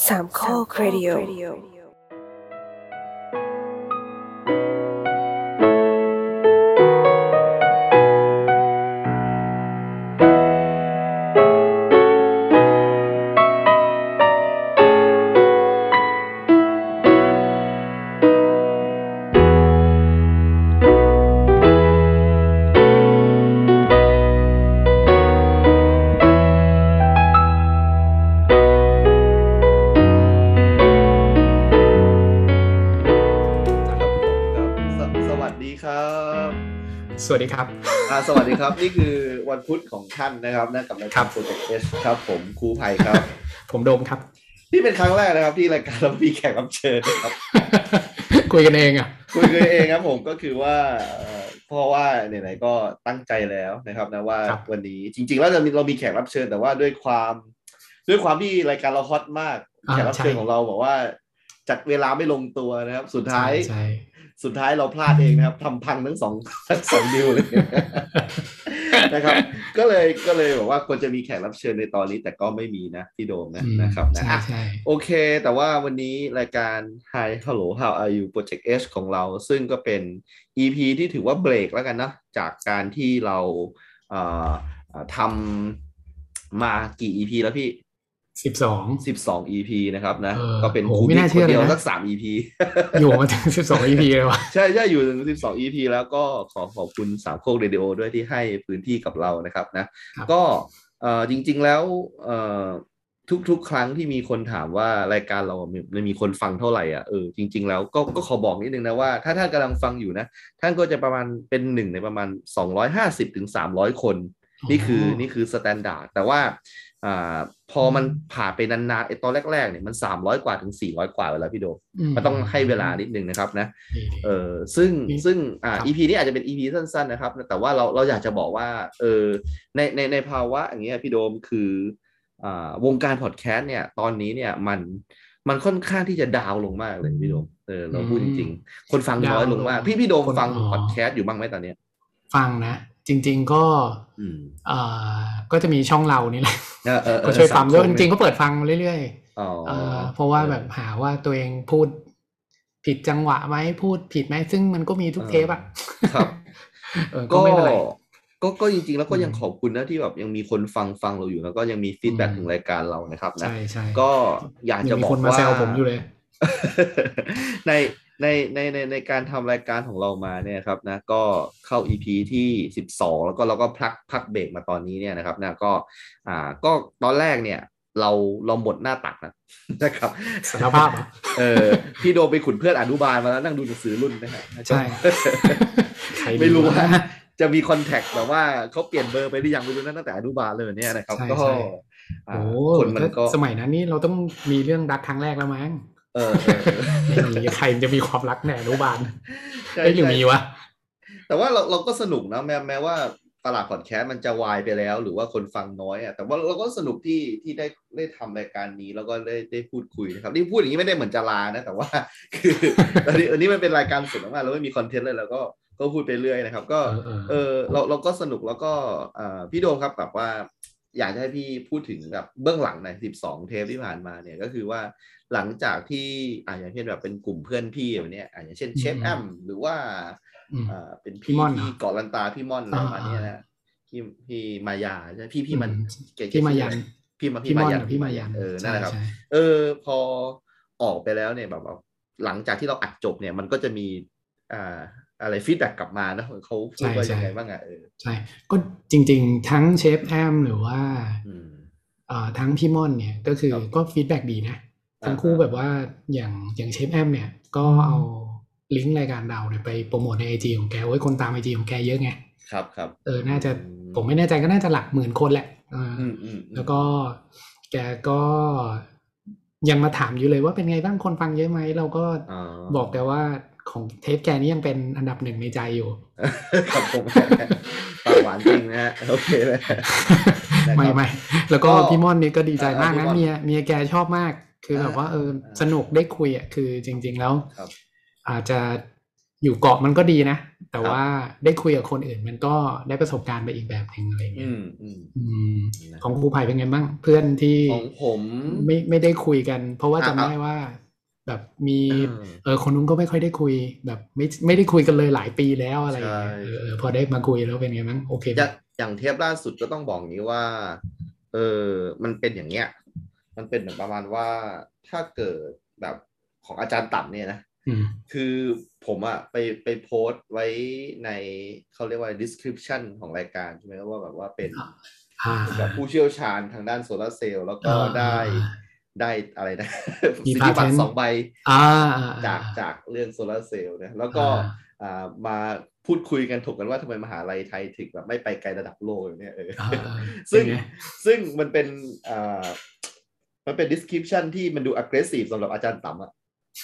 สามข้อครดิโอสวัสดีครับสวัสดีครับสวัสดีครับ นี่คือวันพุธของท่านนะครับนะกับรายการ Project H ครับผมครูไผ่ครับผมโดมครับนี่เป็นครั้งแรกนะครับที่รายการเรามีแขกรับเชิญนะครับคุยกันเองอ่ะคุยกันเองครับผมก็คือว่าเพราะว่าไหนๆก็ตั้งใจแล้วนะครับนะว่าวันนี้จริงๆแล้วเรามีแขกรับเชิญแต่ว่าด้วยความที่รายการเราฮอตมากแขกรับเชิญของเราบอกว่าจัดเวลาไม่ลงตัวนะครับสุดท้ายเราพลาดเองนะครับทำพังทั้งสองดิวเลย นะครับก็เลยบอกว่าควรจะมีแขกรับเชิญในตอนนี้แต่ก็ไม่มีนะพี่โดมนะครับนะโอเคแต่ว่าวันนี้รายการ Hi Hello How Are You Project H ของเราซึ่งก็เป็น EP ที่ถือว่าเบรกแล้วกันนะจากการที่เราทำมากี่ EP แล้วพี่12 EP นะครับนะก็เป็นครูพี่คนเดียวสัก3 EP อยู่มาถึง12 EP เลยวะใช่อยู่ถึง12 EP แล้วก็ขอบคุณสามโคกเรดิโอด้วยที่ให้พื้นที่กับเรานะครับนะก็จริงๆแล้วทุกครั้งที่มีคนถามว่ารายการเรามีคนฟังเท่าไหร่อ่ะจริงๆแล้วก็ขอบอกนิดนึงนะว่าถ้าท่านกำลังฟังอยู่นะท่านก็จะประมาณเป็นหนึ่งในประมาณ250 ถึง 300 คนนี่คือสแตนดาร์ดแต่ว่าพอมันผ่านไปนานๆตอนแรกๆเนี่ยมัน300 กว่าถึง400 กว่าแล้วพี่โดมันต้องให้เวลานิดนึงนะครับนะซึ่งEP นี้อาจจะเป็น EP สั้นๆนะครับแต่ว่าเราอยากจะบอกว่าในภาวะอย่างเงี้ยพี่โดมคือวงการพอดแคสต์เนี่ยตอนนี้เนี่ยมันค่อนข้างที่จะดาวลงมากเลยพี่โดมเราพูดจริงๆคนฟังน้อยลงมากพี่โดมฟังพอดแคสต์อยู่บ้างไหมตอนนี้ฟังนะจริงๆก็จะมีช่องเรานี่แหละก็ช่วยฟังด้วยจริงๆก็เปิดฟังเรื่อยๆเพราะว่าแบบหาว่าตัวเองพูดผิดจังหวะไหมพูดผิดไหมซึ่งมันก็มีทุกเทปอ่ะครับก็ไม่เป็นไรก็จริงๆแล้วก็ยังขอบคุณนะที่แบบยังมีคนฟังเราอยู่แล้วก็ยังมีฟีดแบ็กถึงรายการเรานะครับนะก็อยากจะบอกว่ามีคนมาแซวผมอยู่เลยในการทำรายการของเรามาเนี่ยครับนะก็เข้า EP ที่12แล้วก็เราก็พักเบรกมาตอนนี้เนี่ยนะครับนะก็ตอนแรกเนี่ยเราหมดหน้าตักนะครับสารภาพพี่โดไปขุนเพื่อนอนุบาลมาแล้วนั่งดูหนังสือรุ่นนะฮะใช่ไม่รู้ว่าจะมีคอนแทคแบบว่าเขาเปลี่ยนเบอร์ไปหรือยังไม่รู้นะตั้งแต่อนุบาลเลยเนี่ยนะครับก็คนมันก็สมัยนั้นนี่เราต้องมีเรื่องรักครั้งแรกแล้วมั้งใครจะมีความรักในอนุบาลหรือมีวะแต่ว่าเราก็สนุกนะแม้ว่าตลาดพอดแคสต์มันจะวายไปแล้วหรือว่าคนฟังน้อยอ่ะแต่ว่าเราก็สนุกที่ได้ทำรายการนี้แล้วก็ได้พูดคุยนะครับนี่พูดอย่างนี้ไม่ได้เหมือนจะลานะแต่ว่าคืออันนี้มันเป็นรายการสดมากเราไม่มีคอนเทนต์เลยแล้วก็พูดไปเรื่อยนะครับก็เราก็สนุกแล้วก็พี่โดมครับแบบว่าอยากให้พี่พูดถึงแบบเบื้องหลังใน12 เทปที่ผ่านมาเนี่ยก็คือว่าหลังจากที่อย่างเช่นแบบเป็นกลุ่มเพื่อนพี่แบบนี้อย่างเช่นเชฟแอมหรือว่าเป็นพี่เกาะลันตาพี่ม่อนอะไรประมาณนี้นะพี่มายาใช่พี่มันพี่มายันพี่มายันนั่นแหละครับพอออกไปแล้วเนี่ยแบบหลังจากที่เราอัดจบเนี่ยมันก็จะมีอะไรฟีดแบ็กกลับมานะเขาพูดว่ายังไงบ้างใช่ก็จริงๆทั้งเชฟแอมหรือว่าทั้งพี่ม่อนเนี่ยก็คือก็ฟีดแบ็กดีนะทั้งคู่แบบว่าอย่างเชฟแอมเนี่ยก็เอาลิงก์รายการเราเนี่ยไปโปรโมทใน IG ของแกโอ้ยคนตาม IG ของแกเยอะไงครับน่าจะผมไม่แน่ใจก็น่าจะหลักหมื่นคนแหละแล้วก็แกก็ยังมาถามอยู่เลยว่าเป็นไงบ้างคนฟังเยอะไหมเราก็บอกแกว่าของเทปแกนี่ยังเป็นอันดับ1ในใจอยู่ครับผมปากหวานจริงนะฮะโอเคเลยไม่แล้วก็พี่ม่อนนี่ก็ดีใจมากนะเมียแกชอบมากคือแบบว่าสนุกได้คุยอ่ะคือจริงๆแล้วอาจจะอยู่เกาะมันก็ดีนะแต่ว่าได้คุยกับคนอื่นมันก็ได้ประสบการณ์ไปอีกแบบนึงอะไรเงี้ยของครูไผ่เป็นไงบ้างเพื่อนที่ของผมไม่ได้คุยกันเพราะว่าจำได้ว่าแบบมีคนนู้นก็ไม่ค่อยได้คุยแบบไม่ได้คุยกันเลยหลายปีแล้วอะไรอย่างเงี้ยพอได้มาคุยแล้วเป็นไงบ้างโอเคอย่างเทปล่าสุดก็ต้องบอกนี้ว่ามันเป็นอย่างเงี้ยมันเป็นแบบประมาณว่าถ้าเกิดแบบของอาจารย์ต่ำเนี่ยนะคือผมอะไปโพสต์ไว้ในเขาเรียกว่า description ของรายการใช่ไหมว่าแบบว่าเป็นแบบผู้เชี่ยวชาญทางด้านโซลาร์เซลล์แล้วก็ได้อะไรนะสิทธิบัตร2 ใบจากเรื่องโซลาร์เซลล์นะแล้วก็มาพูดคุยกันถกกันว่าทำไมมหาลัยไทยถึงแบบไม่ไปไกลระดับโลกอย่างเนี้ยซึ่งมันเป็น description ที่มันดู aggressive สำหรับอาจารย์ต่ำอะ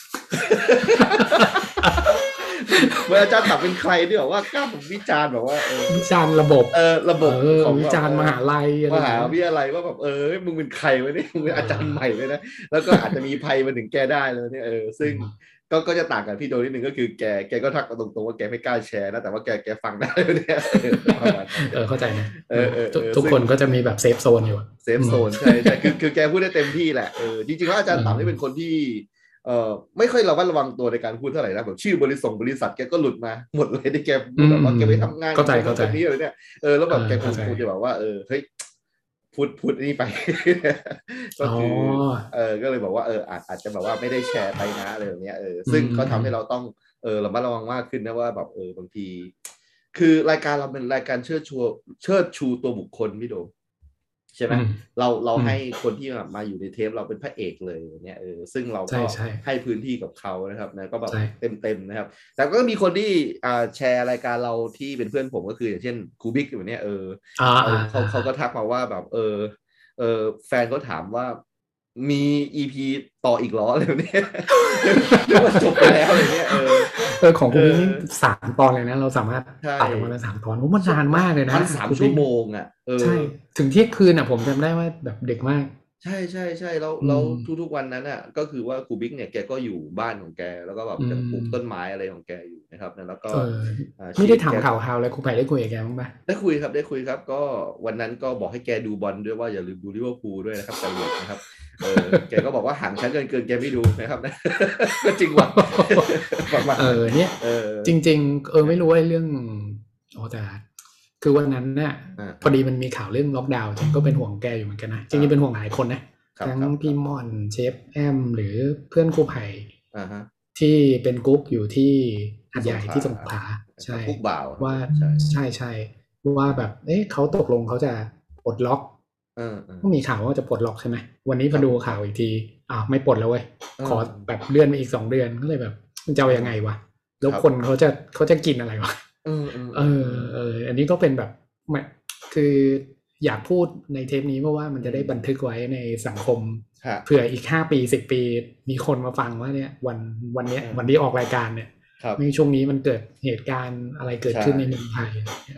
เมื่ออาจารย์ตับเป็นใครที่บอกว่ากล้าผมวิจารณ์แบบว่าวิจารณ์ระบบของวิจารณ์มหาลัยมหาวิทยาลัยว่าแบบมึงเป็นใครวะเนี่ยมึงเป็นอาจารย์ใหม่เลยนะแล้วก็อาจจะมีภัยมาถึงแกได้เลยเนี่ยซึ่งก็จะต่างกันพี่โดนิดนึงก็คือแกก็ทักมาตรงๆว่าแกไม่กล้าแชร์นะแต่ว่าแกฟังได้เนี่ยเข้าใจนะทุกคนก็จะมีแบบเซฟโซนอยู่เซฟโซนใช่คือแกพูดได้เต็มที่แหละจริงๆแล้วอาจารย์ต่ำนี่เป็นคนที่ไม่ค่อยระวังตัวในการพูดเท่าไหร่นะแบบชื่อบริษัทแกก็หลุดมาหมดเลยที่แกพูดแบบว่าแกไปทำงานกับนี้เลยเนี่ยแล้วแบบแกพูดจะแบบว่าเฮ้ยพูดนี่ไปก็คือก็เลยบอกว่าอาจจะแบบว่าไม่ได้แชร์ไปนะอะไรแบบนี้ซึ่งก็ทำให้เราต้องระมัดระวังมากขึ้นนะว่าแบบบางทีคือรายการเราเป็นรายการเชิดชูตัวบุคคลพี่โดใช่ไหมเราให้คนที่มาอยู่ในเทปเราเป็นพระเอกเลยเนี่ยซึ่งเราก็ให้พื้นที่กับเขานะครับนะก็แบบเต็มนะครับแต่ก็มีคนที่แชร์รายการเราที่เป็นเพื่อนผมก็คืออย่างเช่นครูบิ๊กแบบนี้เขาก็ทักมาว่าแบบแฟนเขาถามว่ามี EP ต่ออีกล้ออะไรแบบนี้เรียกว่าจบไปแล้วอะไรเงี้ยของคุณนี่3 ตอนเลยนะเราสามารถตัดออกมาเป็น3 ตอนมันนานมากเลยนะ 3 ชั่วโมงอ่ะใช่ถึงเที่ยงคืนอ่ะผมจำได้ว่าแบบเด็กมากใช่แล้วทุกวันนั้นอ่ะก็คือว่าครูบิ๊กเนี่ยแกก็อยู่บ้านของแกแล้วก็แบบยังปลูกต้นไม้อะไรของแกอยู่นะครับแล้วก็ไม่ได้ถามข่าวเลยครูไผ่ได้คุยกับแกบ้างปะได้คุยครับก็วันนั้นก็บอกให้แกดูบอลด้วยว่าอย่าลืมดูลิเวอร์พูลด้วยนะครับกันหลุดนะครับแกก็บอกว่าห่างชั้นเกินแกไม่ดูนะครับก็จริงว่ะเนี่ยจริงๆไม่รู้ว่าเรื่องแต่คือวันนั้นเนี่ยพอดีมันมีข่าวเรื่องล็อกดาวน์ก็เป็นห่วงแกอยู่เหมือนกันนะจริงๆเป็นห่วงหลายคนนะทั้งพี่ม่อนเชฟแอมหรือเพื่อนครูไผ่ที่เป็นกุ๊กอยู่ที่หัดใหญ่ที่สงขลาใช่ว่าใช่ว่าแบบเขาตกลงเขาจะปลดล็อกก็มีข่าวว่าจะปลดล็อกใช่ไหมวันนี้พอดูข่าวอีกทีไม่ปลดแล้วเว้ยขอแบบเลื่อนไปอีก2 เดือนก็เลยแบบมันจะเอายังไงวะแล้วคนเขาจะกินอะไรวะอันนี้ก็เป็นแบบคืออยากพูดในเทปนี้เพราะว่ามันจะได้บันทึกไว้ในสังคมเผื่ออีก5 ปี10 ปีมีคนมาฟังว่าเนี่ยวันที่ออกรายการเนี่ยในช่วงนี้มันเกิดเหตุการณ์อะไรเกิดขึ้นในเมืองไทย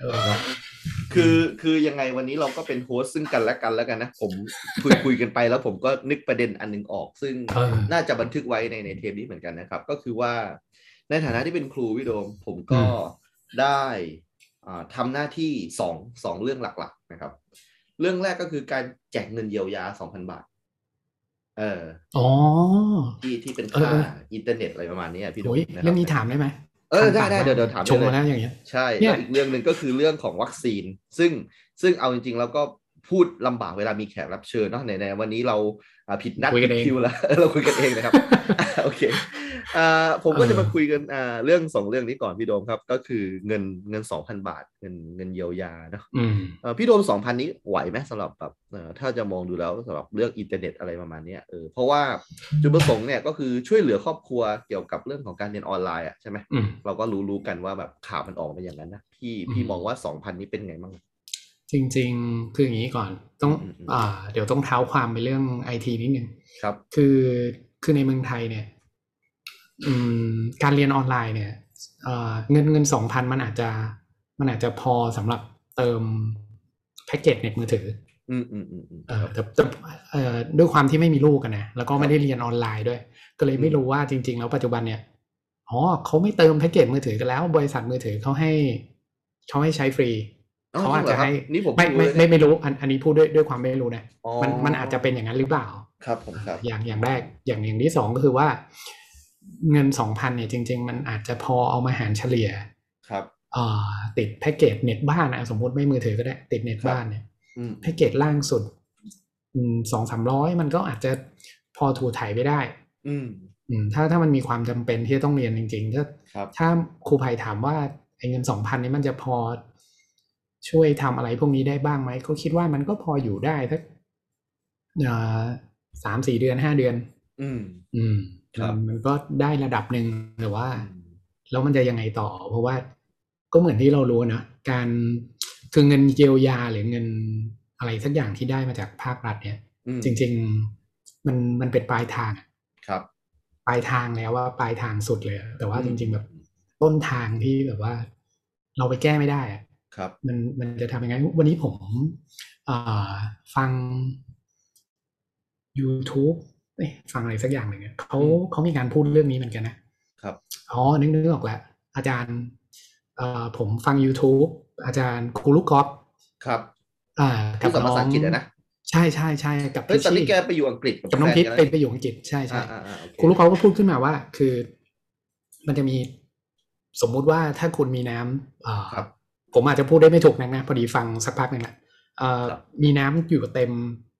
คือยังไงวันนี้เราก็เป็นโฮสต์ซึ่งกันและกันแล้วกันนะผมคุยกันไปแล้วผมก็นึกประเด็นอันนึงออกซึ่งน่าจะบันทึกไว้ในเทปนี้เหมือนกันนะครับก็คือว่าในฐานะที่เป็นครูวิโดมผมก็ได้ทำหน้าที่สองเรื่องหลักๆนะครับเรื่องแรกก็คือการแจกเงินเยียวยา 2,000 บาทที่เป็นค่าอินเทอร์เน็ตอะไรประมาณนี้พี่โดมเรื่องนี้ถามได้ไหมได้เดี๋ยวถามชมมาแล้วอย่างเงี้ยใช่แล้วอีกเรื่องหนึ่งก็คือเรื่องของวัคซีนซึ่งเอาจริงๆแล้วก็พูดลำบากเวลามีแขกรับเชิญเนาะในวันนี้เราผิดนัดผิดคิวแล้วเราคุยกันเองนะครับโอเคผมก็จะมาคุยกันเรื่อง2 เรื่องนี้ก่อนพี่โดมครับก็คือเงิน 2,000 บาทเงินเยียวยาเนาะพี่โดม 2,000 นี้ไหวไหมสำหรับแบบถ้าจะมองดูแล้วสำหรับเรื่องอินเทอร์เน็ตอะไรประมาณนี้เพราะว่าจุดประสงค์เนี่ยก็คือช่วยเหลือครอบครัวเกี่ยวกับเรื่องของการเรียนออนไลน์ใช่ไหมเราก็รู้กันว่าแบบข่าวมันออกมาอย่างนั้นนะพี่มองว่า 2,000 นี้เป็นไงบ้างจริงๆคืออย่างนี้ก่อนต้องเดี๋ยวต้องเท้าความไปเรื่อง IT นิดนึงครับคือในเมืองไทยเนี่ยการเรียนออนไลน์เนี่ยเงิน 2,000 มันอาจจะพอสำหรับเติมแพ็กเกจเน็ตมือถือแต่ด้วยความที่ไม่มีลูกกันนะแล้วก็ไม่ได้เรียนออนไลน์ด้วยก็เลยไม่รู้ว่าจริงๆแล้วปัจจุบันเนี่ยอ๋อเขาไม่เติมแพ็กเกจมือถือกันแล้วบริษัทมือถือเขาให้ใช้ฟรีเขาอาจจะให้นี่ผมไม่รู้อันนี้พูดด้วยความไม่รู้นะมันอาจจะเป็นอย่างนั้นหรือเปล่าครับผมครับอย่างแรกอย่างที่สองก็คือว่าเงิน 2,000 เนี่ยจริงๆมันอาจจะพอเอามาหารเฉลี่ยครับติดแพ็กเกจเน็ตบ้านนะสมมติไม่มือถือก็ได้ติดเน็ตบ้านเนี่ยแพ็กเกจล่างสุด200-300มันก็อาจจะพอถูถ่ายไปได้ถ้ามันมีความจำเป็นที่จะต้องเรียนจริงๆถ้าครูภัยถามว่าไอ้เงิน 2,000 นี้มันจะพอช่วยทำอะไรพวกนี้ได้บ้างไหมเขาคิดว่ามันก็พออยู่ได้สัก3-4 เดือน5 เดือนมันก็ได้ระดับหนึ่งแต่ว่าแล้วมันจะยังไงต่อเพราะว่าก็เหมือนที่เรารู้นะการคือเงินเยียวยาหรือเงินอะไรสักอย่างที่ได้มาจากภาครัฐเนี่ยจริงๆมันเป็นปลายทางครับปลายทางแล้วว่าปลายทางสุดเลยแต่ว่าจริงๆแบบต้นทางที่แบบว่าเราไปแก้ไม่ได้อะครับมันจะทำยังไงวันนี้ผมฟัง YouTube ฟังอะไรสักอย่างหนึ่งเขามีการพูดเรื่องนี้เหมือนกันนะครับนึกออกแล้วอาจารย์ผมฟัง YouTube อาจารย์ครูลูกกอล์ฟครับกับน้องภาษาอังกฤษนะใช่กับพี่ตอนนี้แกไปอยู่อังกฤษกับน้องพิษไปอยู่อังกฤษใช่ครูลูกกอล์ฟก็พูดขึ้นมาว่าคือมันจะมีสมมุติว่าถ้าคุณมีน้ำผมอาจจะพูดได้ไม่ถูกนะพอดีฟังสักพักนึงแหละมีน้ำอยู่เต็ม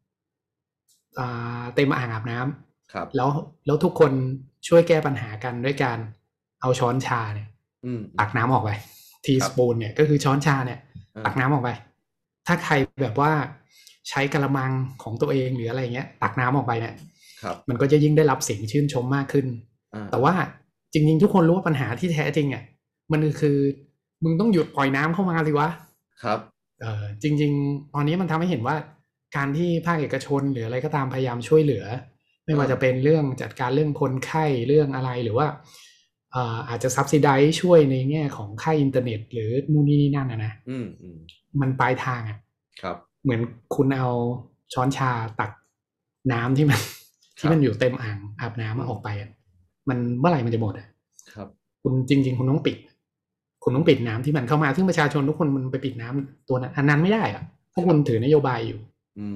อ่างอาบน้ำแล้วทุกคนช่วยแก้ปัญหากันด้วยการเอาช้อนชาเนี่ยตักน้ำออกไปทีสปูนเนี่ยก็คือช้อนชาเนี่ยตักน้ำออกไปถ้าใครแบบว่าใช้กระมังของตัวเองหรืออะไรเงี้ยตักน้ำออกไปเนี่ยมันก็จะยิ่งได้รับเสียงชื่นชมมากขึ้นแต่ว่าจริงๆทุกคนรู้ว่าปัญหาที่แท้จริงอ่ะมันคือมึงต้องหยุดปล่อยน้ำเข้ามาสิวะครับจริงๆตอนนี้มันทำให้เห็นว่าการที่ภาคเอกชนหรืออะไรก็ตามพยายามช่วยเหลือไม่ว่าจะเป็นเรื่องจัดการเรื่องคนไข้เรื่องอะไรหรือว่าอาจจะซับซิไดซ์ช่วยในแง่ของค่าอินเทอร์เน็ตหรือนู่นนี่นั่นนะมันปลายทางครับเหมือนคุณเอาช้อนชาตักน้ำที่มันอยู่เต็มอ่างอาบน้ำออกไปมันเมื่อไหร่มันจะหมดครับคุณจริงๆคุณต้องปิดน้ำที่มันเข้ามาซึ่งประชาชนทุกคนมันไปปิดน้ำตัวนั้นอันนั้นไม่ได้เพราะคุณถือนโยบายอยู่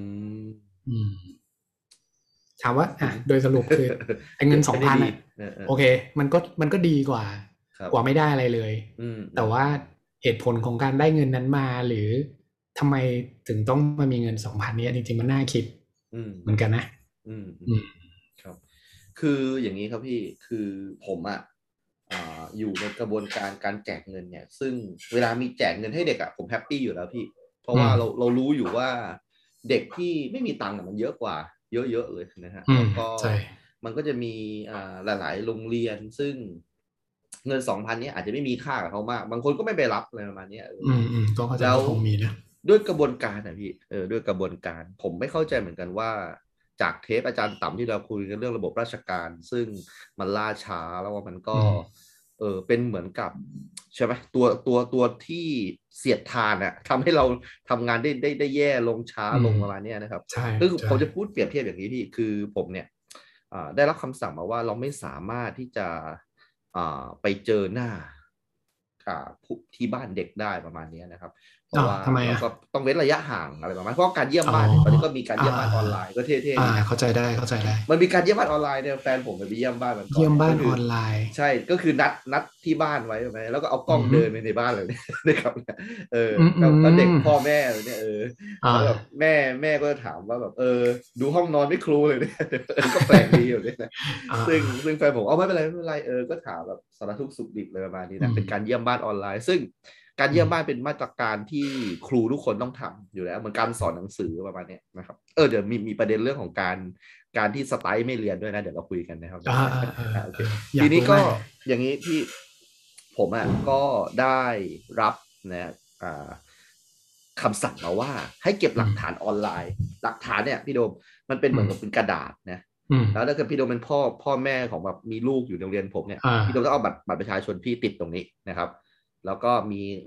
ถามว่าโดยสรุปคือเงิน 2,000 โอเคมันก็ดีกว่าไม่ได้อะไรเลยแต่ว่าเหตุผลของการได้เงินนั้นมาหรือทำไมถึงต้องมามีเงิน 2,000 นี้จริงๆมันน่าคิดเหมือนกันนะครับคืออย่างนี้ครับพี่คือผมอยู่ในกระบวนการแจกเงินเนี่ยซึ่งเวลามีแจกเงินให้เด็กผมแฮปปี้อยู่แล้วพี่เพราะว่าเรารู้อยู่ว่าเด็กที่ไม่มีตังค์มันเยอะกว่าเยอะๆเลยนะฮะแล้วก็มันก็จะมีหลายๆโรงเรียนซึ่งเงิน 2,000 นี้อาจจะไม่มีค่ากับเขามากบางคนก็ไม่ไปรับอะไรประมาณนี้แล้วคงมีนะด้วยกระบวนการพี่ด้วยกระบวนการผมไม่เข้าใจเหมือนกันว่าจากเทปอาจารย์ต่ำที่เราคุยกันเรื่องระบบราชการซึ่งมันล่าช้าแล้วว่ามันก็เป็นเหมือนกับใช่ไหมตัวที่เสียดทานทำให้เราทำงานได้แย่ลงช้าลงประมาณนี้นะครับคือผมจะพูดเปรียบเทียบอย่างนี้พี่คือผมเนี่ยได้รับคำสั่งมาว่าเราไม่สามารถที่จะไปเจอหน้าที่บ้านเด็กได้ประมาณนี้นะครับเพราะว่าเราก็ต้องเว้นระยะห่างอะไรประมาณเพราะการเยี่ยมบ้านตอนนี้ก็มีการเยี่ยมบ้านออนไลน์ก็เท่ๆเข้าใจได้มันมีการเยี่ยมบ้านออนไลน์เนี่ยแฟนผมไปเยี่ยมบ้านมันก่อนเยี่ยมบ้านออนไลน์ใช่ก็คือนัดที่บ้านไว้ใช่ไหมแล้วก็เอากล้องเดินไปในบ้านเลยนะครับก็เด็กพ่อแม่เลยเนี่ยแล้วแบบแม่ก็ถามว่าแบบดูห้องนอนไม่ครูเลยเนี่ยก็แปลกดีอยู่เนี่ยนะซึ่งแฟนผมไม่เป็นไรก็ถามแบบสารทุกข์สุขดิบเลยประมาณนี้นะเป็นการเยี่ยมบ้านออนไลน์ซึ่งการเยี่ยมบ้านเป็นมาตรการที่ครูทุกคนต้องทำอยู่แล้วเหมือนการสอนหนังสือประมาณนี้นะครับเดี๋ยวมีประเด็นเรื่องของการที่สไตล์ไม่เรียนด้วยนะเดี๋ยวเราคุยกันนะครับทีนี้ก็อย่างนี้ที่ผมก็ได้รับนะคำสั่งมาว่าให้เก็บหลักฐานออนไลน์หลักฐานเนี่ยพี่โดมมันเป็นเหมือนกับเป็นกระดาษนะแล้วถ้าเกิดพี่โดมเป็นพ่อแม่ของแบบมีลูกอยู่ในโรงเรียนผมเนี่ยพี่โดมต้องเอาบัตรประชาชนพี่ติดตรงนี้นะครับแล้วก็มีแบบ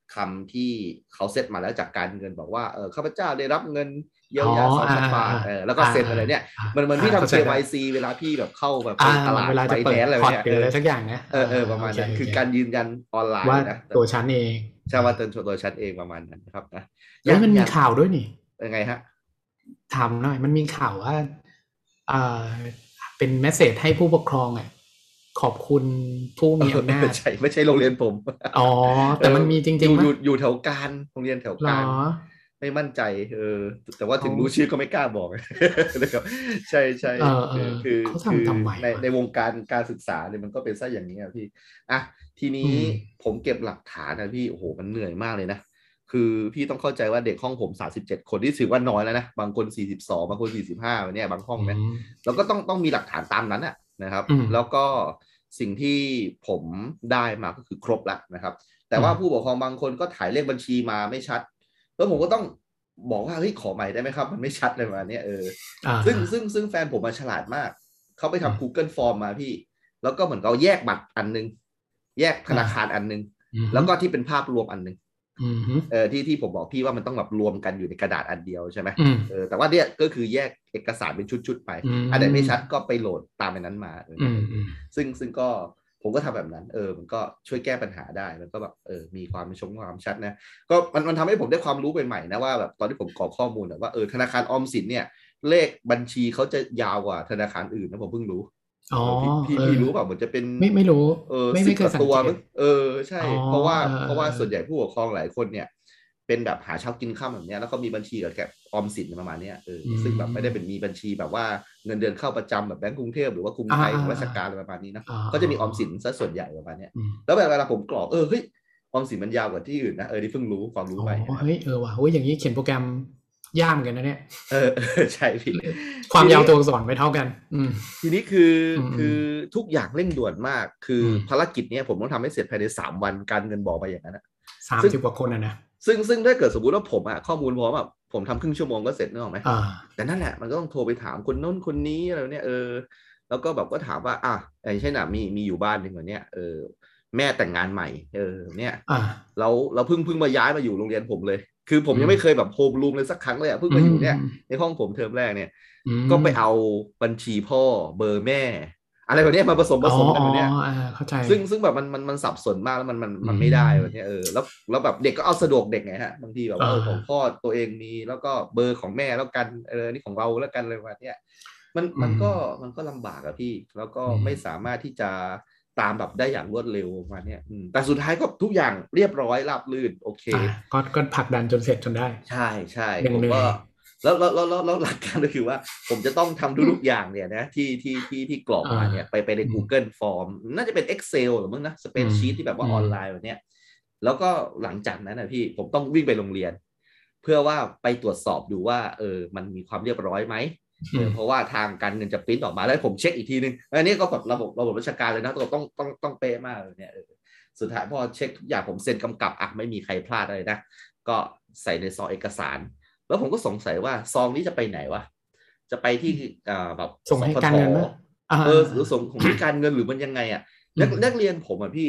คำที่เขาเซตมาแล้วจากการเงินบอกว่าข้าพเจ้าได้รับเงินเยียอ๋อวยา2,000 บาทแล้วก็เซ็นอะไรเนี่ยมันพี่ทำเข้าใจได้ KYC เวลาพี่แบบเข้าแบบไปตลาดเวลาไบจะเปิดแนนซ์อะไรพอร์ตเนี่ยหรืออะไรสักอย่างนะประมาณนั้นโอเคคือการยืนยันออนไลว่าน์นะตัวฉันเองใช่ว่าตัวฉันเองประมาณนั้นนะครับนะแล้วมันมีข่าวด้วยนี่ยังไงฮะถามหน่อยมันมีข่าวว่าอ่าเป็นเมสเสจให้ผู้ปกครองขอบคุณผู้มีอำนาจไม่ใช่โรงเรียนผมอ๋อแต่มันมีจริงๆอยู่แถวการโรงเรียนแถวการไม่มั่นใจแต่ว่าถึงรู้ชื่อก็ไม่กล้าบอกนะครับใช่คือในวงการศึกษาเนี่ยมันก็เป็นซะอย่างนี้พี่อ่ะทีนี้ผมเก็บหลักฐานนะพี่โอ้โหมันเหนื่อยมากเลยนะคือพี่ต้องเข้าใจว่าเด็กห้องผม37คนที่ถือว่าน้อยแล้วนะบางคน42บางคน45เนี่ยบางห้องเนี่ยแล้วก็ต้องมีหลักฐานตามนั้นนะครับแล้วก็สิ่งที่ผมได้มาก็คือครบแล้วนะครับแต่ว่าผู้ปกครองบางคนก็ถ่ายเลขบัญชีมาไม่ชัดแล้วผมก็ต้องบอกว่าเฮ้ยขอใหม่ได้ไหมครับมันไม่ชัดเลยมาเนี่ยซึ่งแฟนผมมาฉลาดมากเขาไปทำ Google Form มาพี่แล้วก็เหมือนเขาแยกบัตรอันนึงแยกธนาคารอันนึงแล้วก็ที่เป็นภาพรวมอันนึงที่ผมบอกพี่ว่ามันต้องแบบรวมกันอยู่ในกระดาษอันเดียวใช่ไหมแต่ว่าเนี่ยก็คือแยกเอกสารเป็นชุดๆไปอันไหนไม่ชัดก็ไปโหลดตามในนั้นมาซึ่งก็ผมก็ทำแบบนั้นมันก็ช่วยแก้ปัญหาได้แล้วก็แบบมีความชัดนะก็มันทำให้ผมได้ความรู้ใหม่ๆนะว่าแบบตอนที่ผมกรอกข้อมูลว่าธนาคารออมสินเนี่ยเลขบัญชีเขาจะยาวกว่าธนาคารอื่นนะผมเพิ่งรู้พี่รู้เปล่าเหมือนจะเป็นไม่รู้ไม่เคยสังเกตใช่เพราะว่าส่วนใหญ่ผู้ปกครองหลายคนเนี่ยเป็นแบบหาเช้ากินข้ามแบบนี้แล้วก็มีบัญชีกับออมสินประมาณนี้ซึ่งแบบไม่ได้เป็นมีบัญชีแบบว่าเงินเดือนเข้าประจำแบบแบงก์กรุงเทพหรือว่ากรุงไทยของราชการอะไรประมาณนี้นะก็จะมีออมสินซะส่วนใหญ่ประมาณนี้แล้วเวลาผมกรอกเฮ้ยออมสินมันยาวกว่าที่อื่นนะที่เพิ่งรู้ความรู้ใหม่เฮ้ยว่ะอย่างนี้เขียนโปรแกรมยากเหมือนกันนะเนี่ยใช่พี่ความยาวตัวอักษรไม่เท่ากันทีนี้คือทุกอย่างเร่งด่วนมากคือภารกิจนี้ผมต้องทำให้เสร็จภายใน3 วันการเงินบอกไปอย่างนั้น 30 กว่าคนนะซึ่งถ้าเกิดสมมุติว่าผมข้อมูลพร้อมผมทำครึ่งชั่วโมงก็เสร็จนึกออกไหมแต่นั่นแหละมันก็ต้องโทรไปถามคนโน้นคนนี้อะไรเนี่ยแล้วก็แบบก็ถามว่าอย่างเช่นมีอยู่บ้านหนึ่งวันเนี้ยแม่แต่งงานใหม่เนี่ยเราเพิ่งมาย้ายมาอยู่โรงเรียนผมเลยคือผมยังไม่เคยแบบโฮมรูมเลยสักครั้งเลยเพิ่งมาอยู่เนี่ยในห้องผมเทอมแรกเนี่ยก็ไปเอาบัญชีพ่อเบอร์แม่อะไรแบบนี้มาผสมกันแบบนี้เข้าใจซึ่งแบบมันสับสนมากแล้วมันไม่ได้แบบนี้แล้วแบบเด็กก็เอาสะดวกเด็กไงฮะบางทีแบบของพ่อตัวเองมีแล้วก็เบอร์ของแม่แล้วกันนี่ของเราแล้วกันเลยว่าเนี่ยมันก็ลำบากอะพี่แล้วก็ไม่สามารถที่จะตามแบบได้อย่างรวดเร็วมาเนี่ยแต่สุดท้ายก็ทุกอย่างเรียบร้อยราบรื่นโอเคก็ผลักดันจนเสร็จจนได้ใช่ผมก็แล้วหลักการก็คือว่าผมจะต้องทำทุกอย่างเนี่ยนะที่กรอกมาเนี่ยไปใน Google Form น่าจะเป็น Excel หรือมั้งนะสเปรดชีทที่แบบว่าออนไลน์แบบเนี้ยแล้วก็หลังจากนั้นนะพี่ผมต้องวิ่งไปโรงเรียนเพื่อว่าไปตรวจสอบดูว่ามันมีความเรียบร้อยไหมเพราะว่าทางการเงินจะปริ้นออกมาแล้วผมเช็คอีกทีนึงอันนี้ก็แบบระบบราชการเลยนะต้องเป๊ะมากเลยเนี่ยสุดท้ายพอเช็คทุกอย่างผมเซ็นกำกับไม่มีใครพลาดอะไรนะก็ใส่ในซองเอกสารแล้วผมก็สงสัยว่าซองนี้จะไปไหนวะจะไปที่แบบส่งให้การเงินหรือส่งของที่การเงินหรือมันยังไงนักเรียนผมพี่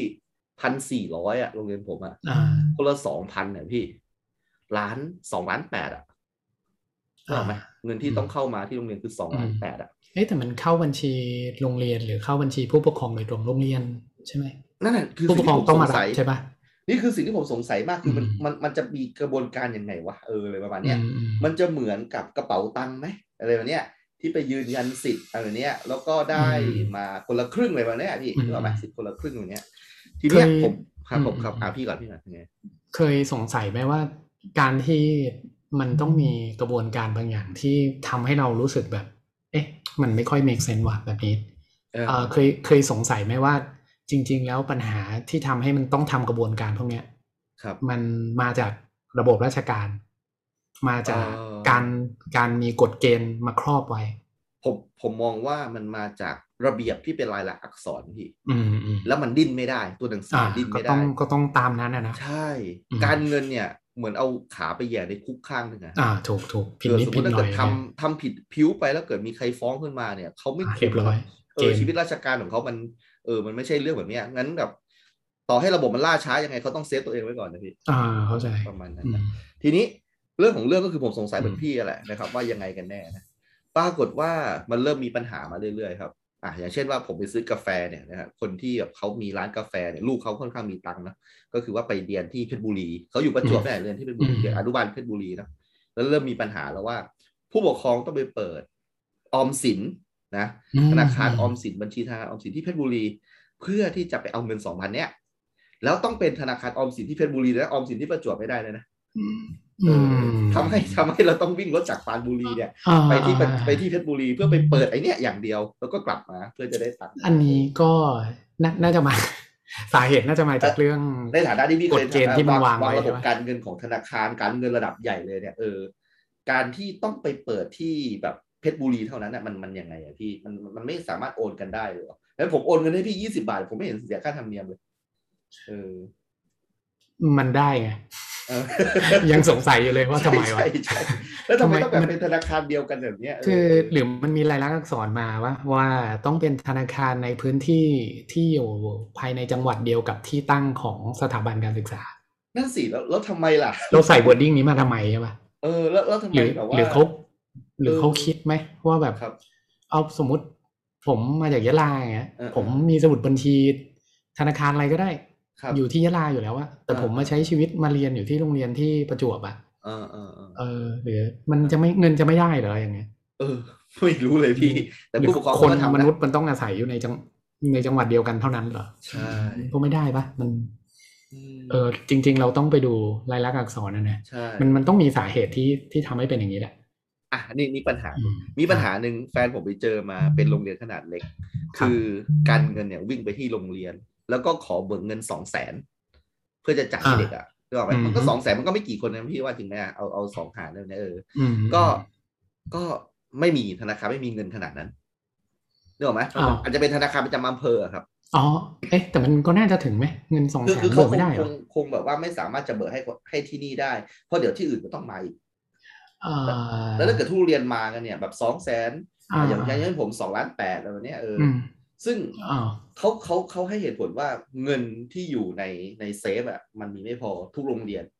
1,400โรงเรียนผมคนละ 2,000พี่1,2,800,000ถูกไหมเงินที่ต้องเข้ามาที่โรงเรียนคือ2,800,000 แต่มันเข้าบัญชีโรงเรียนหรือเข้าบัญชีผู้ปกครองโดยตรงโรงเรียนใช่ไหมนั่นแหละคือผู้ปกครองต้องมารับใช่ปะนี่คือสิ่งที่ผมสงสัยมากคือมันจะมีกระบวนการยังไงวะอะไรประมาณเนี้ยมันจะเหมือนกับกระเป๋าตังค์ไหมอะไรแบบเนี้ยที่ไปยืนยันสิทธิ์อะไรเนี้ยแล้วก็ได้มาคนละครึ่งอะไรแบบเนี้ยพี่รู้ไหมสิทธิ์คนละครึ่งอย่างเนี้ยทีเนี้ยผมครับพี่ก่อนไงเคยสงสัยไหมว่าการที่มันต้องมีกระบวนการบางอย่างที่ทำให้เรารู้สึกแบบมันไม่ค่อย make sense ว่ะแบบนี้เคยสงสัยไหมว่าจริงๆแล้วปัญหาที่ทำให้มันต้องทำกระบวนการพวกนี้มันมาจากระบบราชการมาจากการมีกฎเกณฑ์มาครอบไว้ผมมองว่ามันมาจากระเบียบที่เป็นลายลักษณ์อักษรพี่แล้วมันดิ้นไม่ได้ตัวหนังสือดิ้นไม่ได้ก็ต้องตามนั้นนะใช่การเงินเนี่ยเหมือนเอาขาไปแย่ในคุกข้างนึงถูกผิดนิดผิดหน่อยทำผิดผิวไปแล้วเกิดมีใครฟ้องขึ้นมาเนี่ยเขาไม่เรียบร้อยชีวิตราชการของเขามันมันไม่ใช่เรื่องแบบนี้งั้นแบบต่อให้ระบบมันล่าช้ายังไงเขาต้องเซฟตัวเองไว้ก่อนนะพี่เข้าใจประมาณนั้นนะทีนี้เรื่องของเรื่องก็คือผมสงสัยเหมือนพี่แหละนะครับว่ายังไงกันแน่นะปรากฏว่ามันเริ่มมีปัญหามาเรื่อยๆครับอย่างเช่นว่าผมไปซื้อกาแฟเนี่ยนะฮะคนที่แบบเขามีร้านกาแฟเนี่ยลูกเขาค่อนข้างมีตังค์นะก็คือว่าไปเรียนที่เพชรบุรีเขาอยู่ประจวบเนี่ยเรียนที่เพชรบุรีเรียนอนุบาลเพชรบุรีนะแล้วเริ่มมีปัญหาแล้วว่าผู้ปกครองต้องไปเปิดออมสินนะธนาคารออมสินบัญชีธนาคารออมสินที่เพชรบุรีเพื่อที่จะไปเอาเงิน 2,000 เนี้ยแล้วต้องเป็นธนาคารออมสินที่เพชรบุรีและออมสินที่ประจวบไม่ได้เลยนะทำให้เราต้องวิ่งรถจากปรานบุรีเนี่ยไปที่เพชรบุรีเพื่อไปเปิดไอ้นี่อย่างเดียวแล้วก็กลับมาเพื่อจะได้ตังค์อันนี้ก็น่าจะมาสาเหตุน่าจะมาจากเรื่องในฐานะที่พี่เคยกฎเกณฑ์ที่มันวางไว้ระบบการเงินของธนาคารการเงินระดับใหญ่เลยเนี่ยการที่ต้องไปเปิดที่แบบเพชรบุรีเท่านั้นน่ะมันยังไงพี่มันไม่สามารถโอนกันได้หรอแล้วผมโอนเงินให้พี่20 บาทผมไม่เห็นเสียค่าธรรมเนียมเลยมันได้ไงยังสงสัยอยู่เลยว่าทำไมวะใช่แล้วทำไมต้องแบบเป็นธนาคารเดียวกันแบบนี้คือหรือมันมีลายลักษณ์อักษรมาว่าต้องเป็นธนาคารในพื้นที่ที่อยู่ภายในจังหวัดเดียวกับที่ตั้งของสถาบันการศึกษานั่นสิแล้วทำไมล่ะเราใส่วอร์ดดิ้งนี้มาทำไมใช่ป่ะแล้วทำไมแบบว่าหรือเขาคิดไหมว่าแบบเอาสมมติผมมาจากยะลาอย่างเงี้ยผมมีสมุดบัญชีธนาคารอะไรก็ได้อยู่ที่ยะลาอยู่แล้วอะแต่ผมมาใช้ชีวิตมาเรียนอยู่ที่โรงเรียนที่ประจวบอะหรือมันจะไม่เงินจะไม่ได้เหรออย่างเงี้ยไม่รู้เลยพี่แต่ผู้ปกครองคนมนุษย์มันต้องอาศัยอยู่ในจังหวัดเดียวกันเท่านั้นเหรอใช่ก็ไม่ได้ปะมันจริงๆเราต้องไปดูลายลักษณ์อักษรนะมันต้องมีสาเหตุที่ทำให้เป็นอย่างนี้แหละนี่ปัญหาหนึ่งแฟนผมไปเจอมาเป็นโรงเรียนขนาดเล็กคือการเงินเนี่ยวิ่งไปที่โรงเรียนแล้วก็ขอเบิกเงิน200,000เพื่อจะจ่ายให้เด็กนึกออกไหมมันก็200,000มันก็ไม่กี่คนนะพี่ว่าจริงไหมเอา2 หารเลยนะก็ไม่มีธนาคารไม่มีเงินขนาดนั้นนึกออกไหมอาจจะเป็นธนาคารประจำอำเภอครับแต่มันก็น่าจะถึงไหมเงิน200,000 คือเขาคงแบบว่าไม่สามารถจะเบิกให้ที่นี่ได้เพราะเดี๋ยวที่อื่นก็ต้องมาอีกแล้วถ้าเกิดทุเรียนมากันเนี่ยแบบ200,000อย่างเช่นผม2,800,000อะไรแบบนี้ซึ่งเขาให้เหตุผลว่าเงินที่อยู่ในเซฟมันมีไม่พอทุกโรงเรียน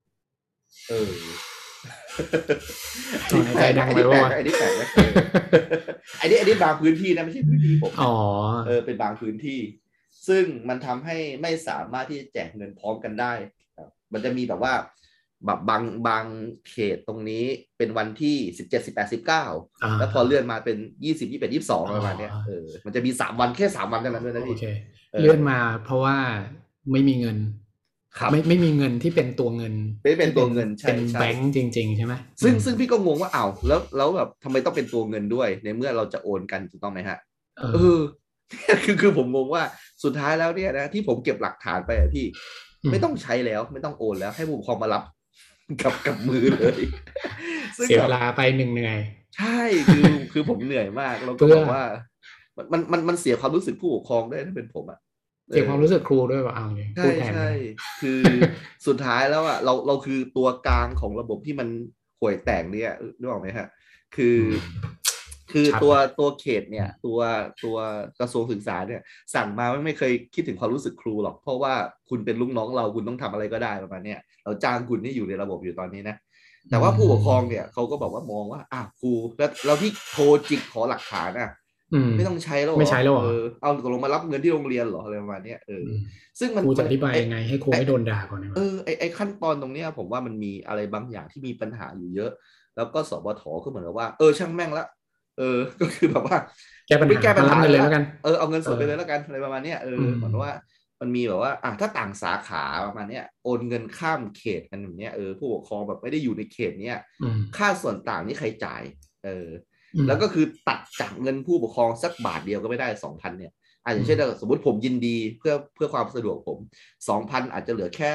ใจดังเลยว่าไอ้นี่แปลกนะไอ้นี่บางพื้นที่นะไม่ใช่พื้นที่ผมเป็นบางพื้นที่ซึ่งมันทำให้ไม่สามารถที่จะแจกเงินพร้อมกันได้มันจะมีแบบว่าแบบบางเขตตรงนี้เป็นวันที่17 18 19แล้วพอเลื่อนมาเป็น20 21 22ประมาณเนี้ยมันจะมี3 วันแค่3 วันเท่านั้นด้วยนะพี่เลื่อนมาเพราะว่าไม่มีเงินไม่มีเงินที่เป็นตัวเงินเป็นตัวเงินเป็นแบงค์จริงๆใช่ไหมซึ่งพี่ก็งงว่าแล้วแบบทำไมต้องเป็นตัวเงินด้วยในเมื่อเราจะโอนกันถูกต้องไหมฮะคือผมงงว่าสุดท้ายแล้วเนี่ยนะที่ผมเก็บหลักฐานไปพี่ไม่ต้องใช้แล้วไม่ต้องโอนแล้วให้ผู้ปกครองมารับกับมือเลยเสียเวลาไปเหนื่อยใช่คือผมเหนื่อยมากแล้วก็บอกว่ามันเสียความรู้สึกผู้ปกครองด้วยถ้าเป็นผมเสียความรู้สึกครูด้วยว่าใช่คือสุดท้ายแล้วเราคือตัวกลางของระบบที่มันห่วยแตกเนี่ยนึกออกไหมฮะคือตัวเขตเนี่ยตัวกระทรวงศึกษาเนี่ยสั่งมาไม่เคยคิดถึงความรู้สึกครูหรอกเพราะว่าคุณเป็นลูกน้องเราคุณต้องทำอะไรก็ได้ประมาณนี้เราจ้างคุณที่อยู่ในระบบอยู่ตอนนี้นะแต่ว่าผู้ปกครองเนี่ยเขาก็บอกว่ามองว่าครูแล้วที่โทรจิกขอหลักฐานไม่ต้องใช้แล้วไม่ใช้แล้วเอาตกลงมารับเงินที่โรงเรียนหรออะไรประมาณนี้ซึ่งมันครูจะอธิบายยังไงให้ครูไม่โดนด่าก่อนนะไอ้ขั้นตอนตรงนี้ผมว่ามันมีอะไรบางอย่างที่มีปัญหาอยู่เยอะแล้วก็สบถก็เหมือนกับว่าช่างแม่งละก็คือแบบว่าแก้ปัญหาเลยแล้วกันเอาเงินสดไปเลยแล้วกันอะไรประมาณนี้เหมือนว่ามันมีแบบว่าถ้าต่างสาขาประมาณนี้โอนเงินข้ามเขตกันแบบนี้ผู้ปกครองแบบไม่ได้อยู่ในเขตนี้ค่าส่วนต่างนี่ใครจ่ายแล้วก็คือตัดจากเงินผู้ปกครองสักบาทเดียวก็ไม่ได้ 2,000 เนี่ยอย่างเช่นสมมติผมยินดีเพื่อความสะดวกผม 2,000 อาจจะเหลือแค่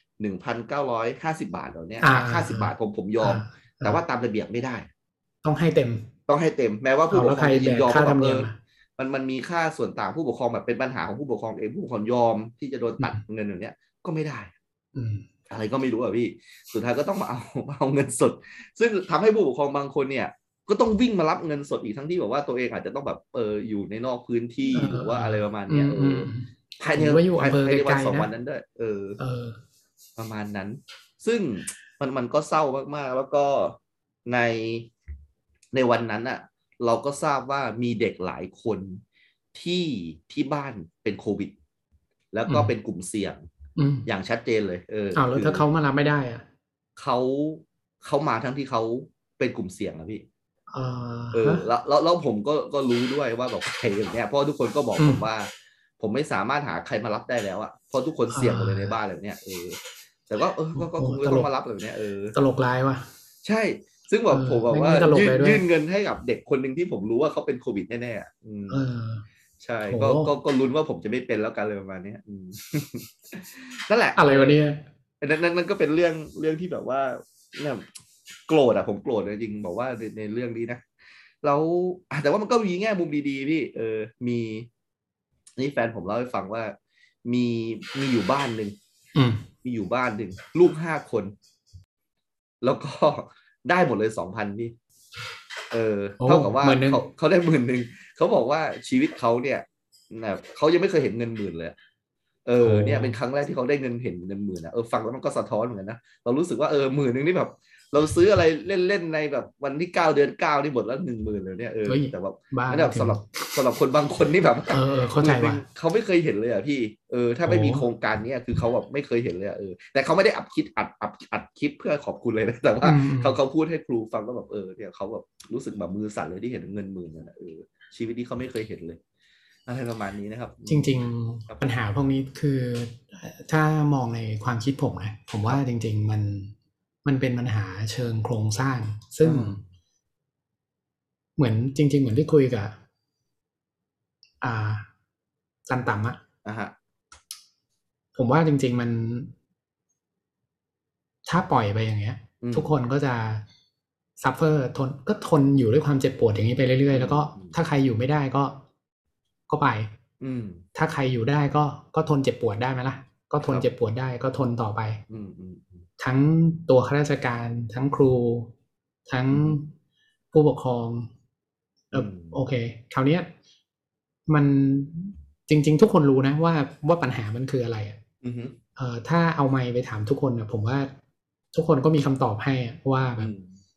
1,950 บาทแล้วเนี่ย50 บาทผมยอมแต่ว่าตามระเบียบไม่ได้ต้องให้เต็มแม้ว่าผู้ปกครองจะยินยอมมันมีค่าส่วนต่างผู้ปกครองแบบเป็นปัญหาของผู้ปกครองเองผู้ปกครองยอมที่จะโดนตัดเงินอย่างเนี้ยก็ไม่ได้อะไรก็ไม่รู้พี่สุดท้ายก็ต้องมาเอาเงินสดซึ่งทำให้ผู้ปกครองบางคนเนี่ยก็ต้องวิ่งมารับเงินสดอีกทั้งที่แบบว่าตัวเองอาจจะต้องแบบอยู่ในนอกพื้นที่หรือว่าอะไรประมาณนี้ภายในว่าอยู่อำเภอไกลวันสองๆนะวันนั้นด้วยประมาณนั้น ซึ่งมันก็เศร้ามากๆแล้วก็ในในวันนั้นอ่ะเราก็ทราบว่ามีเด็กหลายคนที่บ้านเป็นโควิดแล้วก็เป็นกลุ่มเสี่ยงอย่างชัดเจนเลยแล้วถ้าเขามารับไม่ได้อ่ะเขามาทั้งที่เขาเป็นกลุ่มเสี่ยงนะพี่ฮะแล้วผมก็รู้ด้วยว่าแบบใครอย่างเงี้ยเพราะทุกคนก็บอกผมว่า ผมไม่สามารถหาใครมารับได้แล้วอะเพราะทุกคนเสี่ยงหมดเลยในบ้านแบบเนี้ยแต่ก็ก็คงต้องมารับแบบเนี้ยตลกร้ายว่ะใช่ ซึ่งแบบผมบอกว่ายื่นเงินให้กับเด็กคนหนึ่งที่ผมรู้ว่าเขาเป็นโควิดแน่ๆใช่ก็ลุ้นว่าผมจะไม่เป็นแล้วกันเลยประมาณนี้นั่นแหละอะไรวะเนี่ยนั่นก็เป็นเรื่องที่แบบว่าเนี่ยโกรธอะผมโกรธจริงบอกว่าในเรื่องนี้นะแล้วแต่ว่ามันก็มีแง่มุมดีๆพี่มีนี่แฟนผมเล่าให้ฟังว่ามีอยู่บ้านหนึ่งมีอยู่บ้านหนึ่งลูก5 คน แล้วก็ได้หมดเลย2,000พี่เท่ากับว่าเขาได้10,000เขาบอกว่าชีวิตเขาเนี่ยแบบเขายังไม่เคยเห็นเงิน10,000เลยเนี่ยเป็นครั้งแรกที่เขาได้เงินเห็นเงิน10,000นะฟังแล้วมันก็สะท้อนเหมือนกันนะเรารู้สึกว่า10,000นี่แบบเราซื้ออะไรเล่นๆในแบบวันที่9 เดือน 9นี่หมดแล้ว10,000เลยเนี่ยแต่แบบนั่นแบบสำหรับคนบางคนนี่แบบเข้าใจว่าเขาไม่เคยเห็นเลยอ่ะพี่ถ้าไม่มีโครงการนี้คือเขาแบบไม่เคยเห็นเลยแต่เขาไม่ได้อัดคลิปเพื่อขอบคุณเลยนะแต่ว่าเขาพูดให้ครูฟังก็แบบเนี่ยเขาแบบรู้สึกแบบมือสั่นเลยที่เห็นเงิน10,000นะชีวิตนี้เขาไม่เคยเห็นเลยอะไรประมาณนี้นะครับจริงๆปัญหาพวกนี้คือถ้ามองในความคิดผมนะผมว่าจริงๆมันเป็นปัญหาเชิงโครงสร้าง ซึ่งเหมือนจริงๆเหมือนที่คุยกับตันต่ำผมว่าจริงๆมันถ้าปล่อยไปอย่างเงี้ยทุกคนก็จะซัฟเฟอร์ทนอยู่ด้วยความเจ็บปวดอย่างนี้ไปเรื่อยๆแล้วก็ถ้าใครอยู่ไม่ได้ก็ไปถ้าใครอยู่ได้ก็ทนเจ็บปวดได้ไหมล่ะก็ทนเจ็บปวดได้ก็ทนต่อไปทั้งตัวข้าราชการทั้งครูทั้งผู้ปกครองโอเคคราวนี้มันจริงๆทุกคนรู้นะว่าปัญหามันคืออะไรถ้าเอาไมค์ไปถามทุกคนนะผมว่าทุกคนก็มีคำตอบให้ว่าแบบ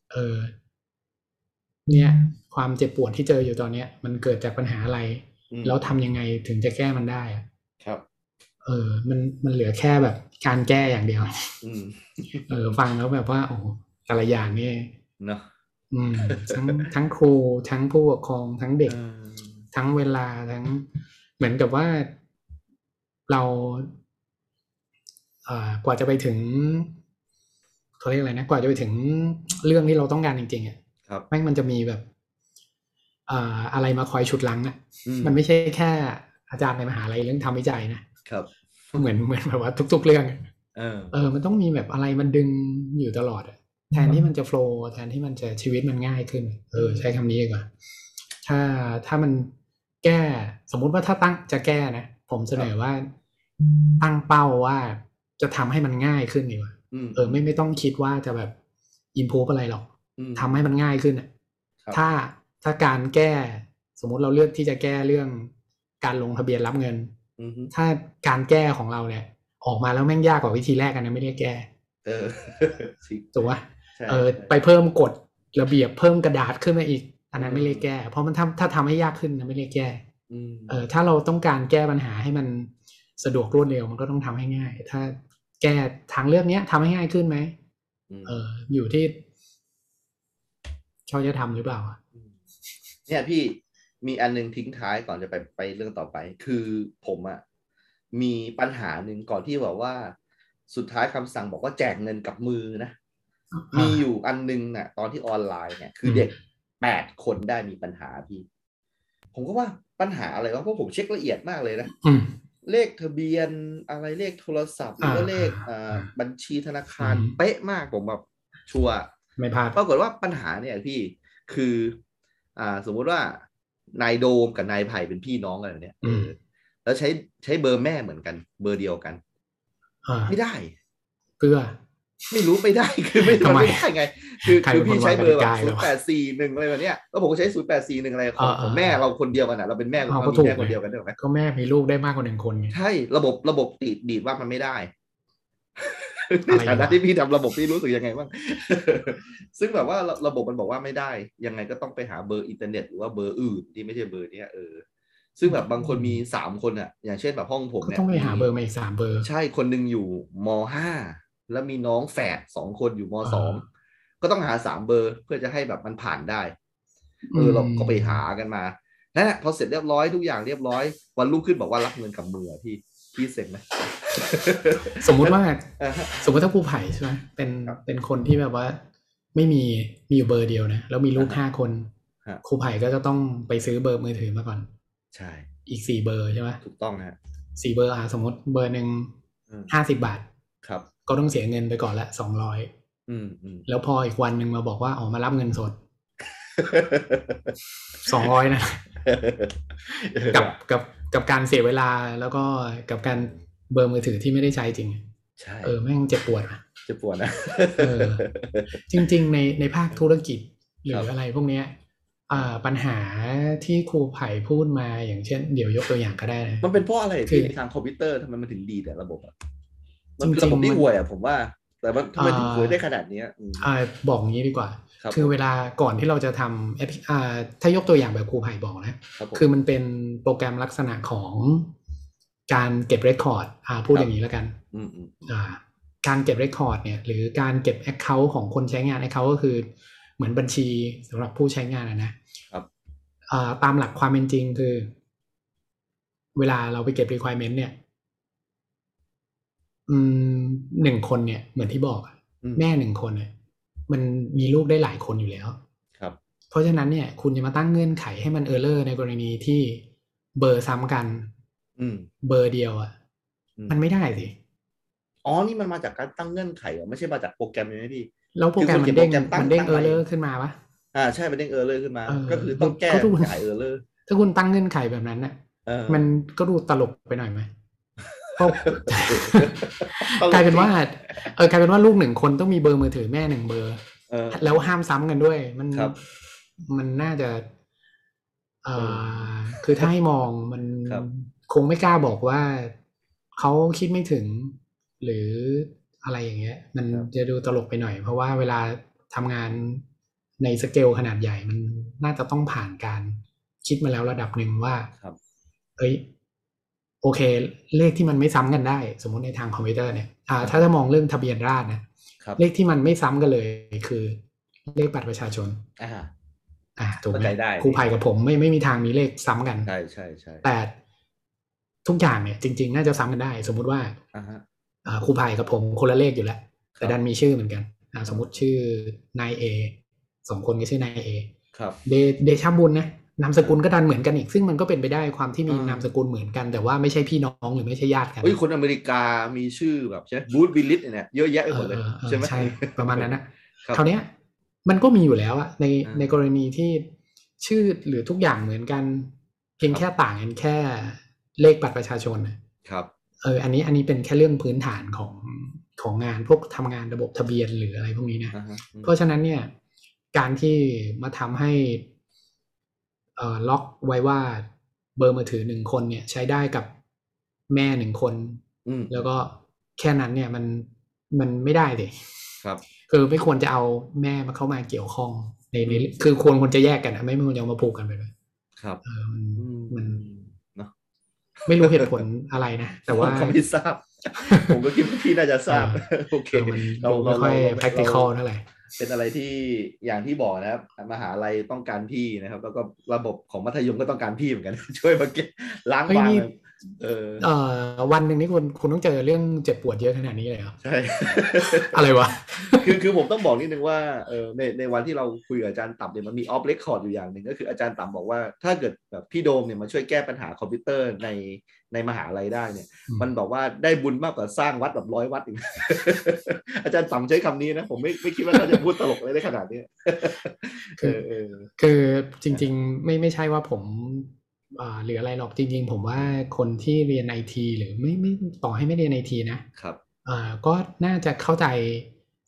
เนี่ยความเจ็บปวดที่เจออยู่ตอนเนี้ยมันเกิดจากปัญหาอะไรแล้วทำยังไงถึงจะแก้มันได้ครับมันเหลือแค่แบบการแก้อย่างเดียวฟังแล้วแบบว่าโอ้แต่ละอย่างนี่เนาะทั้งครูทั้งผู้ปกครองทั้งเด็กทั้งเวลาทั้งเหมือนกับว่าเรากว่าจะไปถึงเขาเรียกอะไรนะกว่าจะไปถึงเรื่องที่เราต้องการจริงๆแม่งมันจะมีแบบอะไรมาคอยฉุดรั้งมันไม่ใช่แค่อาจารย์ในมหาลัยเรื่องทำวิจัยนะครับเหมือนแบบว่าทุกๆเรื่องมันต้องมีแบบอะไรมันดึงอยู่ตลอดแทนที่มันจะโฟล์แทนที่มันจะชีวิตมันง่ายขึ้นใช้คำนี้ดีกว่าถ้ามันแก้สมมุติว่าถ้าตั้งจะแก้นะผมเสนอว่าตั้งเป้าว่าจะทำให้มันง่ายขึ้นดีกว่าไม่ต้องคิดว่าจะแบบอิมพูฟอะไรหรอกทำให้มันง่ายขึ้นถ้าการแก้สมมุติเราเลือกที่จะแก้เรื่องการลงทะเบียนรับเงินถ้าการแก้ของเราเนี่ยออกมาแล้วแม่งยากกว่าวิธีแรกกันนะไม่ได้แก้ถูกป่ะไปเพิ่มกฎระเบียบเพิ่มกระดาษขึ้นมาอีกอันนั้นไม่เรียกแก้เพราะมันถ้าทำให้ยากขึ้นนะไม่เรียกแก้ถ้าเราต้องการแก้ปัญหาให้มันสะดวกรวดเร็วมันก็ต้องทำให้ง่ายถ้าแก้ทางเลือกนี้ทำให้ง่ายขึ้นไหมอยู่ที่เขาจะทำหรือเปล่าเนี่ยพี่มีอันนึงทิ้งท้ายก่อนจะไปเรื่องต่อไปคือผมมีปัญหาหนึ่งก่อนที่บอกว่าสุดท้ายคำสั่งบอกว่าแจกเงินกับมือนะมีอยู่อันนึงตอนที่ออนไลน์เนี่ยคือเด็ก8 คนได้มีปัญหาพี่ผมก็ว่าปัญหาอะไรวะเพราะผมเช็คละเอียดมากเลยนะเลขทะเบียนอะไรเลขโทรศัพท์หรือว่าเลขบัญชีธนาคารเป๊ะมากผมแบบชัวร์ไม่พลาดปรากฏว่าปัญหาเนี่ยพี่คือสมมุติว่านายโดมกับนายไผ่เป็นพี่น้องกันเนี่ยแล้วใช้เบอร์แม่เหมือนกันเบอร์เดียวกันไม่ได้เพื่อไม่รู้ไม่ได้คือไม่ได้ไงคือพี่ใช้เบอร์แบบ0841อะไรแบบเนี้ยแล้วผมก็ใช้0841อะไรของแม่เราคนเดียวกันนะเราเป็นแม่เรามีแม่คนเดียวกันถูกไหมก็แม่มีลูกได้มากกว่า1 คนไงใช่ระบบดีดว่ามันไม่ได้ในฐานะที่พี่ทำระบบพี่รู้สึกยังไงบ้างซึ่งแบบว่าระบบมันบอกว่าไม่ได้ยังไงก็ต้องไปหาเบอร์อินเทอร์เน็ตหรือว่าเบอร์อื่นที่ไม่ใช่เบอร์นี้ซึ่งแบบบางคนมี3 คนอ่ะอย่างเช่นแบบห้องผมเนี่ยต้องไปหาเบอร์มาอีก3 เบอร์ใช่คนนึงอยู่ม.5แล้วมีน้องแฝด2 คนอยู่ม.2ก็ต้องหา3 เบอร์เพื่อจะให้แบบมันผ่านได้เราก็ไปหากันมานั่นแหละพอเสร็จเรียบร้อยทุกอย่างเรียบร้อยวันรุ่งขึ้นบอกว่ารับเงินกับมือพี่เซ็งไหมสมมุติถ้าครูไผ่ใช่ไหมเป็นคนที่แบบว่าไม่มีอยู่เบอร์เดียวนะแล้วมีลูก5 คนครูไผ่ก็จะต้องไปซื้อเบอร์มือถือมาก่อนใช่อีก4 เบอร์ใช่ไหมถูกต้องฮะ 4 เบอร์สมมติเบอร์หนึ่ง50 บาทครับก็ต้องเสียเงินไปก่อนละ200แล้วพออีกวันหนึ่งมาบอกว่ามารับเงินสด200นะกับการเสียเวลาแล้วก็กับการเบอร์มือถือที่ไม่ได้ใช้จริงใช่แม่งเจ็บปวดนะจริงๆในภาคธุรกิจหรืออะไรพวกเนี้ยปัญหาที่ครูไผ่พูดมาอย่างเช่นเดี๋ยวยกตัวอย่างก็ได้นะมันเป็นเพราะอะไรที่ทางคอมพิวเตอร์ทำไมมันถึงดีแต่ระบบมันคือระบบที่ห่วยผมว่าแต่มันทำไมถึงห่วยได้ขนาดนี้บอกงี้ดีกว่าคือเวลาก่อนที่เราจะทำถ้ายกตัวอย่างแบบครูไผ่บอกนะคือมันเป็นโปรแกรมลักษณะของการเก็บเรคคอร์ดพูดอย่างนี้แล้วกันการเก็บเรคคอร์ดเนี่ยหรือการเก็บ Account ของคนใช้งาน Account ก็คือเหมือนบัญชีสำหรับผู้ใช้งานนะครับตามหลักความเป็นจริงคือเวลาเราไปเก็บ requirement เนี่ย1 คนเนี่ยเหมือนที่บอกแม่1 คนเนี่ยมันมีลูกได้หลายคนอยู่แล้วครับเพราะฉะนั้นเนี่ยคุณจะมาตั้งเงื่อนไขให้มันerrorในกรณีที่เบอร์ซ้ำกันเบอร์เดียวมันไม่ได้สินี่มันมาจากการตั้งเงื่อนไขไม่ใช่มาจากโปรแกรมเลยนะพี่แล้วโปรแกรมมันเด้งerror ขึ้นมาปะใช่มันเด้งerror ขึ้นมาก็คือต้องแก้ไขerror ถ้าคุณตั้งเงื่อนไขแบบนั้นน่ะมันก็ดูตลกไปหน่อยไหมกลายเป็นว่าลูก1 คนต้องมีเบอร์มือถือแม่1 เบอร์แล้วห้ามซ้ำกันด้วยมันน่าจะคือถ้าให้มองมันคงไม่กล้าบอกว่าเขาคิดไม่ถึงหรืออะไรอย่างเงี้ยมันจะดูตลกไปหน่อยเพราะว่าเวลาทำงานในสเกลขนาดใหญ่มันน่าจะต้องผ่านการคิดมาแล้วระดับหนึ่งว่าโอเคเลขที่มันไม่ซ้ำกันได้สมมติในทางคอมพิวเตอร์เนี่ยถ้ามองเรื่องทะเบียนราษฎร์นะเลขที่มันไม่ซ้ำกันเลยคือเลขบัตรประชาชนถูกไหมครูไผ่กับผมไม่มีทางมีเลขซ้ำกันใช่แต่ทุกอย่างเนี่ยจริงๆน่าจะซ้ำกันได้สมมุติว่าครูไผ่กับผมคนละเลขอยู่แล้วแต่ดันมีชื่อเหมือนกันสมมติชื่อนายเอ2 คนก็ชื่อนายเอเดชบุญนะนามสกุลก็ดันเหมือนกันอีกซึ่งมันก็เป็นไปได้ความที่มีนามสกุลเหมือนกันแต่ว่าไม่ใช่พี่น้องหรือไม่ใช่ญาติกันคนอเมริกามีชื่อแบบใช่บูธวิลลิสเนี่ยเยอะแยะไปหมดเลยใช่ไหมใช่ประมาณนั้นนะคราวนี้มันก็มีอยู่แล้วอะในกรณีที่ชื่อหรือทุกอย่างเหมือนกันเพียงแค่ต่างกันแค่เลขบัตรประชาชนครับอันนี้เป็นแค่เรื่องพื้นฐานของงานพวกทำงานระบบทะเบียนหรืออะไรพวกนี้นะเพราะฉะนั้นเนี่ยการที่มาทำให้ล็อกไว้ว่าเบอร์มือถือ1 คนเนี่ยใช้ได้กับแม่1 คนแล้วก็แค่นั้นเนี่ยมันไม่ได้เลยครับคือไม่ควรจะเอาแม่มาเข้ามาเกี่ยวข้องในคือควรจะแยกกันไม่ควรจะมาผูกกันไปเลยครับมันเนาะไม่รู้เหตุผลอะไรนะแต่ว่าผมไม่ทราบผมก็คิดว่าพี่น่าจะทราบโอเคเราไม่ค่อย practical เท่าไหร่เป็นอะไรที่อย่างที่บอกนะครับมหาลัยต้องการพี่นะครับแล้วก็ระบบของมัธยมก็ต้องการพี่เหมือนกันช่วยมาเก็บล้างบางวันหนึ่งนี่คุณต้องเจอเรื่องเจ็บปวดเยอะขนาดนี้เลยเหรอใช่อะไรวะคือผมต้องบอกนิดนึงว่าในวันที่เราคุยกับอาจารย์ต่ำเนี่ยมันมีออฟเรคคอร์ดอยู่อย่างหนึ่งก็คืออาจารย์ต่ำบอกว่าถ้าเกิดแบบพี่โดมเนี่ยมาช่วยแก้ปัญหาคอมพิวเตอร์ในมหาลัยได้เนี่ยมันบอกว่าได้บุญมากกว่าสร้างวัดแบบ100 วัดอีก อาจารย์ต่ำใช้คำนี้นะผมไม่คิดว่าเขาจะพูดตลกเลยได้ขนาดนี้คือจริงๆไม่ใช่ว่าผมหรืออะไรหรอกจริงๆผมว่าคนที่เรียน IT หรือไม่ต่อให้ไม่เรียน IT นะครับก็น่าจะเข้าใจ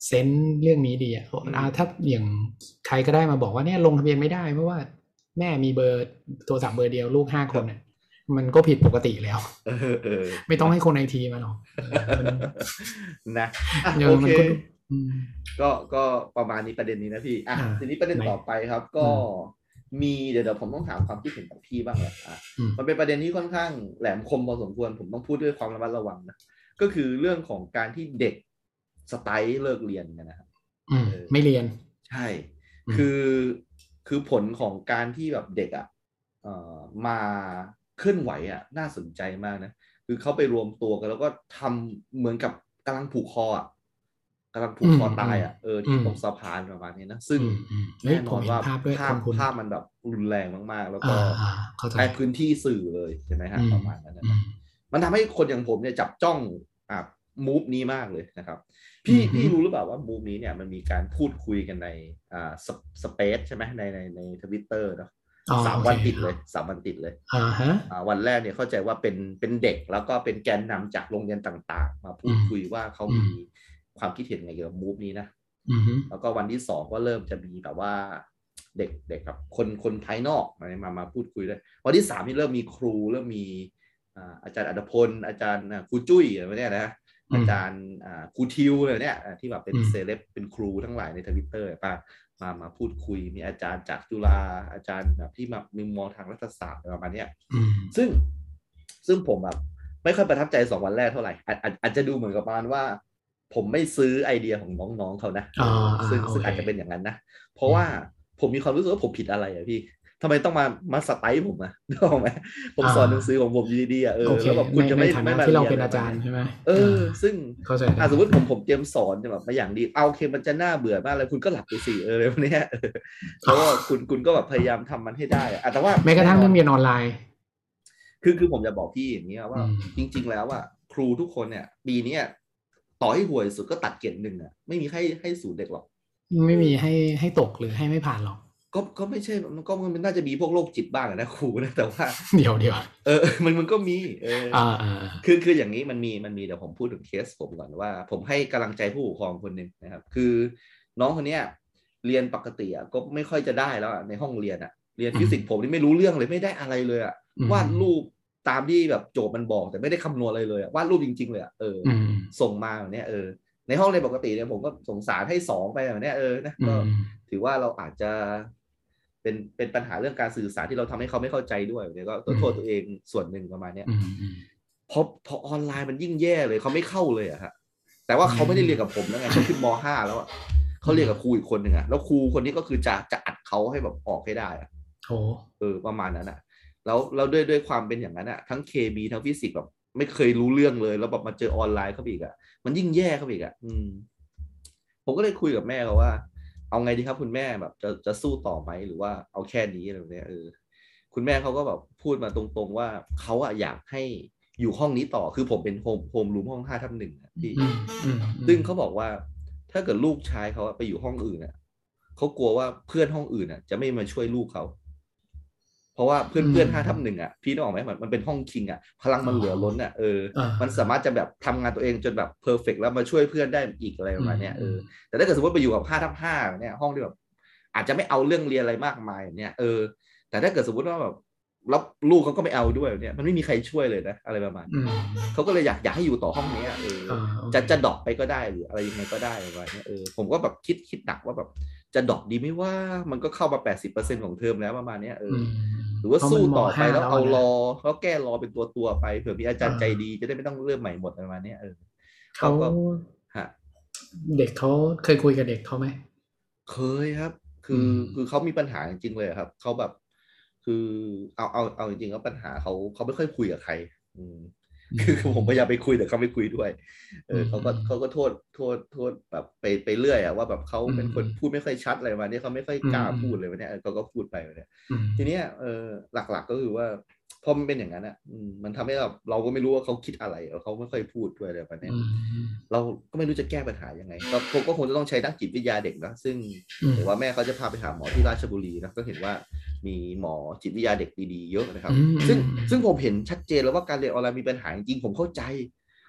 เซนส์เรื่องนี้ดีอ่ะถ้าอย่างใครก็ได้มาบอกว่าเนี่ยลงทะเบียนไม่ได้เพราะว่าแม่มีเบอร์โทรศัพท์เบอร์เดียวลูก5 คนเนี่ยมันก็ผิดปกติแล้วไม่ต้องให้คนไอทีมาหรอกนะโอเคก็ประมาณนี้ประเด็นนี้นะพี่ทีนี้ประเด็นต่อไปครับก็มีเดี๋ยวผมต้องถามความคิดเห็นของพี่บ้างแหละมันเป็นประเด็นที่ค่อนข้างแหลมคมพอสมควรผมต้องพูดด้วยความระมัดระวังนะก็คือเรื่องของการที่เด็กสไตล์เลิกเรียนกันนะครับไม่เรียนใช่คือผลของการที่แบบเด็กมาเคลื่อนไหวน่าสนใจมากนะคือเขาไปรวมตัวกันแล้วก็ทำเหมือนกับกำลังผูกคอกำลังผูกคอตายที่ตรงสะพานประมาณนี้นะซึ่งแน่นอนว่าภาพมันแบบรุนแรงมากๆแล้วก็ใช้พื้นที่สื่อเลยใช่ไหมฮะประมาณนั้นนะมันทำให้คนอย่างผมเนี่ยจับจ้องมูฟนี้มากเลยนะครับพี่รู้หรือเปล่าว่ามูฟนี้เนี่ยมันมีการพูดคุยกันในสเปซใช่ไหมในTwitter เนาะ3 วันติดเลย3 วันติดเลยวันแรกเนี่ยเข้าใจว่าเป็นเด็กแล้วก็เป็นแกนนำจากโรงเรียนต่างๆมาพูดคุยว่าเขามีความคิดเห็นไงเกี่ยวกับมูฟนี้นะแล้วก็วันที่2ก็เริ่มจะมีแบบว่าเด็กกับคนภายนอกมาพูดคุยด้วยวันที่3นี่เริ่มมีครูเริ่มมีอาจารย์อัฏฐพลอาจารย์ครูจุ้ยอะไรเนี่ยนะอาจารย์ครูทิวอะไรเนี่ยที่แบบเป็นเซเลบเป็นครูทั้งหลายใน Twitter ป่ะมาพูดคุยมีอาจารย์จากจุฬาอาจารย์แบบที่แบบมีมองทางรัฐศาสตร์ประมาณนี้ซึ่งผมแบบไม่ค่อยประทับใจ2 วันแรกเท่าไหร่อาจจะดูเหมือนกับประมาณว่าผมไม่ซื้อไอเดียของน้องๆเขานะซึ่งอาจจะเป็นอย่างนั้นนะเพราะว่าผมมีความรู้สึกว่าผมผิดอะไรพี่ทำไมต้องมาสไตล์ผมนึกออกไหมผมสอนหนังสือของผมดีๆแล้วแบบคุณจะไม่มาที่เราเป็นอาจารย์ใช่ไหมซึ่งสมมติผมเตรียมสอนจะแบบมาอย่างดีโอเคมันจะน่าเบื่อมากเลยคุณก็หลับไปสิอะไรพวกนี้เพราะว่าคุณก็แบบพยายามทำมันให้ได้แต่ว่าแม้กระทั่งเรื่องเรียนออนไลน์คือผมจะบอกพี่อย่างนี้ว่าจริงๆแล้วครูทุกคนเนี่ยปีนี้ต่อให้ห่วยสุดก็ตัดเกรด1ไม่มีให้0เด็กหรอกไม่มีให้ตกหรือให้ไม่ผ่านหรอกก็ไม่ใช่มันน่าจะมีพวกโรคจิตบ้างนะครูนะแต่ว่าเดี๋ยวมันก็มีคืออย่างนี้มันมีเดี๋ยวผมพูดถึงเคสผมก่อนว่าผมให้กำลังใจผู้ปกครองคนหนึ่งนะครับคือน้องคนนี้เรียนปกติก็ไม่ค่อยจะได้แล้วในห้องเรียนเรียนฟิสิกส์ผมนี่ไม่รู้เรื่องเลยไม่ได้อะไรเลยวาดรูปตามที่แบบโจทย์มันบอกแต่ไม่ได้คำนวณอะไรเลยวาดรูปจริงๆเลยส่งมาแบบนี้ในห้องเรียนปกติเนี่ยผมก็สงสารให้2ไปแบบนี้นะก็ถือว่าเราอาจจะเป็นปัญหาเรื่องการสื่อสารที่เราทำให้เขาไม่เข้าใจด้วยเนี่ยก็โทษตัวเองส่วนหนึ่งประมาณนี้พอออนไลน์มันยิ่งแย่เลยเขาไม่เข้าเลยฮะแต่ว่าเขาไม่ได้เรียนกับผมแล้วไงเขาขึ้นม.5 แล้วเขาเรียนกับครูอีกคนหนึ่งแล้วครูคนนี้ก็คือจะอัดเขาให้แบบออกให้ได้ประมาณนั้นแล้วด้วยความเป็นอย่างนั้นทั้งเคมีทั้งฟิสิกส์แบบไม่เคยรู้เรื่องเลยแล้วแบบมาเจอออนไลน์เข้าไปอีกมันยิ่งแย่เข้าไปอีกผมก็เลยคุยกับแม่เขาว่าเอาไงดีครับคุณแม่แบบจะสู้ต่อไหมหรือว่าเอาแค่นี้อะไรแบบนี้คุณแม่เขาก็แบบพูดมาตรงๆว่าเขาอยากให้อยู่ห้องนี้ต่อคือผมเป็นโฮมรูมห้อง5/1พี่ซึ่งเขาบอกว่าถ้าเกิดลูกชายเขาไปอยู่ห้องอื่นเขากลัวว่าเพื่อนห้องอื่นจะไม่มาช่วยลูกเขาเพราะว่าเพื่อน5/1พี่นึกออกไหมมันเป็นห้องคิงพลังมันเหลือล้นมันสามารถจะแบบทำงานตัวเองจนแบบเพอร์เฟกต์แล้วมาช่วยเพื่อนได้อีกอะไรประมาณนี้แต่ถ้าเกิดสมมติไปอยู่กับ5/5เนี่ยห้องที่แบบอาจจะไม่เอาเรื่องเรียนอะไรมากมายเนี่ยแต่ถ้าเกิดสมมติว่าแบบแล้วลูกเขาก็ไม่เอาด้วยเนี่ยมันไม่มีใครช่วยเลยนะอะไรประมาณนี้เขาก็เลยอยากให้อยู่ต่อห้องนี้จะดรอปไปก็ได้หรืออะไรยังไงก็ได้อะไรเงี้ยผมก็แบบคิดหนักว่าแบบจะดรอปดีไหมว่ามันก็เข้ามา 80% ของเทอมแล้วประมาณนี้หรือว่าสู้ต่อไปแล้วเอาแล้วแก้รอเป็นตัวไปเผื่อมีอาจารย์ใจดีจะได้ไม่ต้องเริ่มใหม่หมดประมาณนี้เขาเด็กเขาเคยคุยกับเด็กเขาไหมเคยครับคือเขามีปัญหาจริงๆเลยครับเขาแบบคือเอาจริงๆแล้วปัญหาเขาไม่ค่อยคุยกับใครคือผมพยายามไปคุยแต่เขาไม่คุยด้วยเขาก็โทษแบบไปเรื่อยว่าแบบเขาเป็นคนพูดไม่ค่อยชัดอะไรมาเนี่ยเขาไม่ค่อยกล้าพูดเลยวันนี้เขาก็พูดไปวันนี้ทีเนี้ยหลักๆก็คือว่าพอมันเป็นอย่างนั้นมันทำให้เราก็ไม่รู้ว่าเขาคิดอะไรเขาไม่ค่อยพูดด้วยอะไรแบบนี้เราก็ไม่รู้จะแก้ปัญหายังไงก็คงจะต้องใช้นักจิตวิทยาเด็กนะซึ่งหรือว่าแม่เขาจะพาไปหาหมอที่ราชบุรีนะก็เห็นว่ามีหมอจิตวิทยาเด็กดีๆเยอะนะครับซึ่งผมเห็นชัดเจนแล้วว่าการเรียนออนไลน์มีปัญหาจริงๆผมเข้าใจ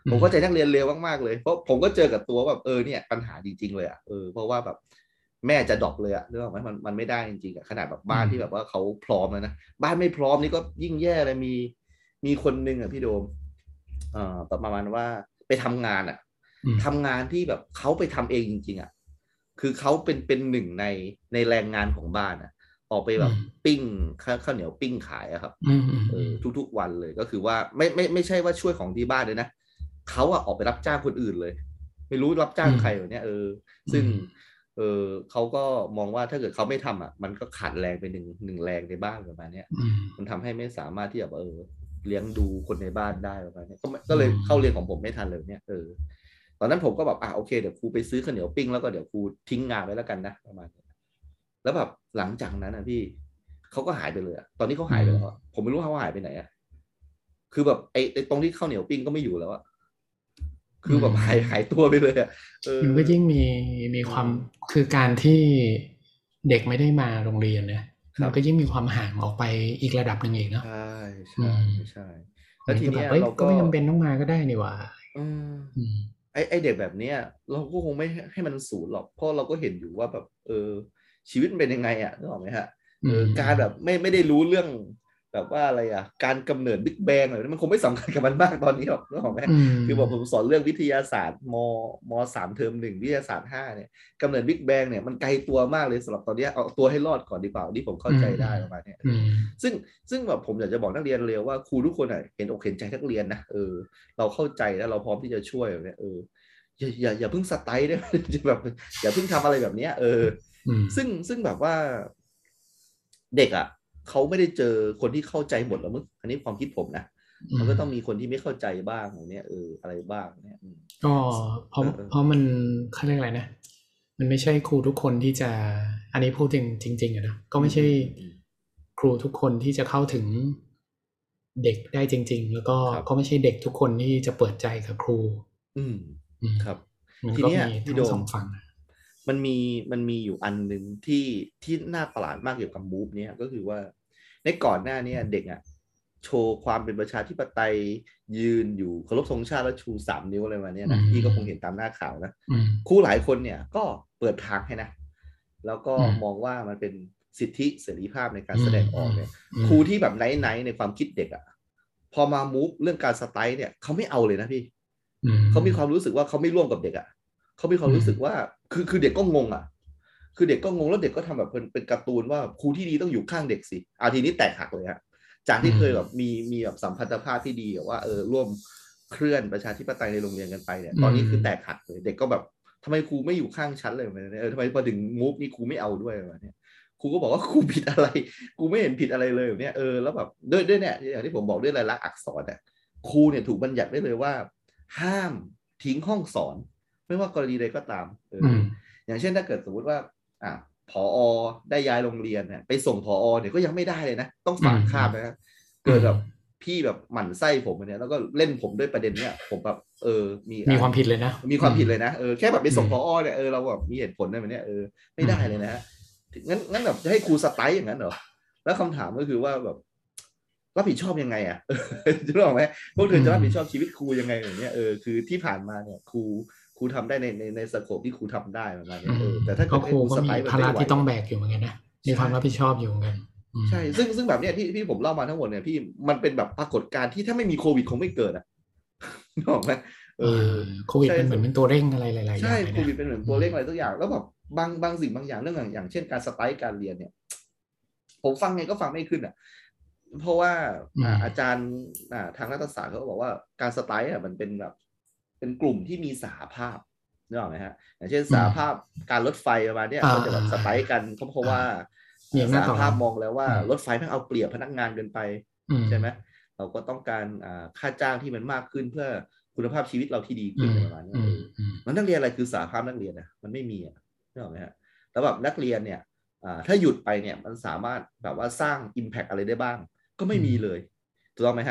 ผมก็ใจนักเรียนเร็วมากๆเลยเพราะผมก็เจอกับตัวแบบเนี่ยปัญหาจริงๆเลยอ่ะเพราะว่าแบบแม่จะดรอปเลยอ่ะนึกออกไหมมันไม่ได้จริงๆอ่ะขนาดแบบบ้านที่แบบว่าเขาพร้อมแล้วนะบ้านไม่พร้อมนี่ก็ยิ่งแย่เลยมีคนนึงอ่ะพี่โดมประมาณว่าไปทำงานอ่ะทำงานที่แบบเขาไปทำเองจริงๆอ่ะคือเขาเป็นหนึ่งในแรงงานของบ้านอ่ะออกไปแบบปิ้งข้าวเหนียวปิ้งขายอะครับทุกๆวันเลยก็คือว่าไม่ใช่ว่าช่วยของที่บ้านเลยนะเขาอะออกไปรับจ้างคนอื่นเลยไม่รู้รับจ้างใครแบบเนี้ยซึ่งเขาก็มองว่าถ้าเกิดเขาไม่ทำอ่ะมันก็ขาดแรงไปหนึ่งแรงในบ้านประมาณเนี้ยมันทำให้ไม่สามารถที่จะเลี้ยงดูคนในบ้านได้ประมาณนี้ก็เลยเข้าเรียนของผมไม่ทันเลยเนี่ยตอนนั้นผมก็แบบโอเคเดี๋ยวครูไปซื้อข้าวเหนียวปิ้งแล้วก็เดี๋ยวครูทิ้งงานไว้แล้วกันนะประมาณนี้แล้วแบบหลังจากนั้นนะพี่เขาก็หายไปเลยตอนนี้เขาหายไปแล้วผมไม่รู้เขาหายไปไหนคือแบบไอ้ตรงที่ข้าวเหนียวปิ้งก็ไม่อยู่แล้วคือแบบหายตัวไปเลยมันก็ยิ่งมีความคือการที่เด็กไม่ได้มาโรงเรียนนะมันก็ยิ่งมีความห่างออกไปอีกระดับหนึ่งอีกเนาะใช่แล้วทีนี้เราก็ไม่จำเป็นต้องมาก็ได้นี่หว่าไอเด็กแบบนี้เราก็คงไม่ให้มันสูญหรอกเพราะเราก็เห็นอยู่ว่าแบบชีวิตมันเป็นยังไงนึกออกไหมฮะการแบบไม่ได้รู้เรื่องแบบว่าอะไรการกำเนิดบิ๊กแบงอะไรมันคงไม่สำคัญกับมันมากตอนนี้หรอกนึกออกไหมคือบอกผมสอนเรื่องวิทยาศาสตร์ม3 เทอม 1วิทยาศาสตร์ 5เนี่ยกำเนิดบิ๊กแบงเนี่ยมันไกลตัวมากเลยสำหรับตอนนี้เอาตัวให้รอดก่อนดีกว่าที่ผมเข้าใจได้ประมาณนี้ซึ่งแบบผมอยากจะบอกนักเรียนเร็วว่าครูทุกคนเห็นอกเห็นใจนักเรียนนะเราเข้าใจแล้วเราพร้อมที่จะช่วยแบบนี้อย่าเพิ่งสไตล์ได้แบบอย่าเพิ่งทำอะไรแบบนี้ซึ่งแบบว่าเด็กเขาไม่ได้เจอคนที่เข้าใจหมดหรอกมึงอันนี้ความคิดผมนะมันก็ต้องมีคนที่ไม่เข้าใจบ้างอย่างเนี้ยอะไรบ้างเนี่ยก็เพราะมันเขาเรียกอะไรนะมันไม่ใช่ครูทุกคนที่จะอันนี้พูดจริงๆนะก็ไม่ใช่ครูทุกคนที่จะเข้าถึงเด็กได้จริงๆแล้วก็ไม่ใช่เด็กทุกคนที่จะเปิดใจกับครูครับทีนี้ทั้งสองฝั่งมันมีอยู่อันหนึ่งที่น่าประหลาดมากเกี่ยวกับมูฟเนี่ยก็คือว่าในก่อนหน้านี้เด็กโชว์ความเป็นประชาธิปไตยยืนอยู่เคารพธงชาติแล้วชู3 นิ้วอะไรมาเนี่ยนะพี่ก็คงเห็นตามหน้าข่าวนะครูหลายคนเนี่ยก็เปิดทางให้นะแล้วก็มองว่ามันเป็นสิทธิเสรีภาพในการแสดงออกเนี่ยครูที่แบบไนท์ในความคิดเด็กพอมามูฟเรื่องการสไตล์เนี่ยเขาไม่เอาเลยนะพี่เขามีความรู้สึกว่าเขาไม่ร่วมกับเด็กเขามีความรู้สึกว่าคือเด็กก็งงคือเด็กก็งงแล้วเด็กก็ทำแบบเป็นการ์ตูนว่าครูที่ดีต้องอยู่ข้างเด็กสิทีนี้แตกหักเลยจากที่เคยแบบมีแบบสัมพันธภาพที่ดีว่าร่วมเคลื่อนประชาธิปไตยในโรงเรียนกันไปเนี่ยตอนนี้คือแตกหักเลยเด็กก็แบบทำไมครูไม่อยู่ข้างฉันเลยทำไมพอถึงมูฟนี่ครูไม่เอาด้วยแบบนี้ครูก็บอกว่าครูผิดอะไรครูไม่เห็นผิดอะไรเลยแบบนี้แล้วแบบด้วยเนี่ยอย่างที่ผมบอกด้วยลายลักษณ์อักษรครูเนี่ยถูกบัญญัติไว้เลยว่าห้ามทิ้งห้องสอนไม่ว่ากรณีใดก็ตามอย่างเช่นถ้าเกิดสมมติว่าผอ.ได้ย้ายโรงเรียนเนี่ยไปส่งผอ.เนี่ยก็ยังไม่ได้เลยนะต้องฝากคาบนะเกิดแบบพี่แบบหมั่นไส้ผมเนี่ยแล้วก็เล่นผมด้วยประเด็นเนี้ยผมแบบมีความผิดเลยนะมีความผิดเลยนะแค่แบบไปส่งผอ.เนี่ยเราแบบมีเหตุผลในแบบเนี้ยไม่ได้เลยนะฮะงั้นแบบจะให้ครูสไตล์อย่างนั้นเหรอแล้วคำถามก็คือว่าแบบรับผิดชอบยังไงรู้หรอไหมพวกเธอจะรับผิดชอบชีวิตครูยังไงอย่างเงี้ยคือที่ผ่านมาเนี่ยครูทำได้ในสโคปที่ครูทำได้ประมาณนี้แต่ถ้าเกิดครูก็มีภาระที่ต้องแบกอยู่เหมือนกันนะมีความรับผิดชอบอยู่เหมือนกันใช่ซึ่งแบบเนี้ยที่ผมเล่ามาทั้งหมดเนี่ยพี่มันเป็นแบบปรากฏการณ์ที่ถ้าไม่มีโควิดคงไม่เกิดนึกออกไหมโควิดเป็นเหมือนเป็นตัวเร่งอะไรหลายๆอย่างใช่โควิดเป็นเหมือนตัวเร่งอะไรทุกอย่างแล้วแบบบางสิ่งบางอย่างเรื่องอย่างเช่นการสไตล์การเรียนเนี่ยผมฟังไงก็ฟังไม่ขึ้นเพราะว่าอาจารย์ทางรัฐศาสตร์เขาบอกว่าการสไตล์มันเป็นแบบเป็นกลุ่มที่มีสหภาพนึกออกไหมฮะอย่างเช่นสหภาพการรถไฟประมาณนี้เขาจะแบบสไตล์กันเพราะว่าสหภาพมองแล้วว่ารถไฟมันเอาเปรียบพนักงานเกินไปใช่ไหมเราก็ต้องการค่าจ้างที่มันมากขึ้นเพื่อคุณภาพชีวิตเราที่ดีขึ้นประมาณนี้แล้วนักเรียนอะไรคือสหภาพนักเรียนมันไม่มีนึกออกไหมฮะแล้วแบบนักเรียนเนี่ยถ้าหยุดไปเนี่ยมันสามารถแบบว่าสร้าง impact อะไรได้บ้างก็ไม่มีเลยถูกต้องไหมฮะ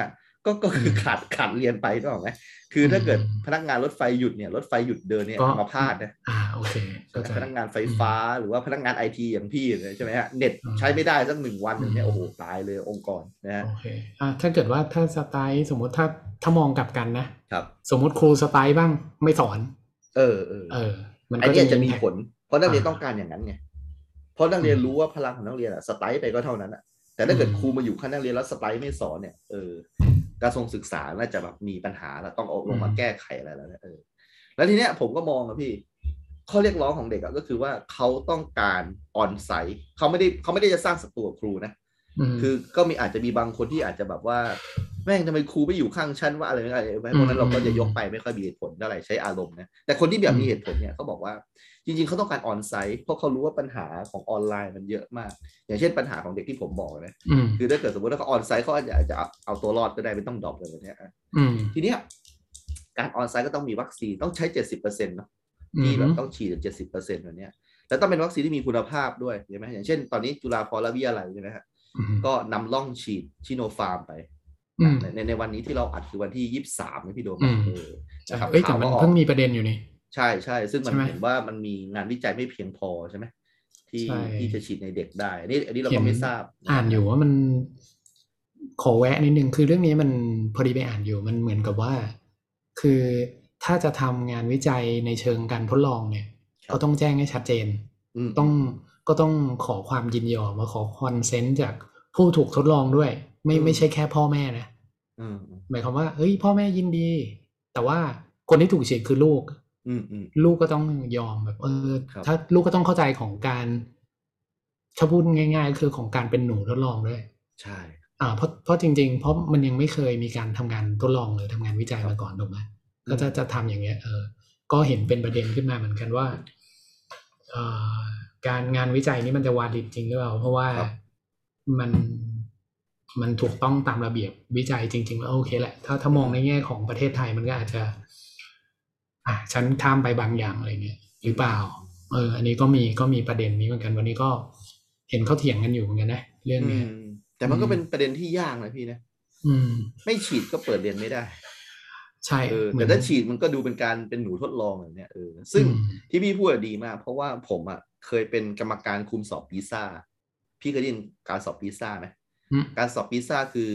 ก็คือขาดเรียนไปถูกไหมคือถ้าเกิดพนักงานรถไฟหยุดเนี่ยรถไฟหยุดเดินเนี่ยอัมพาตนะโอเคพนักงานไฟฟ้าหรือว่าพนักงานไอทีอย่างพี่เลยใช่ไหมฮะเน็ตใช้ไม่ได้สัก1 วันเนี่ยโอ้โหตายเลยองค์กรนะฮะโอเคถ้าเกิดว่าถ้าสไตล์สมมติถ้ามองกลับกันนะครับสมมติครูสไตล์บ้างไม่สอนมันก็จะมีผลเพราะนักเรียนต้องการอย่างนั้นไงเพราะนักเรียนรู้ว่าพลังของนักเรียนสไตล์ไปก็เท่านั้นแต่ถ้าเกิดครูมาอยู่ข้างนักเรียนแล้วสไตล์ไม่สอนเนี่ยกระทรวงศึกษาน่าจะแบบมีปัญหาแล้วต้องเอาลงมาแก้ไขอะไรแล้วเนี่ยแล้วทีเนี้ยผมก็มองอะพี่ข้อเรียกร้องของเด็กก็คือว่าเขาต้องการออนไซต์เขาไม่ได้จะสร้างศัตรูกับครูนะคือก็อาจจะมีบางคนที่อาจจะแบบว่าแม่งทำไมครูไม่อยู่ข้างฉันว่าอะไรพวกนั้นเราก็จะยกไปไม่ค่อยมีเหตุผลเท่าไหร่ใช้อารมณ์นะแต่คนที่แบบมีเหตุผลเนี่ยเขาบอกว่าจริงๆเขาต้องการออนไซต์เพราะเขารู้ว่าปัญหาของออนไลน์มันเยอะมากอย่างเช่นปัญหาของเด็กที่ผมบอกนะคือถ้าเกิดสมมติว่าเขาออนไซต์เขาอาจจะเอาตัวรอดก็ได้ไม่ต้องดรอปเลยแบบนี้ทีเนี้ยการออนไซต์ก็ต้องมีวัคซีนต้องใช้ 70%เนาะที่แบบต้องฉีด 70%แบบนี้แล้วต้องเป็นวัคซีนที่มีคุณภาพด้วยใช่ไหมอย่างเช่นตอนนี้จุฬาภรณวิทยาลัยใช่ไหมฮะก็นำล่องฉีดชิโนฟาร์มไปในวันนี้ที่เราอัดคือวันที่23นะพี่โดมนะครับแต่มันเพิ่งมีประเด็นอยู่นี่ใช่ซึ่งมันเห็นว่ามันมีงานวิจัยไม่เพียงพอใช่ไหมที่จะฉีดในเด็กได้อันนี้เราก็ไม่ทราบอ่านอยู่ว่ามันขอแวะนิดนึงคือเรื่องนี้มันพอดีไปอ่านอยู่มันเหมือนกับว่าคือถ้าจะทำงานวิจัยในเชิงการทดลองเนี่ยก็ต้องแจ้งให้ชัดเจนก็ต้องขอความยินยอมมาขอคอนเซนต์จากผู้ถูกทดลองด้วยไม่ใช่แค่พ่อแม่นะหมายความว่าเฮ้ยพ่อแม่ยินดีแต่ว่าคนที่ถูกฉีดคือลูกลูกก็ต้องยอมแบบถ้าลูกก็ต้องเข้าใจของการถ้าพูดง่ายๆคือของการเป็นหนูทดลองด้วยใช่เพราะจริงๆเพราะมันยังไม่เคยมีการทำงานทดลองหรือทำงานวิจัยมาก่อนถูกไหมก็จะทำอย่างเงี้ยก็เห็นเป็นประเด็นขึ้นมาเหมือนกันว่าการงานวิจัยนี้มันจะวาลิดจริงหรือเปล่าเพราะว่ามันถูกต้องตามระเบียบวิจัยจริงๆแล้วโอเคแหละถ้ามองในแง่ของประเทศไทยมันก็อาจจะฉันข้ามไปบางอย่างอะไรเงี้ยหรือเปล่าอันนี้ก็มีประเด็นนี้เหมือนกันวันนี้ก็เห็นเขาเถียงกันอยู่เหมือนกันนะเรื่องนี้แต่มันก็เป็นประเด็นที่ยากนะพี่นะไม่ฉีดก็เปิดเรียนไม่ได้ใช่แต่ถ้าฉีดมันก็ดูเป็นการเป็นหนูทดลองอย่างเนี้ยซึ่งที่พี่พูดดีมากเพราะว่าผมเคยเป็นกรรมการคุมสอบปีซ่าพี่เคยได้ยินการสอบปีซ่าไหมการสอบปีซ่าคือ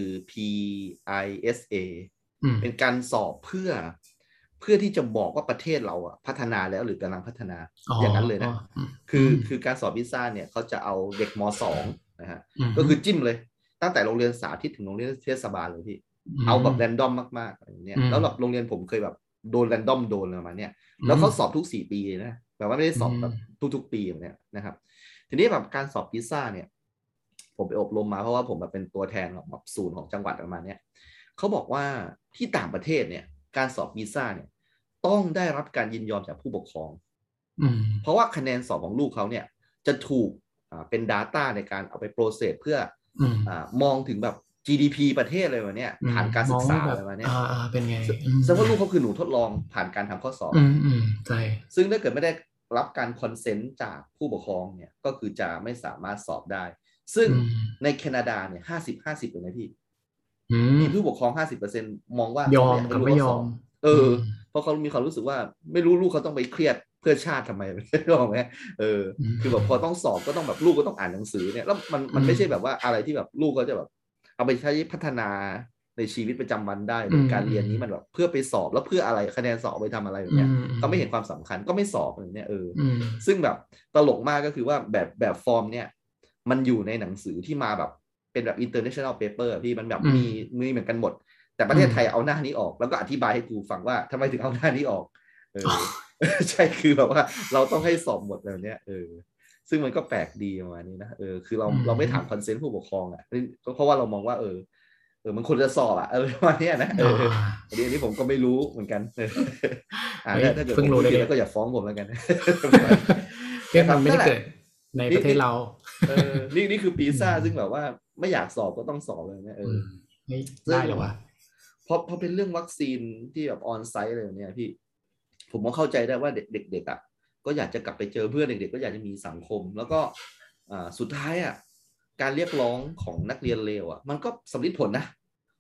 PISA เป็นการสอบเพื่อที่จะบอกว่าประเทศเราพัฒนาแล้วหรือกำลังพัฒนาอย่างนั้นเลยนะคือการสอบปีซ่าเนี่ยเขาจะเอาเด็กม.2 นะฮะก็คือจิ้มเลยตั้งแต่โรงเรียนสาธิตถึงโรงเรียนเทศบาลเลยพี่เอาแบบแรนดอมมากๆอะไรเงี้ยแล้วแบบโรงเรียนผมเคยแบบโดนแรนดอมโดนอะไรมาเนี่ยแล้วเขาสอบทุก4 ปีนะแบบว่าไม่ได้สอบแบบทุกๆปีอย่างเนี้ยนะครับทีนี้แบบการสอบปีซ่าเนี่ยผมไปอบรมมาเพราะว่าผมเป็นตัวแทนของแบบศูนย์ของจังหวัดประมาณเนี้ยเขาบอกว่าที่ต่างประเทศเนี่ยการสอบปีซ่าเนี่ยต้องได้รับการยินยอมจากผู้ปกครองเพราะว่าคะแนนสอบของลูกเขาเนี่ยจะถูกเป็น Data ในการเอาไปโปรเซสเพื่อมองถึงแบบ GDP ประเทศเลยวันนี้ผ่านการศึกษาอะไรมาเนี่ยเป็นไงแสดงว่าลูกเขาคือหนูทดลองผ่านการทำข้อสอบใช่ซึ่งถ้าเกิดไม่ได้รับการคอนเซนต์จากผู้ปกครองเนี่ยก็คือจะไม่สามารถสอบได้ซึ่งในแคนาดาเนี่ย50-50เลยนะพี่มีผู้ปกครอง 50% มองว่ายอมกับไม่ยอมเพราะเขามีความรู้สึกว่าไม่รู้ลูกเขาต้องไปเครียดเพื่อชาติทำไมรู้ไหมคือแบบพอต้องสอบก็ต้องแบบลูกก็ต้องอ่านหนังสือเนี่ยแล้วมันไม่ใช่แบบว่าอะไรที่แบบลูกเขาจะแบบเอาไปใช้พัฒนาในชีวิตประจำวันได้หรือการเรียนนี้มันแบบเพื่อไปสอบแล้วเพื่ออะไรคะแนนสอบไปทำอะไรแบบเนี้ยเขาไม่เห็นความสำคัญก็ไม่สอบอะไรเนี้ยซึ่งแบบตลกมากก็คือว่าแบบฟอร์มเนี่ยมันอยู่ในหนังสือที่มาแบบเป็นแบบ international paper พี่มันแบบมีเหมือนกันหมดแต่ประเทศไทยเอาหน้านี้ออกแล้วก็อธิบายให้กูฟังว่าทำไมถึงเอาหน้านี้ออกใช่คือแบบว่าเราต้องให้สอบหมดแบบเนี้ยซึ่งมันก็แปลกดีประมาณนี้นะคือเราไม่ถามคอนเซนต์ผู้ปกครองเพราะว่าเรามองว่ามันควรจะสอบประมาณนี้นะอันนี้ผมก็ไม่รู้เหมือนกันถ้าเกิดผมรู้แล้วก็อย่าฟ้องผมแล้วกันเรื่องมันไม่ได้เกิดในประเทศเรานี่คือปีซ่าซึ่งแบบว่าไม่อยากสอบก็ต้องสอบเลยนะได้หรอวะพอเป็นเรื่องวัคซีนที่แบบออนไซต์อะไรเนี่ยพี่ผมก็เข้าใจได้ว่าเด็กๆก็อยากจะกลับไปเจอเพื่อนเด็กๆก็อยากจะมีสังคมแล้วก็สุดท้ายการเรียกร้องของนักเรียนเลวมันก็สำลิดผลนะ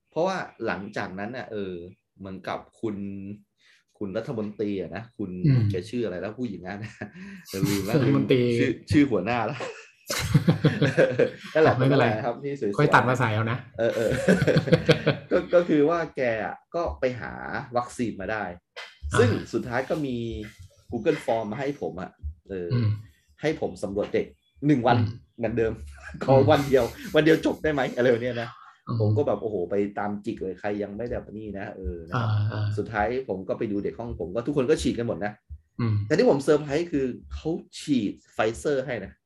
เพราะว่าหลังจากนั้นน่ะเหมือนกับคุณรัฐมนตรีอะนะคุณแกชื่ออะไรแล้วผู้หญิงนั้นลืมแล้วรัฐมนตรีชื่อหัวหน้าแล้วนั่นแหละไม่เป็นไรครับที่สวยๆค่อยตัดมาใส่เอานะก็คือว่าแกก็ไปหาวัคซีนมาได้ซึ่งสุดท้ายก็มี Google Form มาให้ผมให้ผมสำรวจเด็ก1 วันเหมือนเดิมขอวันเดียวจบได้ไหมอะไรแบบนี้นะผมก็แบบโอ้โหไปตามจิกเลยใครยังไม่แบบนี้นะสุดท้ายผมก็ไปดูเด็กห้องผมก็ทุกคนก็ฉีดกันหมดนะแต่ที่ผมเซอร์ไพรส์คือเขาฉีดไฟเซอร์ให้นะ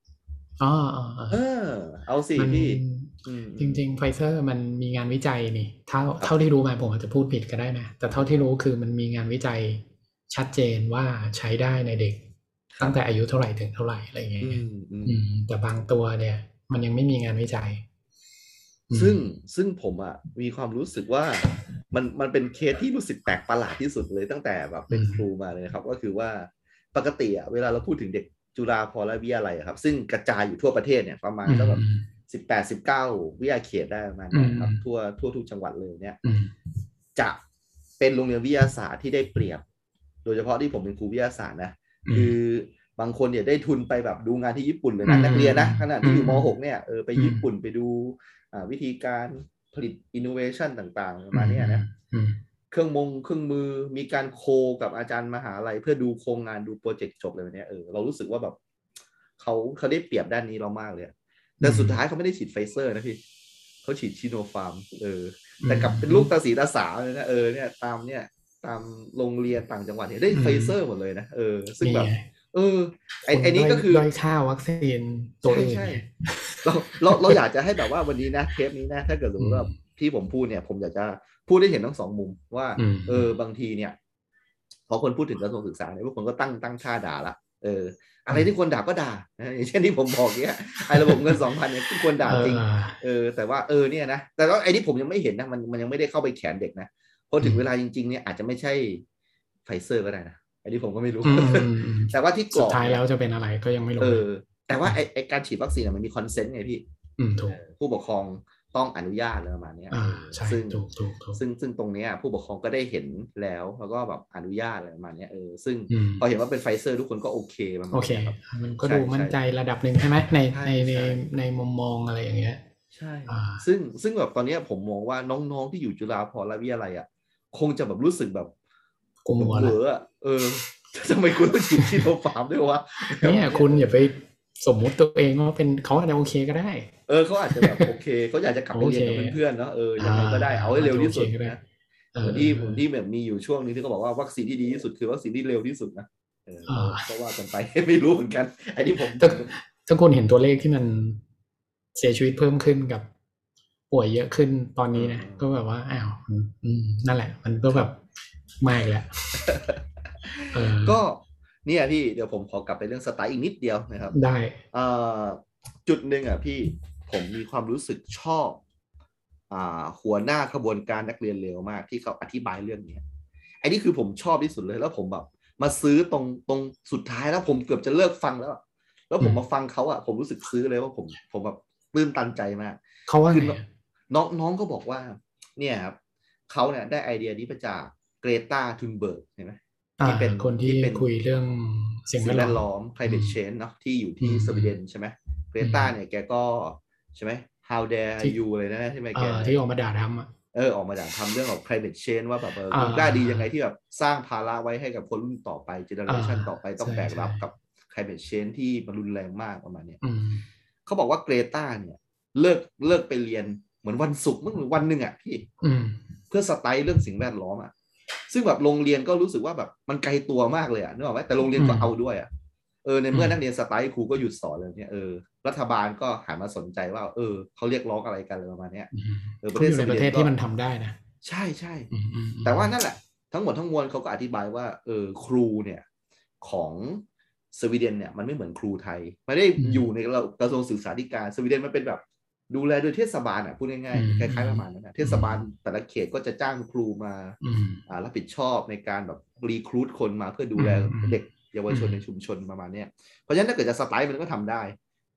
เอาสิพี่จริงๆไฟเซอร์มันมีงานวิจัยนี่เท่าที่รู้มาผมอาจจะพูดผิดก็ได้นะแต่เท่าที่รู้คือมันมีงานวิจัยชัดเจนว่าใช้ได้ในเด็กตั้งแต่อายุเท่าไหร่ถึงเท่าไหร่อะไรอย่างเงี้ยแต่บางตัวเนี่ยมันยังไม่มีงานวิจัยซึ่งผมมีความรู้สึกว่ามันเป็นเคสที่รู้สึกแปลกประหลาดที่สุดเลยตั้งแต่แบบเป็นครูมาเลยครับก็คือว่าปกติเวลาเราพูดถึงเด็กจุฬาภรณวิทยาลัยครับซึ่งกระจายอยู่ทั่วประเทศเนี่ยประมาณก็แบบ18-19วิทยาเขตได้ประมาณนี้ครับทั่วทุกจังหวัดเลยเนี่ยจะเป็นโรงเรียนวิทยาศาสตร์ที่ได้เปรียบโดยเฉพาะที่ผมเป็นครูวิทยาศาสตร์นะคือบางคนเนี่ยได้ทุนไปแบบดูงานที่ญี่ปุ่นเลยนะนักเรียนนะขณะที่อยู่ม.6 เนี่ยไปญี่ปุ่นไปดูวิธีการผลิตอินโนเวชันต่างๆประมาณนี้นะเครื่องมือมีการโคกับอาจารย์มหาลัยเพื่อดูโครงงานดูโปรเจกต์จบเลยเนี่ยเรารู้สึกว่าแบบเขาได้เปรียบด้านนี้เรามากเลยแต่สุดท้ายเขาไม่ได้ฉีดไฟเซอร์นะพี่เขาฉีดชิโนฟาร์มแต่กลับเป็นลูกตาสีตาสาเลยนะเนี่ยตามโรงเรียนต่างจังหวัดเนี่ยได้ไฟเซอร์หมดเลยนะซึ่งแบบไอ้นี้ก็คือด้อยค่าวัคซีนตัวอื่นใช่เราอยากจะให้แบบว่าวันนี้นะเทปนี้นะถ้าเกิดสมมติว่าที่ผมพูดเนี่ยผมอยากจะพูดได้เห็นทั้ง2 มุมว่าบางทีเนี่ยพอคนพูดถึงกระทรวงศึกษาเนี่ยพวกคนก็ตั้งท่าด่าละอะไรที่ควรด่าก็ด่าอย่างเช่นที่ผมบอกเนี่ยไอ้ระบบเงิน 2,000 เนี่ยควรด่าจริงแต่ว่าเนี่ยนะแต่ว่าไอ้นี่ผมยังไม่เห็นนะมันยังไม่ได้เข้าไปแขนเด็กนะพอถึงเวลาจริงๆเนี่ยอาจจะไม่ใช่ไฟเซอร์ก็ได้นะอันนี้ผมก็ไม่รู้แต่ว่าที่กรอบสุดท้ายแล้วจะเป็นอะไรก็ยังไม่รู้แต่ว่าไอ้การฉีดวัคซีนมันมีคอนเซนต์ไงพี่ถูกผู้ปกครองต้องอนุญาตอะไรประมาณนี้ซึ่งตรงนี้ผู้ปกครองก็ได้เห็นแล้วก็แบบอนุญาตอะไรประมาณนี้ซึ่งพอเห็นว่าเป็นไฟเซอร์ทุกคนก็โอเคประมาณนี้ครับมันก็ดูมั่นใจระดับหนึ่งใช่ไหมในมุมมองอะไรอย่างเงี้ยใช่ซึ่งแบบตอนนี้ผมมองว่าน้องๆที่อยู่จุฬาภรณวิทยาลัยคงจะแบบรู้สึกแบบกลัวละทำไมคุณต้องฉีดชิโนฟาร์มด้วยวะเนี่ยคุณอย่าไปสมมุติตัวเองว่าเป็นเขาอาจจะโอเคก็ได้เขาอาจจะแบบโอเคเขาอยากจะกลับไปเรียนกับเพื่อนๆเนาะยังไงก็ได้เอาให้เร็วที่สุดนะเหมือนที่แบบมีอยู่ช่วงนึงที่เขาบอกว่าวัคซีนที่ดีที่สุดคือวัคซีนที่เร็วที่สุดนะก็ว่ากันไปไม่รู้เหมือนกันไอ้ที่ผมถ้าคนเห็นตัวเลขที่มันเสียชีวิตเพิ่มขึ้นกับป่วยเยอะขึ้นตอนนี้นะก็แบบว่าอ้าวนั่นแหละมันก็แบบไม่แหละก็เนี่ยพี่เดี๋ยวผมขอกลับไปเรื่องสไตล์อีกนิดเดียวนะครับได้จุดหนึ่งพี่ผมมีความรู้สึกชอบหัวหน้าขบวนการนักเรียนเลวมากที่เขาอธิบายเรื่องนี้ไอ้นี่คือผมชอบที่สุดเลยแล้วผมแบบมาซื้อตรงสุดท้ายแล้วผมเกือบจะเลิกฟังแล้วผมมาฟังเขาผมรู้สึกซื้อเลยว่าผมแบบปลื้มตันใจมากเขาว่าไงน้องก็บอกว่าเนี่ยครับเขาเนี่ยได้ไอเดียนี้มาจากเกรตา ทุนเบิร์กเห็นไหมที่เป็นคนที่คุยเรื่องสิ่งแวดล้อม climate change เนาะที่อยู่ที่สวีเดนใช่ไหมเกรตาเนี่ยแกก็ใช่ไหม how dare you เลยนะใช่ไหมแกที่ออกมาด่าทำออกมาด่าทำเรื่องของ climate change ว่าแบบคุณกล้าดียังไงที่แบบสร้างภาระไว้ให้กับคนรุ่นต่อไป generation ต่อไปต้องแบกรับกับ climate change ที่มันรุนแรงมากประมาณนี้เขาบอกว่าเกรตาเนี่ยเลิกไปเรียนเหมือนวันศุกร์มั้งหรือวันหนึ่งพี่เพื่อสไตล์เรื่องสิ่งแวดล้อมซึ่งแบบโรงเรียนก็รู้สึกว่าแบบมันไกลตัวมากเลยนึกออกไหมแต่โรงเรียนก็เอาด้วยในเมื่อนักเรียนสไตล์ครูก็หยุดสอนเลยเนี่ยรัฐบาลก็หันมาสนใจว่าเขาเรียกร้องอะไรกันอะไรประมาณนี้ประเทศประเทศที่มันทำได้นะใช่แต่ว่านั่นแหละทั้งหมดทั้งมวลเขาก็อธิบายว่าครูเนี่ยของสวีเดนเนี่ยมันไม่เหมือนครูไทยไม่ได้อยู่ในกระทรวงศึกษาธิการสวีเดนมันเป็นแบบดูแลโดยเทศบาลพูดง่ายๆคล้ายๆประมาณนั้นเทศบาลแต่ละเขตก็จะจ้างครูมารับผิดชอบในการแบบรีครูทคนมาเพื่อดูแลเด็กเยาวชนในชุมชนประมาณนี้เพราะฉะนั้นถ้าเกิดจะสไตล์มันก็ทำได้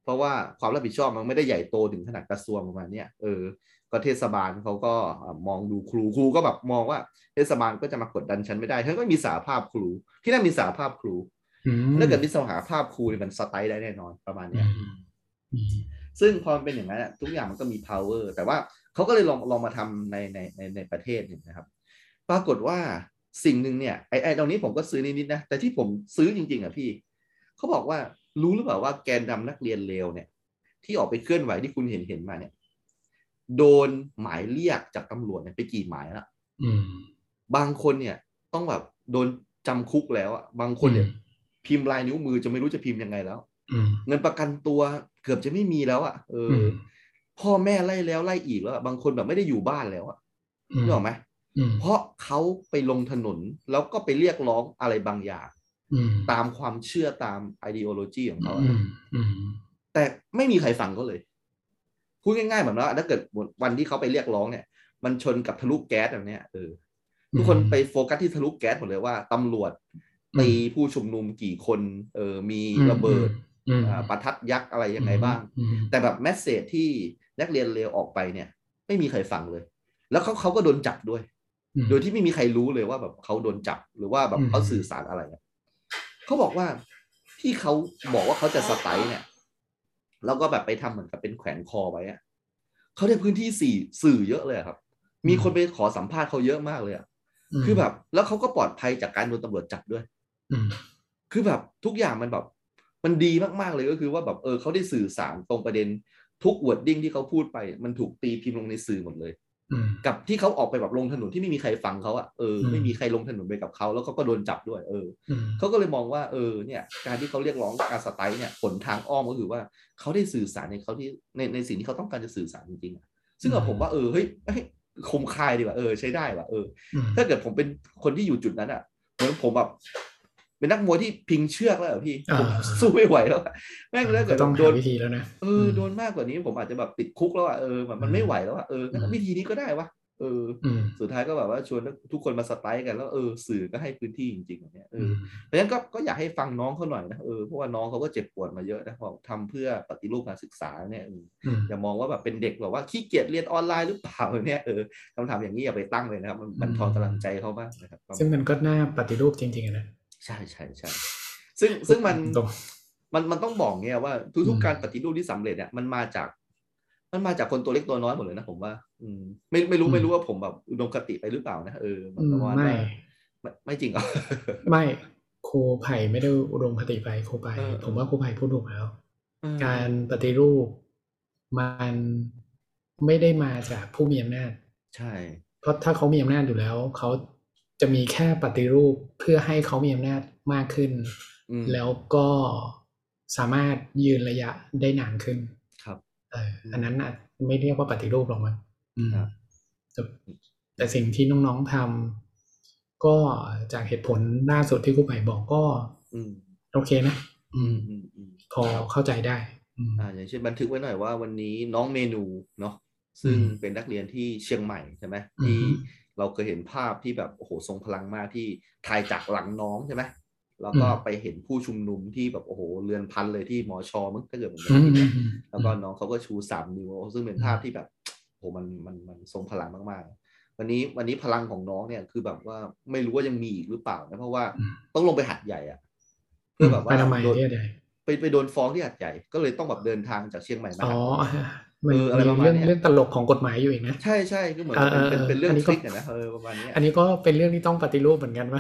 เพราะว่าความรับผิดชอบมันไม่ได้ใหญ่โตถึงขนาดกระทรวงประมาณเนี้ยก็เทศบาลเขาก็มองดูครูก็แบบมองว่าเทศบาลก็จะมากดดันฉันไม่ได้ฉันก็มีสหภาพครูที่นั่นมีสหภาพครูถ้าเกิดมีสหภาพครูมันสไตล์ได้แน่นอนประมาณเนี้ยซึ่งพอมันเป็นอย่างนั้นทุกอย่างมันก็มี power แต่ว่าเขาก็เลยลองมาทำในประเทศหนึ่งนะครับปรากฏว่าสิ่งหนึ่งเนี่ยไอ้ตรงนี้ผมก็ซื้อนิดๆนะแต่ที่ผมซื้อจริงๆอ่ะพี่เขาบอกว่ารู้หรือเปล่าว่าแกนนำนักเรียนเลวเนี่ยที่ออกไปเคลื่อนไหวที่คุณเห็นมาเนี่ยโดนหมายเรียกจากตำรวจเนี่ยไปกี่หมายแล้วบางคนเนี่ยต้องแบบโดนจำคุกแล้วอ่ะบางคนเนี่ยพิมพ์ลายนิ้วมือจะไม่รู้จะพิมพ์ยังไงแล้วเงินประกันตัวเกือบจะไม่มีแล้วอ่ะพ่อแม่ไล่แล้วไล่อีกแล้วบางคนแบบไม่ได้อยู่บ้านแล้วอ่ะนึกออกไหมเพราะเขาไปลงถนนแล้วก็ไปเรียกร้องอะไรบางอย่างตามความเชื่อตาม ideology ของเขาแต่ไม่มีใครฟังเขาเลยพูดง่ายๆแบบนั้นถ้าเกิดวันที่เขาไปเรียกร้องเนี่ยมันชนกับทะลุแก๊สแบบนี้ทุกคนไปโฟกัสที่ทะลุแก๊สหมดเลยว่าตำรวจตีผู้ชุมนุมกี่คนมีระเบิดประทัดยักษ์อะไรยังไงบ้างแต่แบบแมสเสจที่นักเรียนเลวออกไปเนี่ยไม่มีใครฟังเลยแล้วเขาก็โดนจับด้วยโดยที่ไม่มีใครรู้เลยว่าแบบเขาโดนจับหรือว่าแบบเขาสื่อสารอะไรเขาบอกว่าที่เขาบอกว่าเขาจะสไตล์เนี่ยแล้วก็แบบไปทำเหมือนกับเป็นแขวนคอไว้อะเขาได้พื้นที่สื่อเยอะเลยครับมีคนไปขอสัมภาษณ์เขาเยอะมากเลยคือแบบแล้วเขาก็ปลอดภัยจากการโดนตำรวจจับด้วยคือแบบทุกอย่างมันแบบมันดีมากๆเลยก็คือว่าแบบเขาได้สื่อสารตรงประเด็นทุกวอร์ดดิ้งที่เขาพูดไปมันถูกตีพิมพ์ลงในสื่อหมดเลยกับที่เขาออกไปแบบลงถนนที่ไม่มีใครฟังเขาไม่มีใครลงถนนไปกับเขาแล้วเขาก็โดนจับด้วยเขาก็เลยมองว่าเนี่ยการที่เขาเรียกร้องการสไตล์เนี่ยผลทางอ้อมก็คือว่าเขาได้สื่อสารในเขาที่ในสิ่งที่เขาต้องการจะสื่อสารจริงๆซึ่งผมว่าเฮ้ยคมคายดีว่ะใช้ได้ว่ะถ้าเกิดผมเป็นคนที่อยู่จุดนั้นอ่ะเหมือนผมแบบเป็นนักมวยที่พิงเชือกแล้วพี่สู้ไม่ไหวแล้วแม่งแล้วเกิดโดนวิธีแล้วนะโดนมากกว่านี้ผมอาจจะแบบติดคุกแล้วมันไม่ไหวแล้ววิธีนี้ก็ได้วะสุดท้ายก็แบบว่าชวนทุกคนมาสไตล์กันแล้วสื่อก็ให้พื้นที่จริงๆอย่างเงี้ยเพราะฉะนั้นก็อยากให้ฟังน้องเขาหน่อยนะเพราะว่าน้องเขาก็เจ็บปวดมาเยอะนะพอทำเพื่อปฏิรูปการศึกษาเนี่ยอย่ามองว่าแบบเป็นเด็กแบบว่าขี้เกียจเรียนออนไลน์หรือเปล่าเนี่ยคำถามอย่างนี้อย่าไปตั้งเลยนะครับมันทอนกำลังใจเขาบ้างนะครับซึ่งมันก็น่าปฏิรูปจริงๆนะใช่ซึ่งมันต้องบอกเนี่ยว่าทุกๆการปฏิรูปที่สำเร็จเนี่ยมันมาจากคนตัวเล็กตัวน้อยหมดเลยนะผมว่าไม่รู้ว่าผมแบบอุดมคติไปหรือเปล่านะไม่จริงเหรอไม่ครูไผ่ไม่ได้อุดมคติไปครูไผ่ผมว่าครูไผ่พูดถูกแล้วการปฏิรูปมันไม่ได้มาจากผู้มีอำนาจใช่เพราะถ้าเขามีอำนาจอยู่แล้วเขาจะมีแค่ปฏิรูปเพื่อให้เขามีอำนาจมากขึ้นแล้วก็สามารถยืนระยะได้นานขึ้นครับอันนั้นน่ะไม่เรียกว่าปฏิรูปหรอกมั้งแต่สิ่งที่น้องๆทำก็จากเหตุผลล่าสุดที่ครูไผ่บอกก็โอเคนะพอเข้าใจได้อย่างเช่นบันทึกไว้หน่อยว่าวันนี้น้องเมนูเนาะซึ่งเป็นนักเรียนที่เชียงใหม่ใช่ไหมที่เราเคยเห็นภาพที่แบบโอ้โหทรงพลังมากที่ถ่ายจากหลังน้องใช่ไหมแล้วก็ไปเห็นผู้ชุมนุมที่แบบโอ้โหเรือนพันเลยที่มอชอมึงถ้าเกิดผมไม่ผิดแล้วก็น้องเขาก็ชู3 นิ้วซึ่งเป็นภาพที่แบบโอ้โหมันทรงพลังมากๆวันนี้พลังของน้องเนี่ยคือแบบว่าไม่รู้ว่ายังมีอีกหรือเปล่านะเพราะว่าต้องลงไปหัดใหญ่อะเพื่อแบบว่าไปโดนฟ้องที่หัดใหญ่ก็เลยต้องแบบเดินทางจากเชียงใหม่มาอะไรประมาณนี้เรื่องตลกของกฎหมายอยู่อีกนะใช่คือเหมือนเป็นเรื่องทริคนะประมาณนี้อันนี้ก็เป็นเรื่องที่ต้องปฏิรูปเหมือนกันว่า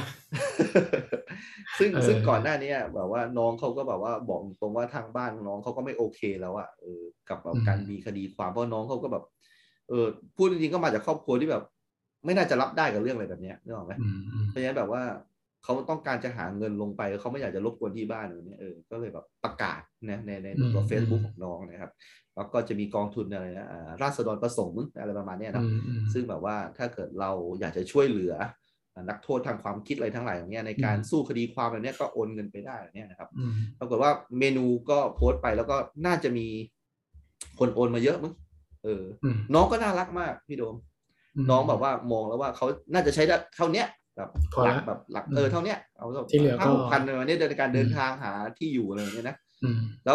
ซึ่งก่อนหน้านี้แบบว่าน้องเขาก็แบบว่าบอกตรงว่าทางบ้านน้องเขาก็ไม่โอเคแล้วอะกับการมีคดีความเพราะน้องเขาก็แบบพูดจริงๆก็มาจากครอบครัวที่แบบไม่น่าจะรับได้กับเรื่องอะไรแบบนี้นึกออกไหมเพราะฉะนั้นแบบว่าเขาต้องการจะหาเงินลงไปเขาไม่อยากจะรบกวนที่บ้านอะไรเงี้ยก็เลยแบบประกาศนะในตัว Facebook ของน้องนะครับแล้วก็จะมีกองทุนอะไรนะราษฎรประสงค์อะไรประมาณนี้นะซึ่งแบบว่าถ้าเกิดเราอยากจะช่วยเหลือนักโทษทางความคิดอะไรทั้งหลายอย่างเงี้ยในการสู้คดีความอะไรเนี้ยก็โอนเงินไปได้เนี่ยนะครับปรากฏว่าเมนูก็โพสต์ไปแล้วก็น่าจะมีคนโอนมาเยอะมั้งน้องก็น่ารักมากพี่โดมน้องแบบว่ามองแล้วว่าเขาน่าจะใช้ได้เท่านี้แบบหลักเท่านี้เอาที่เหลือก็ 5,000-6,000ในวันนี้ในการเดินทางหาที่อยู่อะไรอย่างเงี้ยนะแล้ว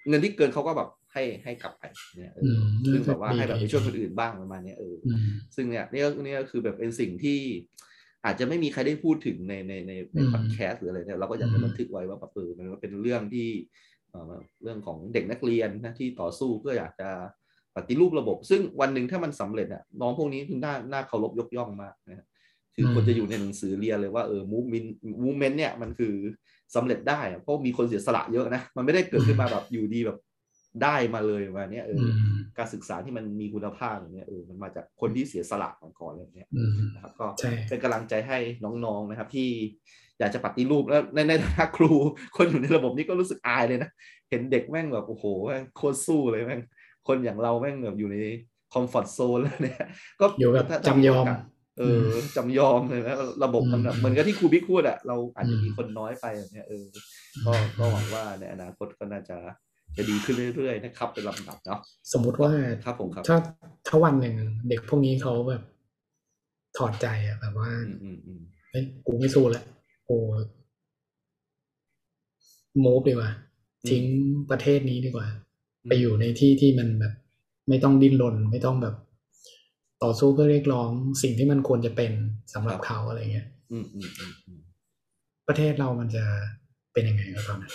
เงินที่เกินเขาก็แบบให้กลับไปเนี่ยซึ่งแบบว่าให้แบบไปช่วยคนอื่นบ้างประมาณนี้ซึ่งเนี่ยนี่ก็คือแบบเป็นสิ่งที่อาจจะไม่มีใครได้พูดถึงในพอดแคสต์หรืออะไรเนี่ยเราก็อยากจะบันทึกไว้ว่าแบบมันเป็นเรื่องที่เรื่องของเด็กนักเรียนนะที่ต่อสู้เพื่ออยากจะปฏิรูประบบซึ่งวันหนึ่งถ้ามันสำเร็จอ่ะน้องพวกนี้คือน่าเคารพยกย่องมากนะคือคนจะอยู่ในหนังสือเรียนเลยว่าmovement เนี่ยมันคือสำเร็จได้เพราะมีคนเสียสละเยอะนะมันไม่ได้เกิดขึ้นมาแบบอยู่ดีแบบได้มาเลยมาเนี้ยการศึกษาที่มันมีคุณภาพอย่างเงี้ยมันมาจากคนที่เสียสละมาก่อนอะไรเงี้ยนะครับก็เป็นกำลังใจให้น้องๆนะครับที่อยากจะปฏิรูปแล้วในฐานะครูคนอยู่ในระบบนี้ก็รู้สึกอายเลยนะเห็นเด็กแม่งแบบโอ้โหแม่งโคตรสู้เลยแม่งคนอย่างเราแม่งแบบอยู่ในคอมฟอร์ตโซนแล้วเนี่ยก็อยู่แบบจำยอมจำยอมเลยนะระบบมันแบบเหมือนกับที่ครูบิ๊กพูดอะเราอาจจะมีคนน้อยไปแบบเนี้ยก็หวังว่าในอนาคตก็น่าจะดีขึ้นเรื่อยๆนะครับเป็นลำดับเนาะสมมุติว่าครับผมครับถ้าวันหนึ่งเด็กพวกนี้เขาแบบถอดใจอะแบบว่าเฮ้ยกูไม่สู้แล้วกูมูฟดีกว่าทิ้งประเทศนี้ดีกว่าไปอยู่ในที่มันแบบไม่ต้องดิ้นรนไม่ต้องแบบต่อสู้เพื่อเรียกร้องสิ่งที่มันควรจะเป็นสำหรับเขาอะไรเงี้ยประเทศเรามันจะเป็นยังไงครับตอนนั้น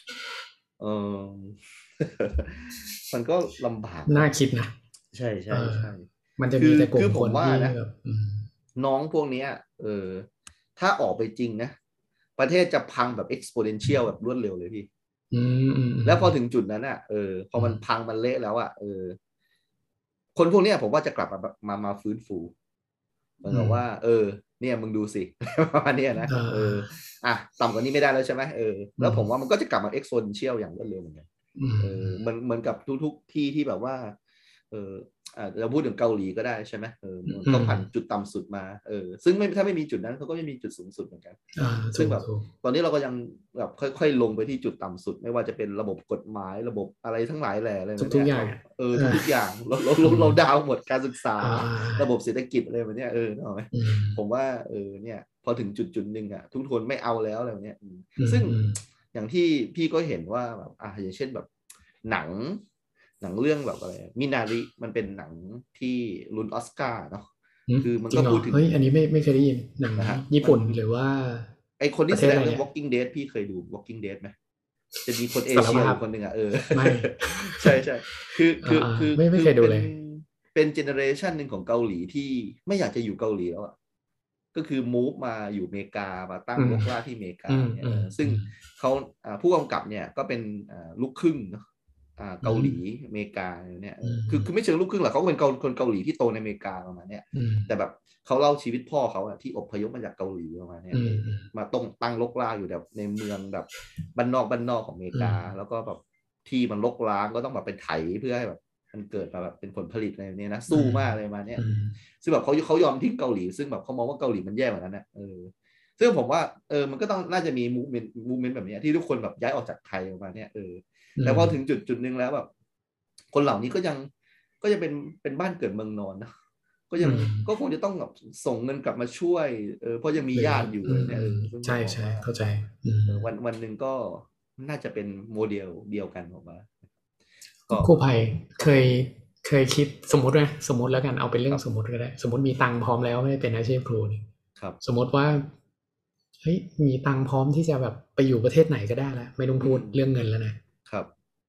มันก็ลำบากน่าคิดนะใช่ใช่ใช่มันจะมีแต่กลุ่มคนที่แบบน้องพวกนี้ถ้าออกไปจริงนะประเทศจะพังแบบ exponential แบบรวดเร็วเลยพี่แล้วพอถึงจุดนั้นอ่ะพอมันพังมันเละแล้วอ่ะคนพวกนี้ผมว่าจะกลับมาฟื้นฟูเหมือนกับว่าเนี่ยมึงดูสิประมาณนี้นะต่ำกว่านี้ไม่ได้แล้วใช่ไหมแล้วผมว่ามันก็จะกลับมา exponential อย่างรวดเร็วเหมือนกันเหมือนกับทุกที่ที่แบบว่าเราพูดถึงเกาหลีก็ได้ใช่ไหมเขาผ่านจุดต่ำสุดมาซึ่งถ้าไม่มีจุดนั้นเขาก็ไม่มีจุดสูงสุดเหมือนกันซึ่งแบบตอนนี้เราก็ยังแบบค่อยๆลงไปที่จุดต่ำสุดไม่ว่าจะเป็นระบบกฎหมายระบบอะไรทั้งหลายแหล่อะไรทุกอย่างทุกอย่างเราดาวหมดการศึกษาระบบเศรษฐกิจอะไรแบบนี้นึกออกไหมผมว่าเนี่ยพอถึงจุดหนึ่งอ่ะทุกคนไม่เอาแล้วอะไรแบบนี้ซึ่งอย่างที่พี่ก็เห็นว่าแบบอย่างเช่นแบบหนังเรื่องแบบอะไรมินาริมันเป็นหนังที่ลุ้นออสการ์เนาะคือมันก็พูดถึงเฮ้ยอันนี้ไม่เคยได้ยินหนังญี่ปุ่นหรือว่าไอคนที่แสดงเรื่อง Walking Dead พี่เคยดู Walking Dead ไหมจะมีคนเอเชียคนหนึ่งไม่ใช่ใช่คือไม่เคยดูเลยเป็นเจเนอเรชันหนึ่งของเกาหลีที่ไม่อยากจะอยู่เกาหลีแล้วก็คือ move มาอยู่อเมริกามาตั้งรกรากที่อเมริกาเนี่ยซึ่งเขาผู้กำกับเนี่ยก็เป็นลูกครึ่งเนาะเกาหลีอเมริกาเนี่ยคือไม่เชิงลูกครึ่งหรอกเขาเป็นคนเกาหลีที่โตในอเมริกาประมาณนี้แต่แบบเขาเล่าชีวิตพ่อเขาที่อพยพมาจากเกาหลีประมาณนี้มาตั้งรกรากอยู่แบบในเมืองแบบบ้านนอกของอเมริกาแล้วก็แบบที่มันรกร้างก็ต้องแบบไปไถเพื่อให้แบบมันเกิดมาแบบเป็นผลผลิตอะไรนี้นะสู้มากเลยมาเนี่ยซึ่งแบบเขายอมทิ้งเกาหลีซึ่งแบบเขามองว่าเกาหลีมันแย่กว่านั้นนะซึ่งผมว่ามันก็ต้องน่าจะมีมูฟเมนต์แบบนี้ที่ทุกคนแบบย้ายออกจากไทยประมาณนี้แต่พอถึงจุดหนึ่งแล้วแบบคนเหล่านี้ก็จะเป็นบ้านเกิดเมืองนอนนะก็คงจะต้องแบบส่งเงินกลับมาช่วยเพราะยังมีญาติอยู่เนี่ยใช่เข้าใจวันหนึ่งก็น่าจะเป็นโมเดลเดียวกันออกมาครูภัยเคยคิดสมมติแล้วกันเอาเป็นเรื่องสมมติก็ได้สมมติมีตังค์พร้อมแล้วไม่เป็นอาชีพครูนี่สมมติว่าเฮ้ยมีตังค์พร้อมที่จะแบบไปอยู่ประเทศไหนก็ได้แล้วไม่ต้องพูดเรื่องเงินแล้วนะครับ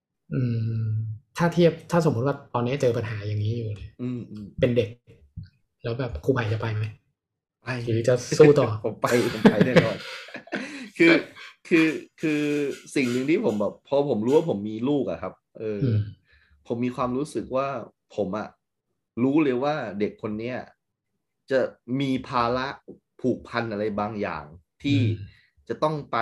ถ้าสมมติว่าตอนนี้เจอปัญหาอย่างนี้อยู่เลยเป็นเด็กแล้วแบบครูภัยจะไปไหมหรือจะสู้ต่อผมไปแน่นอนคือสิ่งหนึ่งที่ผมแบบพอผมรู้ว่าผมมีลูกอะครับผมมีความรู้สึกว่าผมอะรู้เลยว่าเด็กคนนี้จะมีภาระผูกพันอะไรบางอย่างที่จะต้องไป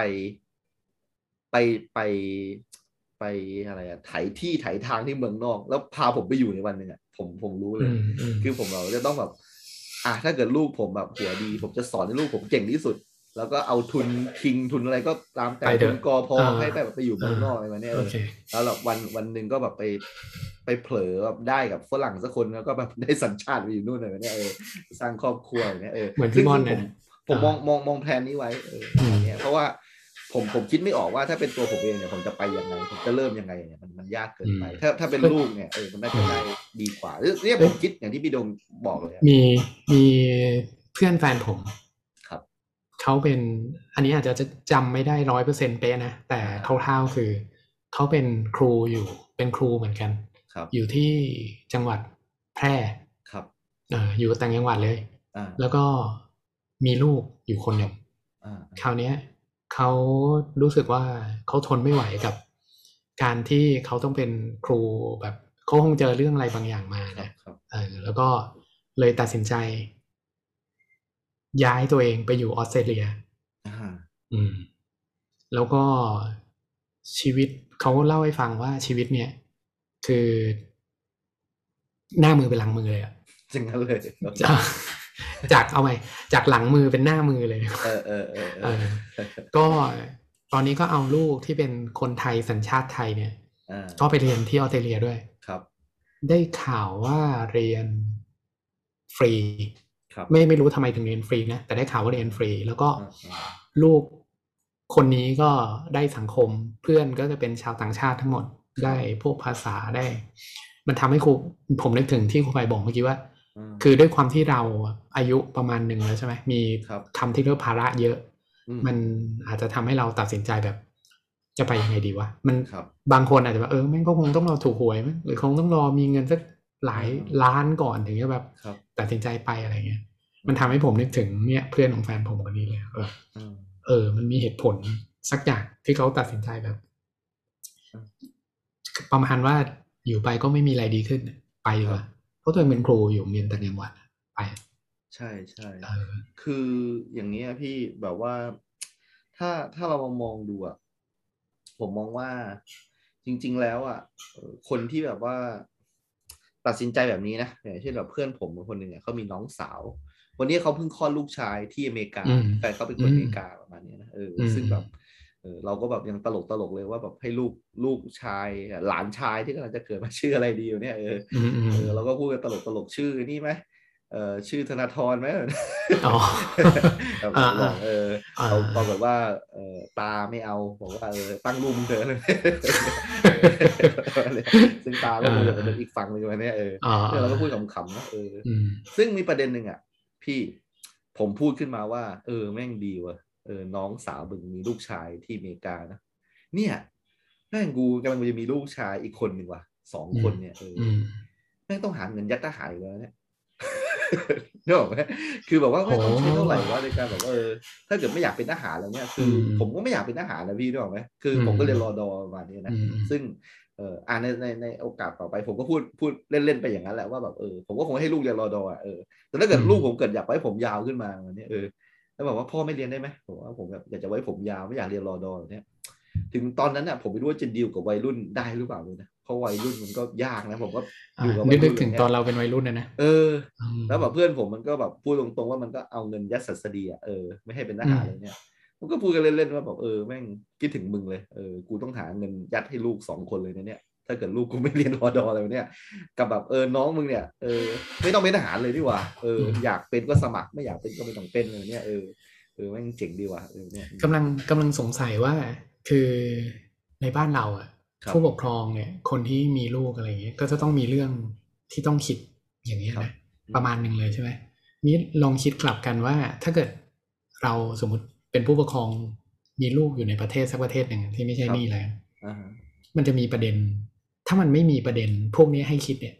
อะไรอะไถทางที่เมืองนอกแล้วพาผมไปอยู่ในวันหนึ่งอะผมรู้เลยคือผมเราจะต้องแบบถ้าเกิดลูกผมแบบหัวดีผมจะสอนให้ลูกผมเก่งที่สุดแล้วก็เอาทุนคิงทุนอะไรก็ตามแต่ทุนกอพอให้ไปอยู่เมืองนอกอะไรมาเนี่ยแล้วแบบวันหนึ่งก็แบบไปเผลอแบบได้กับฝรั่งสักคนแล้วก็แบบได้สัญชาติไปอยู่นู่นอะไรเนี่ยสร้างครอบครัวเนี่ยเหมือนพี่มอนนะผมมองแผนนี้ไว้เนี่ยเพราะว่าผมคิดไม่ออกว่าถ้าเป็นตัวผมเองเนี่ยผมจะไปยังไงผมจะเริ่มยังไงเนี่ยมันยากเกินไปถ้าเป็นลูกเนี่ยมันน่าจะได้ดีกว่าเนี่ยผมคิดอย่างที่พี่โดมบอกเลยมีเพื่อนแฟนผมครับเขาเป็นอันนี้อาจจะจำไม่ได้100%เป๊ะนะแต่คร่าวๆคือเขาเป็นครูเป็นครูเหมือนกันอยู่ที่จังหวัดแพร่ครับอยู่ต่างจังหวัดเลยแล้วก็มีลูกอยู่คนหนึ่งคราวนี้เขารู้สึกว่าเขาทนไม่ไหวกับการที่เขาต้องเป็นครูแบบเขาคงเจอเรื่องอะไรบางอย่างมานะแล้วก็เลยตัดสินใจย้ายตัวเองไปอยู่ออสเตรเลียแล้วก็ชีวิตเขาเล่าให้ฟังว่าชีวิตเนี่ยคือหน้ามือเป็นหลังมือเลยอะจริงเลยจากเอาใหม่จากหลังมือเป็นหน้ามือเลยก็ตอนนี้ก็เอาลูกที่เป็นคนไทยสัญชาติไทยเนี่ยก็ไปเรียนที่ออสเตรเลียด้วยครับได้ข่าวว่าเรียนฟรีไม่รู้ทำไมถึงเรียนฟรีนะแต่ได้ข่าวว่าเรียนฟรีแล้วก็ลูกคนนี้ก็ได้สังคมเพื่อนก็จะเป็นชาวต่างชาติทั้งหมดได้พวกภาษาได้มันทำให้ผมนึกถึงที่ครูไปบอกเมื่อกี้ว่าคือด้วยความที่เราอายุประมาณหนึ่งแล้วใช่ไหมมีคำที่เรียกภาระเยอะมันอาจจะทำให้เราตัดสินใจแบบจะไปยังไงดีวะมันบางคนอาจจะว่าแม่งก็คงต้องรอถูกหวยมั้ยหรือคงต้องรอมีเงินสักหลายล้านก่อนถึงจะแบบตัดสินใจไปอะไรเงี้ยมันทำให้ผมนึกถึงเนี่ยเพื่อนของแฟนผมคนนี้เลยมันมีเหตุผลสักอย่างที่เขาตัดสินใจแบบประมาณว่าอยู่ไปก็ไม่มีอะไรดีขึ้นไปดีกว่าเพราะตัวเองเป็นครูอยู่เรียนต่างจังหวัดไปใช่ใช่คืออย่างนี้พี่แบบว่าถ้าเรามามองดูอ่ะผมมองว่าจริงๆแล้วอ่ะคนที่แบบว่าตัดสินใจแบบนี้นะอย่างเช่นแบบเพื่อนผมคนหนึ่งเนี่ยเขามีน้องสาววันนี้เขาเพิ่งคลอดลูกชายที่อเมริกาแฟนเขาเป็นคนอเมริกาประมาณนี้นะซึ่งแบบเราก็แบบยังตลกเลยว่าแบบให้ลูกชายหลานชายที่กำลังจะเกิดมาชื่ออะไรดีอยู่เนี่ยเราก็พูดกันตลกชื่อนี่ไหมชื่อธนาธรไหมบอกเขาบอกแบบว่าตาไม่เอาบอกว่าตั้งรูปมึงเถอะซึ่งตาก็คงจะเป็นอีกฝั่งหนึ่งวันนี้เราก็พูดขำๆนะซึ่งมีประเด็นหนึ่งอ่ะพี่ผมพูดขึ้นมาว่าแม่งดีว่ะน้องสาวมึงมีลูกชายที่อเมริกานะเนี่ยแม่งกูกำลังจะมีลูกชายอีกคนหนึ่งว่ะ2 คนเนี่ยแม่งต้องหาเงินยัดทหารอีกแล้วเนี่ยนึกออกไหมคือแบบว่าไม่ต้องใช้เท่าไหร่ว่าในการแบบว่าถ้าเกิดไม่อยากเป็นทหารแล้วเนี่ยคือผมก็ไม่อยากเป็นทหารนะพี่นึกออกไหมคือผมก็เรียนรอดอประมาณนี้นะซึ่งในโอกาสต่อไปผมก็พูดเล่นๆไปอย่างนั้นแหละว่าแบบผมก็คงให้ลูกเรียนรอดอแต่ถ้าเกิดลูกผมเกิดอยากไว้ผมยาวขึ้นมาวันนี้แล้วบอกว่าพ่อไม่เรียนได้ไหมผมว่าผมแบบอยากจะไว้ผมยาวไม่อยากเรียนรอดอเนี่ยถึงตอนนั้นน่ะผมไม่รู้ว่าจะดีลกับวัยรุ่นได้หรือเปล่าเลยนะเพราะวัยรุ่นมันก็ยากนะผมก็อยู่กับวัยรุ่นถึงตอนเราเป็นวัยรุ่นนะแล้วแบบเพื่อนผมมันก็แบบพูดตรงๆว่ามันก็เอาเงินยัดศัสดีไม่ให้เป็นทหารเลยเนี่ยมันก็พูดกันเล่นๆว่าแบบแม่งคิดถึงมึงเลยกูต้องหาเงินยัดให้ลูก2 คนเลยเนี่ยถ้าเกิดลูกกูไม่เรียนรอดออะไรเนี่ยกับแบบน้องมึงเนี่ยไม่ต้องเป็นทหารเลยดีกว่าอยากเป็นก็สมัครไม่อยากเป็นก็ไม่ต้องเป็นเลยเนี่ยแม่งเจ๋งดีว่ะเนี่ยกำลังสงสัยว่าคือในบ้านเราอ่ะผู้ปกครองเนี่ยคนที่มีลูกอะไรอย่างเงี้ยก็จะต้องมีเรื่องที่ต้องคิดอย่างนี้นะประมาณนึงเลยใช่ไหมนี่ลองคิดกลับกันว่าถ้าเกิดเราสมมุติเป็นผู้ปกครองมีลูกอยู่ในประเทศสักประเทศหนึ่งที่ไม่ใช่นี่แล้วมันจะมีประเด็นถ้ามันไม่มีประเด็นพวกนี้ให้คิดเนี่ย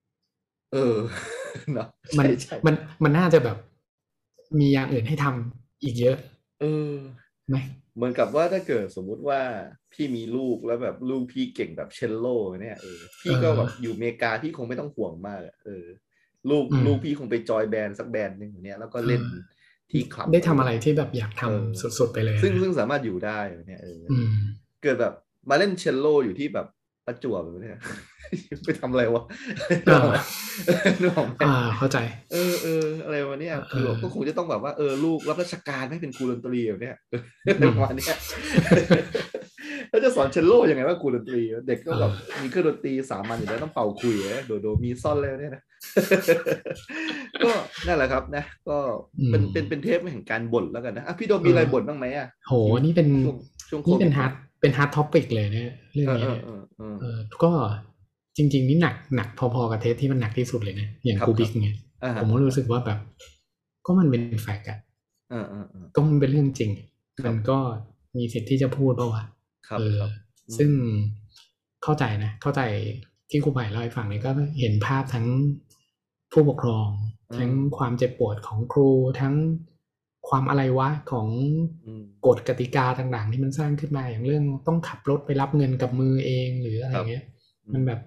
เนาะมันน่าจะแบบมีอย่างอื่นให้ทำอีกเยอะไหมเหมือนกับว่าถ้าเกิดสมมุติว่าพี่มีลูกแล้วแบบลูกพี่เก่งแบบเชลโลเนี่ยพี่ก็แบบอยู่อเมริกาพี่คงไม่ต้องห่วงมากลูกพี่คงไปจอยแบนด์สักแบนด์นึงอย่างเนี้ยแล้วก็เล่นที่คลับได้ทำอะไรที่แบบอยากทำสุดๆไปเลยซึ่งสามารถอยู่ได้เนี่ยเกิดแบบมาเล่นเชลโลอยู่ที่แบบประจวบแบบนี้ไปทำอะไรวะนึกออกไหมเข้าใจอะไรวะเนี่ยคือก็คงจะต้องแบบว่าลูกรับราชการให้เป็นครูดนตรีแบบเนี้ยประมาณนี้แล้วจะสอนเชลโลยังไงว่าครูดนตรีเด็กก็แบบมีเครื่องดนตรีสามัญอยู่แล้วต้องเป่าคุยโดมีซ่อนแล้วเนี่ยนะก็นั่นแหละครับนะก็เป็นเทปแห่งการบ่นแล้วกันนะพี่โดมมีอะไรบ่นบ้างไหมโหนี่เป็นช่วงโคนี่วิดเป็นฮาร์ดท็อปิกเลยเนี่ยเรื่องนี้เนี่ยก็จริงๆนี่หนักพอๆกับเทสที่มันหนักที่สุดเลยนะอย่างคูบิกเนี่ยผมก็รู้สึกว่าแบบก็มันเป็นแฟกต์อะก็มันเป็นเรื่องจริงมันก็มีสิทธิ์ที่จะพูดเพราะว่าซึ่งเข้าใจนะเข้าใจที่ครูใหม่เล่าให้ฟังเนี่ยก็เห็นภาพทั้งผู้ปกครองทั้งความเจ็บปวดของครูทั้งความอะไรวะของกฎกติกาต่างๆที่มันสร้างขึ้นมาอย่างเรื่องต้องขับรถไปรับเงินกับมือเองหรืออะไรเงี้ยมันแบบ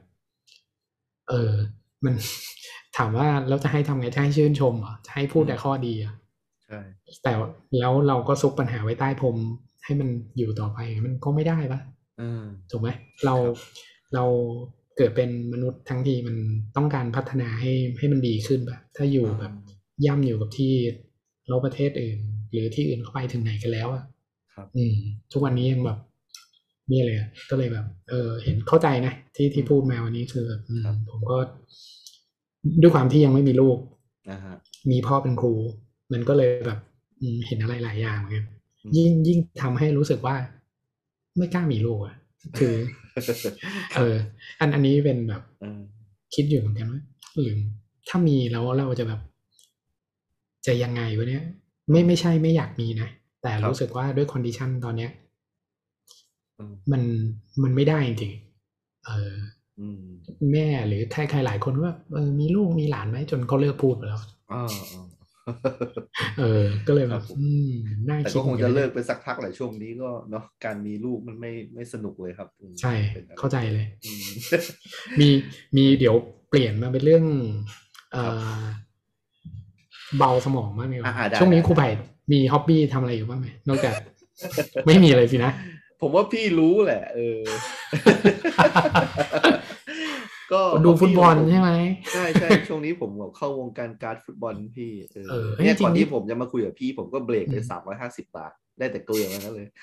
มัน ถามว่าเราจะให้ทำไงจะให้ชื่นชมเหรอจะให้พูดแต่ข้อดีอ่ะใช่แต่แล้วเราก็ซุกปัญหาไว้ใต้พรมให้มันอยู่ต่อไปมันก็ไม่ได้ปะถูกไหมเราเกิดเป็นมนุษย์ทั้งทีมันต้องการพัฒนาให้มันดีขึ้นปะถ้าอยู่แบบย่ำอยู่กับที่แล้วประเทศอื่นหรือที่อื่นเขาไปถึงไหนกันแล้วอ่ะทุกวันนี้ยังแบบนี่เลยก็เลยแบบเห็นเข้าใจนะที่พูดมาวันนี้คือแบบผมก็ด้วยความที่ยังไม่มีลูกมีพ่อเป็นครูมันก็เลยแบบเห็นอะไรหลายอย่างเหมือนกันยิ่งทำให้รู้สึกว่าไม่กล้ามีลูกอ่ะคืออันนี้เป็นแบบคิดอยู่เหมือนกันว่าหรือถ้ามีแล้วเราจะแบบจะยังไงวะเนี้ยไม่ใช่ไม่อยากมีนะแต่รู้สึกว่าด้วยคอนดิชันตอนเนี้ยมันไม่ได้จริงแม่หรือใครหลายคนว่ามีลูกมีหลานไหมจนเขาเลิกพูดไปแล้วก็เลยแบบน่าคิดแต่ก็คงจะเลิกไปสักพักแหละช่วงนี้ก็เนาะการมีลูกมันไม่สนุกเลยครับใช่เข้าใจเลยมีเดี๋ยวเปลี่ยนมาเป็นเรื่องเบาสมองมากเลยช่วงนี้ครูไผ่มีฮ็อบบี้ทำอะไรอยู่บ้างไหมนอกจากไม่มีอะไรสินะผมว่าพี่รู้แหละก็ดูฟุตบอลใช่ไหมใช่ช่วงนี้ผมเข้าวงการการ์ดฟุตบอลพี่เนี่ยก่อนที่ผมจะมาคุยกับพี่ผมก็เบรกไป350 บาทได้แต่เกลือนั่นเลย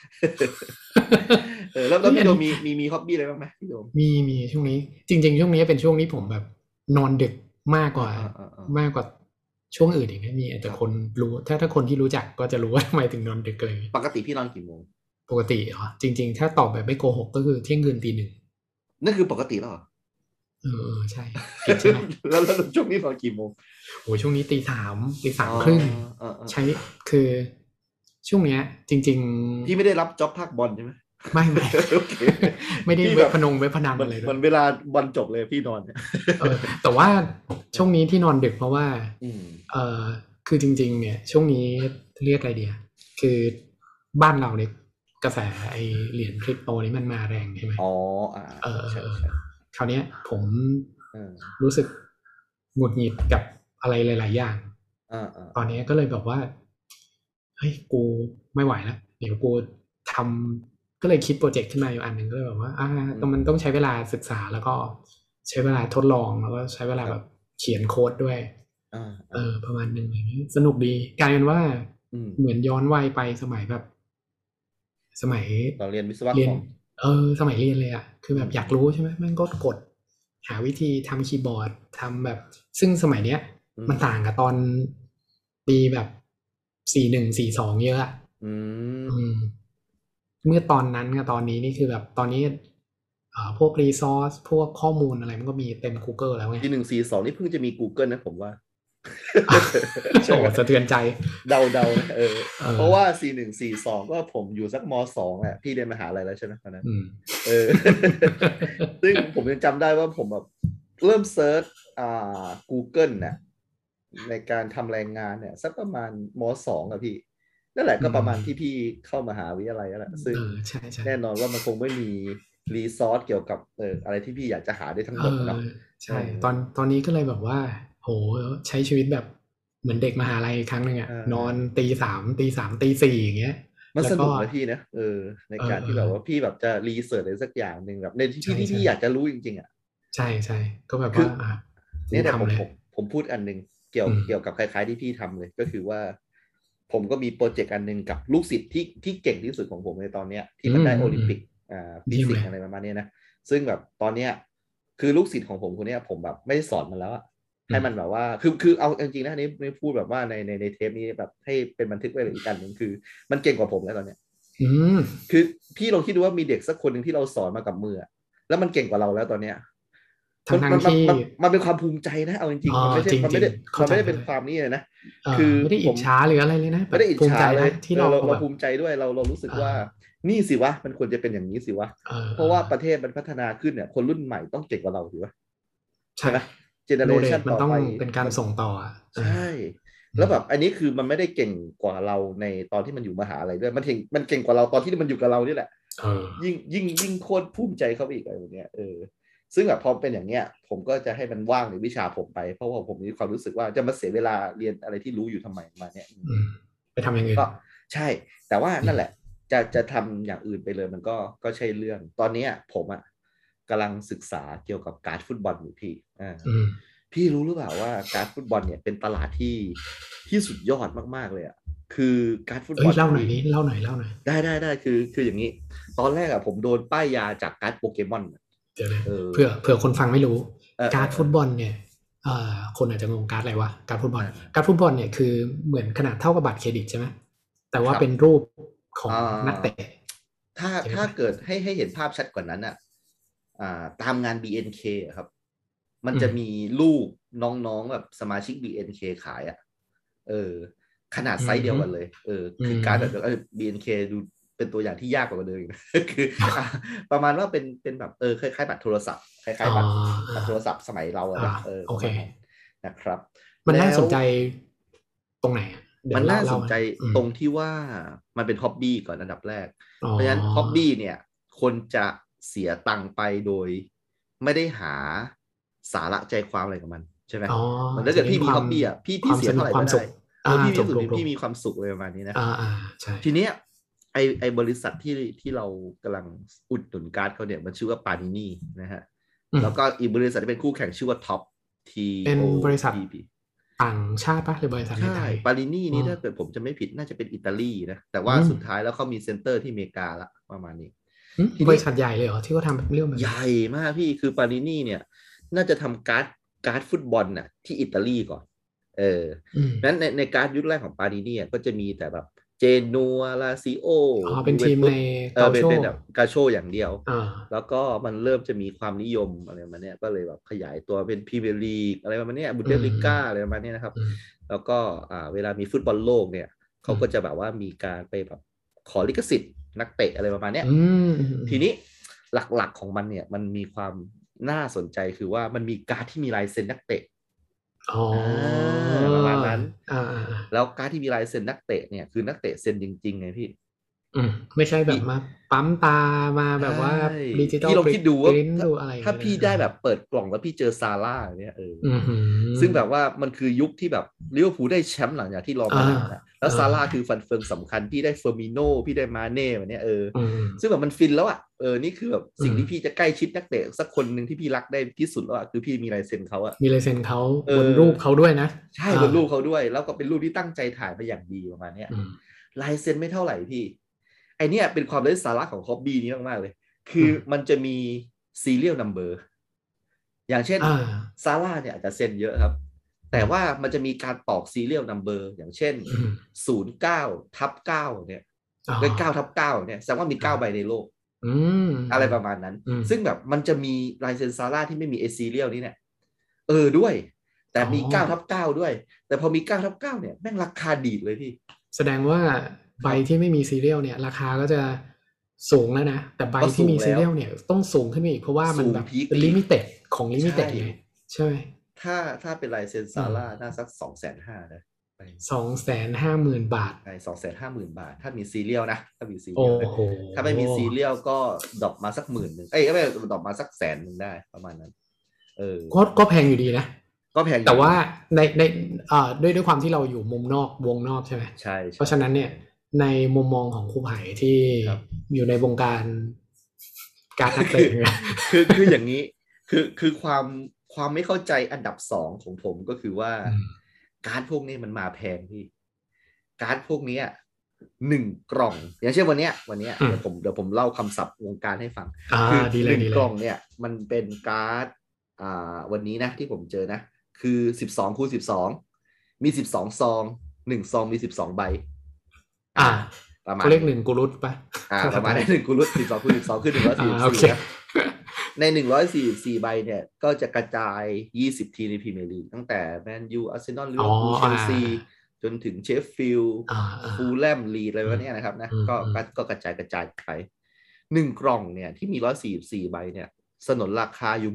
แล้วพี่โดมมีฮ็อบบี้อะไรบ้างไหมพี่โดมมีช่วงนี้จริงๆช่วงนี้เป็นช่วงนี้ผมแบบนอนดึกมากกว่าช่วงอื่นอีกนะมีแต่คนรู้ถ้าคนที่รู้จักก็จะรู้ว่าทำไมถึงนอนดึกเลยปกติพี่นอนกี่โมงปกติเหรอจริงๆถ้าตอบแบบไม่โกหกก็คือเที่ยงคืนตี 1 นั่นคือปกติแล้วเหรอใช่แล้วช่วงนี้นอนกี่โมงโอ้ช่วงนี้ตี 3 ครึ่งใช้คือช่วงเนี้ยจริงๆพี่ไม่ได้รับจ็อบภาคบอลใช่ไหมไม่ไม่ได้เว็บพนนันอะไรด้วยมันเวลาบอลจบเลยพี่นอนแต่ว่าช่วงนี้ที่นอนดึกเพราะว่าคือจริงๆเนี่ยช่วงนี้เรียกอะไรเดียคือบ้านเราเนี่ยกระแสไอเหรียญคริปโตนี้มันมาแรงใช่ไหมใช่คราวนี้ผมรู้สึกหงุดหงิดกับอะไรหลายๆอย่างตอนนี้ก็เลยแบบว่าเฮ้ยกูไม่ไหวแล้วเดี๋ยวกูทำก็เลยคิดโปรเจกต์ขึ้นมาอยู่อันหนึ่งก็เลยแบบว่ามันต้องใช้เวลาศึกษาแล้วก็ใช้เวลาทดลองแล้วก็ใช้เวลาแบบเขียนโค้ดด้วยประมาณนึงอย่างนี้สนุกดีกลายเป็นว่าเหมือนย้อนวัยไปสมัยแบบสมัยตอนเรียนวิศวะคอมสมัยเรียนเลยอ่ะคือแบบอยากรู้ใช่ไหมมันก็กดหาวิธีทำคีย์บอร์ดทำแบบซึ่งสมัยเนี้ยมันต่างกับตอนปีแบบ41 42เยอะอ่ะเมื่อตอนนั้นกับตอนนี้นี่คือแบบตอนนี้พวกรีซอสพวกข้อมูลอะไรมันก็มีเต็ม Google แล้วไง 4142นี่เพิ่งจะมี Google นะผมว่าโอ้สะเทือนใจเดาเพราะว่า4142ก็ผมอยู่สักม.2แหละพี่เรียนมหาลัยแล้วใช่ไหมตอนนั้นซึ่งผมยังจำได้ว่าผมแบบเริ่มเซิร์ชGoogle เนี่ยในการทำแรงงานเนี่ยสักประมาณม.2อะพี่นั่นแหละก็ประมาณที่พี่เข้ามหาวิทยาลัยแล้วแหละซึ่งแน่นอนว่ามันคงไม่มีรีซอสเกี่ยวกับอะไรที่พี่อยากจะหาได้ทั้งหมดเนาะใช่ตอนนี้ก็เลยแบบว่าโหใช้ชีวิตแบบเหมือนเด็กมหาลัยครั้งหนึ่งอะนอนตี 3 ตี 4อย่างเงี้ยมันสนุกนะพี่นะในการที่แบบว่าพี่แบบจะรีเสิร์ชอะไรสักอย่างหนึ่งแบบในที่พี่อยากจะรู้จริงๆอ่ะใช่ก็แบบว่าเนี่ยแต่ผมพูดอันนึงเกี่ยวกับคล้ายๆที่พี่ทำเลยก็คือว่าผมก็มีโปรเจกต์อันนึงกับลูกศิษย์ที่เก่งที่สุดของผมในตอนเนี้ยที่มันได้โอลิมปิกฟิสิกส์อะไรประมาณนี้นะซึ่งแบบตอนเนี้ยคือลูกศิษย์ของผมคนนี้ผมแบบไม่ได้สอนมันแล้วให้มันแบบว่าคือเอาจริงๆนะนี่พูดแบบว่าในเทปนี้แบบให้เป็นบันทึกไว้เลยอีกอันหนึ่งคือมันเก่งกว่าผมแล้วตอนเนี้ยอืมคือพี่ลองคิดดูว่ามีเด็กสักคนหนึ่งที่เราสอนมากับมือแล้วมันเก่งกว่าเราแล้วตอนเนี้ยมันทั้งมันมันที่มันมันเป็นความภูมิใจนะเอาจริงอ๋อๆมันไม่ใช่จริงจริงมันไม่ได้เข้าใจมันไม่ได้เข้าใจเป็นความนี่เลยนะคือไม่ได้ผมอิจฉาหรืออะไรเลยนะแบบไม่ได้อิจฉาเลยภูมิใจนะที่เราเราแบบภูมิใจด้วยเรารู้สึกเอว่าอนี่สิวะมันควรจะเป็นอย่างนี้สิวะเออเพราะว่าประเทศมันพัฒนาขึ้นเนี่ยคนรุ่นใหม่ต้องเก่งกว่าเราสิวะใช่ใช่ไหมเจเนอเรโนเลชันต่อไปจมันต้องเป็นการมันส่งต่ออ่ะใช่แล้วแบบอันนี้คือมันไม่ได้เก่งกว่าเราในตอนที่มันอยู่มหาลัยด้วยมันเก่งกว่าเราตอนที่มันอยู่กับเรานี่แหละเออยิ่งโคตรภูมิใจเขาไปอีกอะไรแบบเนี้ยซึ่งแบบพอเป็นอย่างเนี้ยผมก็จะให้มันว่างในวิชาผมไปเพราะว่าผมมีความรู้สึกว่าจะมาเสียเวลาเรียนอะไรที่รู้อยู่ทำไมมาเนี้ยไปทำอย่างอื่นก็ใช่แต่ว่านั่นแหละจะทำอย่างอื่นไปเลยมันก็ใช่เรื่องตอนนี้ผมกำลังศึกษาเกี่ยวกับการฟุตบอลอยู่พี่พี่รู้หรือเปล่าว่าการฟุตบอลเนี่ยเป็นตลาดที่สุดยอดมากๆเลยอ่ะคือการฟุตบอลเล่าหน่อยนี้เล่าหน่อยได้คืออย่างนี้ตอนแรกผมโดนป้ายยาจากการ์ดโปเกมอนเดี๋ยวนะเผื่อคนฟังไม่รู้การ์ดฟุตบอลเนี่ยคนอาจจะงงการ์ดอะไรวะการ์ดฟุตบอลเนี่ยคือเหมือนขนาดเท่ากับบัตรเครดิตใช่ไหมแต่ว่าเป็นรูปของนักเตะถ้าเกิดให้เห็นภาพชัดกว่านั้นตามงาน BNK ครับมันจะมีรูปน้องๆแบบสมาชิก BNK ขายขนาดไซส์เดียวกันเลยคือการ์ดแบบBNK ดูเป็นตัวอย่างที่ยากกว่าเดิมคือประมาณว่าเป็นแบบคล้ายๆบัตรโทรศัพท์คล้ายๆบัตรโทรศัพท์สมัยเราโอเคนะครับมันน่าสนใจตรงไหนมันน่าสนใจตรงที่ว่ามันเป็นฮ็อบบี้ก่อนอันดับแรกเพราะฉะนั้นฮ็อบบี้เนี่ยคนจะเสียตังค์ไปโดยไม่ได้หาสาระใจความอะไรกับมันใช่ไหมมันถ้าเกิดพี่มีฮ็อบบี้พี่เสียเท่าไหร่ก็ได้พี่มีสุดพี่มีความสุขเลยประมาณนี้นะทีเนี้ยไอบริษัทที่เรากำลังอุดหนุนการ์ดเขาเนี่ยมันชื่อว่าปานินี่นะฮะแล้วก็อีกบริษัทที่เป็นคู่แข่งชื่อว่าท็อปเป็นบริษัทต่างชาติปะหรือบริษัทในไทยปาลินี่นี่ถ้าเกิดผมจะไม่ผิดน่าจะเป็นอิตาลีนะแต่ว่าสุดท้ายแล้วเขามีเซ็นเตอร์ที่อเมริกาละประมาณนี้บริษัทใหญ่เลยเหรอที่เขาทำเรื่องแบบใหญ่มากพี่คือปาลินี่เนี่ยน่าจะทำการ์ดฟุตบอลน่ะที่อิตาลีก่อนนั้นในการ์ดยุคแรกของปาลินี่ก็จะมีแต่แบบเจนัวลาซิโอเป็นทีมในเกาโชเป็นแบบกาโชอย่างเดียวแล้วก็มันเริ่มจะมีความนิยมอะไรมาเนี่ยก็เลยแบบขยายตัวเป็นพรีเมียร์ลีกอะไรประมาณนี้บุนเดสลิก้าอะไรประมาณนี้นะครับแล้วก็เวลามีฟุตบอลโลกเนี่ยเขาก็จะแบบว่ามีการไปแบบขอลิขสิทธิ์นักเตะอะไรประมาณนี้ทีนี้หลักๆของมันเนี่ยมันมีความน่าสนใจคือว่ามันมีการ์ดที่มีลายเซ็นนักเตะประมาณนั้นแล้วการ์ดที่มีลายเซ็นนักเตะเนี่ยคือนักเตะเซ็นจริงๆไงพี่ไม่ใช่แบบมาปั๊มตามาแบบว่าดิจิตอลพี่ลองคิดดูว่าอะไรถ้าพี่ได้แบบเปิดกล่องแล้วพี่เจอซาร่าเนี่ยซึ่งแบบว่ามันคือยุคที่แบบลิเวอร์พูลได้แชมป์หลังจากที่รอมานานแล้วซาร่าคือฟันเฟืองสำคัญพี่ได้เฟอร์มิโน่พี่ได้มาเน่แบบนี้ซึ่งแบบมันฟินแล้วนี่คือแบบสิ่งที่พี่จะใกล้ชิดนักเตะสักคนหนึ่งที่พี่รักได้ที่สุดแล้วคือพี่มีลายเซ็นเขามีลายเซ็นเขาบนรูปเขาด้วยนะใช่บนรูปเขาด้วยแล้วก็เป็นรูปที่ตั้งใจถ่ายมาอย่างดีประมาณนี้ลายเซ็นไม่เท่าไหร่พี่ไอเนี้ยเป็นความไร้สาระของฮ็อบบี้นี้มากๆเลยคือมันจะมีซีเรียลนัมเบอร์อย่างเช่นซาร่าเนี่ยอาจจะเซ็นเยอะครับแต่ว่ามันจะมีการตอกซีเรียลนัมเบอร์อย่างเช่น09/9เนี่ยเป็น9/9เนี่ยแสดงว่ามี9ใบในโลกอะไรประมาณนั้นซึ่งแบบมันจะมีลายเซ็นซาร่าที่ไม่มีซีเรียลนี้เนี่ยด้วยแต่มี9/9ด้วยแต่พอมี9/9เนี่ยแม่งราคาดีดเลยพี่แสดงว่าใบที่ไม่มีซีเรียลเนี่ยราคาก็จะสูงแล้วนะแต่ใบที่มีซีเรียลเนี่ยต้องสูงขึ้นอีกเพราะว่ามันแบบเป็นลิมิเต็ดของลิมิเต็ดไงใช่ไหมถ้าเป็นลายเซ็นซาร่าน่าสัก250,000นะ 250,000 บาทใช่250,000 บาทถ้ามีซีเรียลนะถ้ามีซีเรียลถ้าไม่มีซีเรียลก็ดรอปมาสัก10,000ไม่ดรอปมาสัก100,000ได้ประมาณนั้นก็แพงอยู่ดีนะก็แพงแต่ว่าในด้วยความที่เราอยู่มุมนอกวงนอกใช่ไหมใช่เพราะฉะนั้นเนี่ยในมุมมองของครูไผ่ที่อยู่ในวงการนักเตะคืออย่างนี้คือความไม่เข้าใจอันดับ2ของผมก็คือว่าการ์ดพวกนี้มันมาแพงพี่การ์ดพวกนี้1 กล่องอย่างเช่นวันเนี้ยเดี๋ยวผมเล่าคำศัพท์วงการให้ฟังคือ1 กล่องเนี่ยมันเป็นการ์ดวันนี้นะที่ผมเจอนะคือ12x12มี12 ซอง1 ซองมี12 ใบประมาณเขาเรียก1กุรุตป่ะประมาณ1กุรุต12คูณ12คือ144นะใน144ใบเนี่ยก็จะกระจาย20ทีมในพรีเมียร์ลีกตั้งแต่แมนยูอาร์เซนอลลิเวอร์พูลเชลซีจนถึงเชฟฟิลด์ฟูลแลมลีดอะไรวะเนี่ยนะครับนะก็กระจายไป1กล่องเนี่ยที่มี144ใบเนี่ยสนนราคาอยู่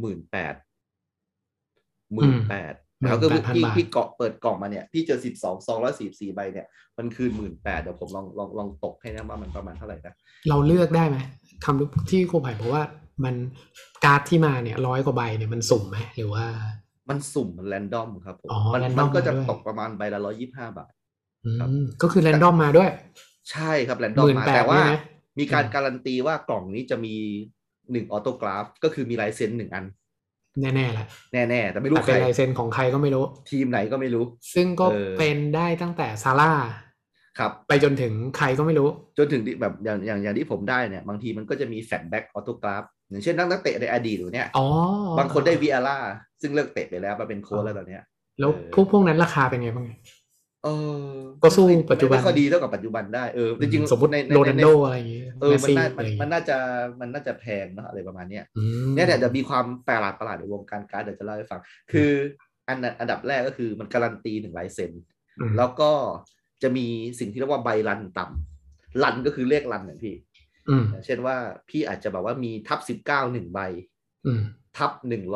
18,000แล้วก็พี่เกาะเปิดกล่องมาเนี่ยพี่เจอ12ซอง144ใบเนี่ยมันคือ 18,000เดี๋ยวผมลองตกให้นะว่ามันประมาณเท่าไหร่นะเราเลือกได้ไหมคำที่ครูไผ่เพราะว่ามันการ์ดที่มาเนี่ย100 กว่าใบเนี่ยมันสุ่มไหมหรือว่ามันสุ่มมันแรนดอมครับผมมันก็จะตกประมาณใบละ125 บาทครับก็คือแรนดอมมาด้วยใช่ครับแรนดอมมาแต่ว่ามีการการันตีว่ากล่องนี้จะมี1ออโตกราฟก็คือมีลายเซ็น1อันแน่ๆแหละแน่ๆแต่ไม่รู้ใครเป็นลายเซ็นของใครก็ไม่รู้ทีมไหนก็ไม่รู้ซึ่งก็เป็นได้ตั้งแต่ซาร่าครับไปจนถึงใครก็ไม่รู้จนถึงแบบอย่างที่ผมได้เนี่ยบางทีมันก็จะมีแฟลชแบ็กออโตกราฟอย่างเช่นนักเตะในอดีตหรือเนี่ยบางคนได้วิอาร่าซึ่งเลิกเตะไปแล้วมาเป็นโค้ชแล้วตอนเนี้ยแล้วพวกนั้นราคาเป็นไงบ้างก็สู้ปัจจุบันไม่ค่อยดีเท่ากับปัจจุบันได้จริงๆสมมติโรนัลโดอะไรอย่างเงี้ยมันน่าจะแพงเนาะอะไรประมาณเนี้ยเนี่ยจะมีความประหลาดในวงการการ์ดเดี๋ยวจะเล่าให้ฟังคืออันดับแรกก็คือมันการันตี1ลายเซ็นแล้วก็จะมีสิ่งที่เรียกว่าใบรันต่ำรันก็คือเลขรันเนี่ยพี่เช่นว่าพี่อาจจะแบบว่ามีทับ19 1ใบทับ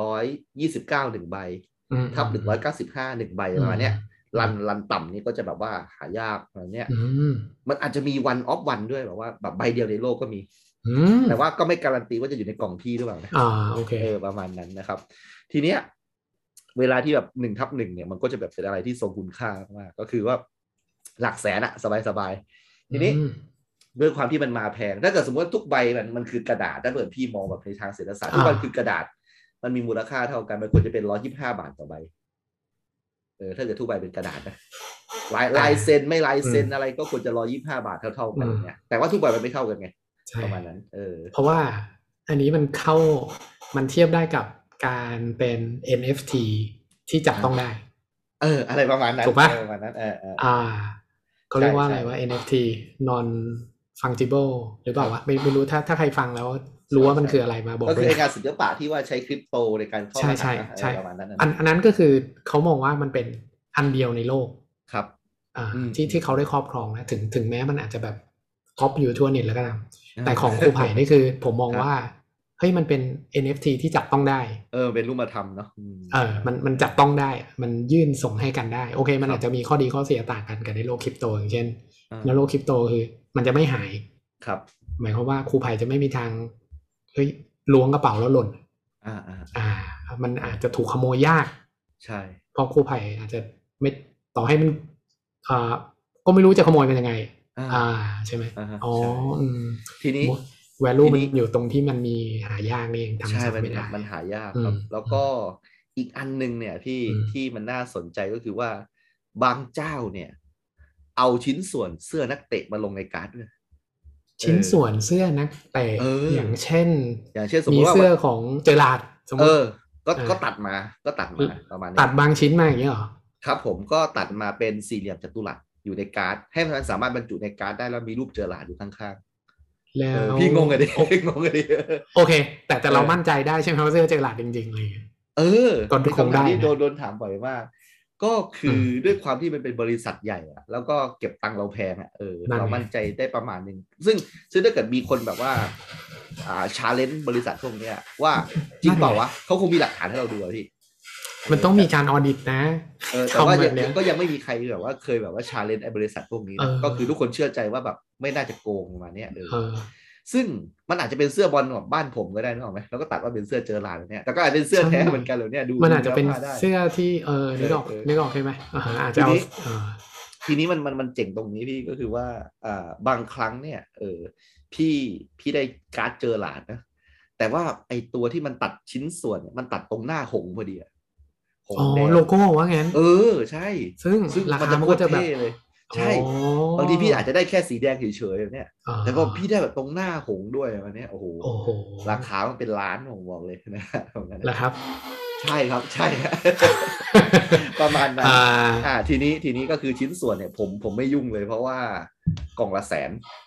129 1ใบทับ195 1ใบประมาณเนี้ยรันต่ำนี่ก็จะแบบว่าหายากอะไรเนี้ยมันอาจจะมีวันออฟวันด้วยแบบว่าแบบใบเดียวในโลกก็มีแต่ว่าก็ไม่การันตีว่าจะอยู่ในกล่องพี่หรือเปล่านะโอเคประมาณนั้นนะครับทีเนี้ยเวลาที่แบบ1/1เนี่ยมันก็จะแบบเป็นอะไรที่ทรงคุณค่ามากก็คือว่าหลักแสนอะสบายทีนี้ด้วยความที่มันมาแพงถ้าเกิดสมมติว่าทุกใบมันคือกระดาษถ้าเกิดพี่มองแบบในทางเศรษฐศาสตร์ทุกใบคือกระดาษมันมีมูลค่าเท่ากันมันควรจะเป็น125 บาทต่อใบถ้าเกิดทุกใบเป็นกระดาษนะลายเซ็นไม่ลายเซ็นอะไรก็ควรจะ125 บาทเท่ากันเนี่ยแต่ว่าทุกใบมันไม่เท่ากันไงประมาณนั้นเพราะว่าอันนี้มันเทียบได้กับการเป็น NFT ที่จับต้องได้อะไรประมาณนั้นถูกป่ะประมาณนั้นเขาเรียกว่าอะไรว่า NFT non fungible หรือเปล่าวะไม่รู้ถ้าใครฟังแล้วรู้ว่ามันคืออะไรมาบอกก็คืองานศิลปะที่ว่าใช้คริปโตในการเข้ามาใช่ประมาณนั้นอันนั้นก็คือเขามองว่ามันเป็นอันเดียวในโลกครับที่เขาได้ครอบครองนะถึงแม้มันอาจจะแบบก๊อปอยู่ทั่วเน็ตแล้วก็ตามแต่ของครูไผ่นี่คือผมมองว่าเฮ้ยมันเป็น NFT ที่จับต้องได้เป็นรูปธรรมเนาะมันจับต้องได้มันยื่นส่งให้กันได้โอเคมันอาจจะมีข้อดีข้อเสียต่างกันกับในโลกคริปโตอย่างเช่นในโลกคริปโตคือมันจะไม่หายครับหมายความว่าครูไผ่จะไม่มีทางเฮ้ยล้วงกระเป๋าแล้วหล่นมันอาจจะถูกขโมยยากใช่เพราะครูไผ่อาจจะไม่ต่อให้มันก็ไม่รู้จะขโมยมันยังไงใช่ไหมทีนี้ value มันอยู่ตรงที่มันมีหายากนี่เองทำใช่มันหายากครับแล้วก็อีกอันนึงเนี่ยที่มันน่าสนใจก็คือว่าบางเจ้าเนี่ยเอาชิ้นส่วนเสื้อนักเตะมาลงในการ์ดด้วยชิ้นส่วนเสื้อนักเตะอย่างเช่นสมมติว่าเสื้อของเจอราร์ดสมมติก็ตัดมาประมาณนี้ตัดบางชิ้นมาอย่างนี้หรอครับผมก็ตัดมาเป็นสี่เหลี่ยมจัตุรัสอยู่ในการ์ดให้มันสามารถบรรจุในการ์ดได้แล้วมีรูปเจอราร์ดอยู่ข้างๆแล้วพี่งงกันดิโอเคแต่เรามั่นใจได้ใช่ไหมว่าเสื้อเจอราร์ดจริงๆเลยก่อนคงได้โดนถามบ่อยมากก็คือด้วยความที่มันเป็นบริษัทใหญ่อะแล้วก็เก็บตังค์เราแพงอะเรามั่นใจได้ประมาณนึงซึ่งถ้าเกิดมีคนแบบว่าชาเลนจ์บริษัทพวกนี้ว่าจริงเปล่าวะเขาคงมีหลักฐานให้เราดูพี่มันต้องมีการออดิตนะแต่ว่าก็ยังไม่มีใครแบบว่าเคยแบบว่าชาเลนจ์ไอ้บริษัทพวกนี้นะก็คือทุกคนเชื่อใจว่าแบบไม่น่าจะโกงประมาณนี้ซึ่งมันอาจจะเป็นเสื้อบอลแบบบ้านผมก็ได้นึกออกไหมแล้วก็ตัดว่าเป็นเสื้อเจอราร์ดเนี่ยแต่ก็อาจจะเป็นเสื้อแท้เหมือนกันเลยเนี่ยดูมันอาจจะเป็นเสื้อที่นึกออกใช่ไหมอาจจะเอาทีนี้มันเจ๋งตรงนี้พี่ก็คือว่าบางครั้งเนี่ยพี่ได้การ์ดเจอราร์ดนะแต่ว่าไอตัวที่มันตัดชิ้นส่วนมันตัดตรงหน้าหงพอดีโลโก้ว่างั้นใช่ซึ่งราคามันก็จะแบบเลยใช่บางทีพี่อาจจะได้แค่สีแดงเฉยๆแบบเนี้ยแต่ก็พี่ได้แบบตรงหน้าหงด้วยวันนี้โอ้โหราคามันเป็นล้านผมบอกเลยนะแล้วครับใช่ครับใช่ ประมาณนั้นทีนี้ก็คือชิ้นส่วนเนี่ยผมไม่ยุ่งเลยเพราะว่ากล่องละ100,000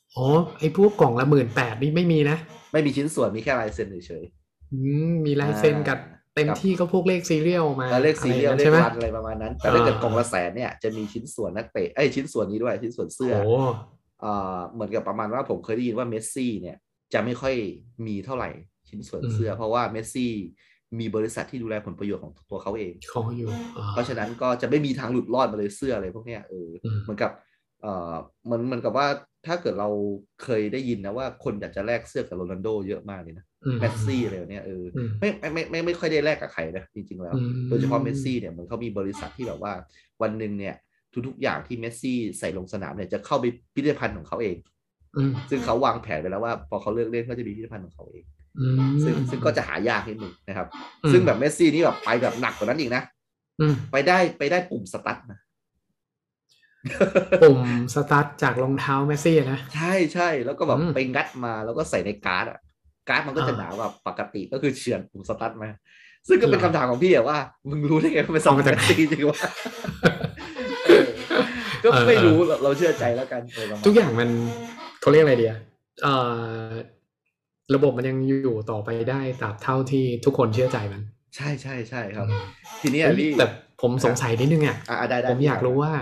อ๋อไอ้พวกกล่องละ18,000นี่ไม่มีนะไม่มีชิ้นส่วนมีแค่ลายเซ็นเฉยมีๆลายเซ็นกับเต็มกับที่ก็พวกเลขซีเรียลมาเลขอะไรซีเรียลเลอย่างนั้นใช่ไหมขรันอะไรประมาณนั้นแต่เอถ้าเกิดกล่องละอแสนเนี่ยจะมีชิ้นส่วนนักเตะชิ้นส่วนนี้ด้วยชิ้นส่วนเสื้อโหเหมือนกับประมาณว่าผมเคยได้ยินว่าเมสซี่เนี่ยจะไม่ค่อยมีเท่าไหร่ชิ้นส่วนอืมเสื้อเพราะว่าเมสซี่มีบริษัทที่ดูแลผลประโยชน์ของตัวเขาเองของอยู่เพราะฉะนั้นก็จะไม่มีทางหลุดรอดมาเลยเสื้ออะไรพวกเนี้ยอืมเหมือนกับเอ่อเหมือนกับว่าถ้าเกิดเราเคยได้ยินนะว่าคนอยากจะแลกเสื้อกับโรนัลโดเยอะมากเลยนะอืมเมสซี่อะไรเนี่ยอืมไม่ค่อยได้แลกกับใครนะจริงๆแล้วอืโดยเฉพาะเมสมซี่เนี่ยเหมือนเขามีบริษัทที่แบบว่าวันหนึ่งเนี่ยทุกๆอย่างที่เมสซี่ใส่ลงสนามเนี่ยจะเข้าไปพิพิธภัณฑ์ของเขาเองอืมซึ่งเขาวางแผนไปแล้วว่าพอเขาเลิกเล่นก็จะมีพิพิธภัณฑ์ของเขาเองอืซึ่งก็มจะหายากนิดนึงนะครับอืมซึ่งแบบเมสซี่นี่แบบไปแบบหนักกว่านั้นอีกนะอืมไปได้ปุ่มสตั๊ดนะปุ่มสตาร์ทจากรองเท้าเมสซี่นะใช่ใช่แล้วก็แบบอืมไปงัดมาแล้วก็ใส่ในการ์ดอ่ะการ์ดมันก็อ่าจะหนาแบบปกติก็คือเฉือนปุ่มสตาร์ทมาซึ่งก็เหรอเป็นคำถามของพี่อะว่ามึงรู้ได้ไงว่าเป็นสเอามาจากไหนตาร์ทซีจริงวะเออก็เออไม่เออรู้เราเชื่อใจแล้วกันประมาณนั้นทุกอย่างมันเขาเรียกอะไรเดียเอ่อระบบมันยังอยู่ต่อไปได้ตราบเท่าที่ทุกคนเชื่อใจมันใช่ใช่ใช่ครับอืมทีเนี้ยเฮ้ยพี่แต่ผมสฮะงสัยนิดนึงอ่ะได้ผมพี่ถามมาอยากรู้ว่า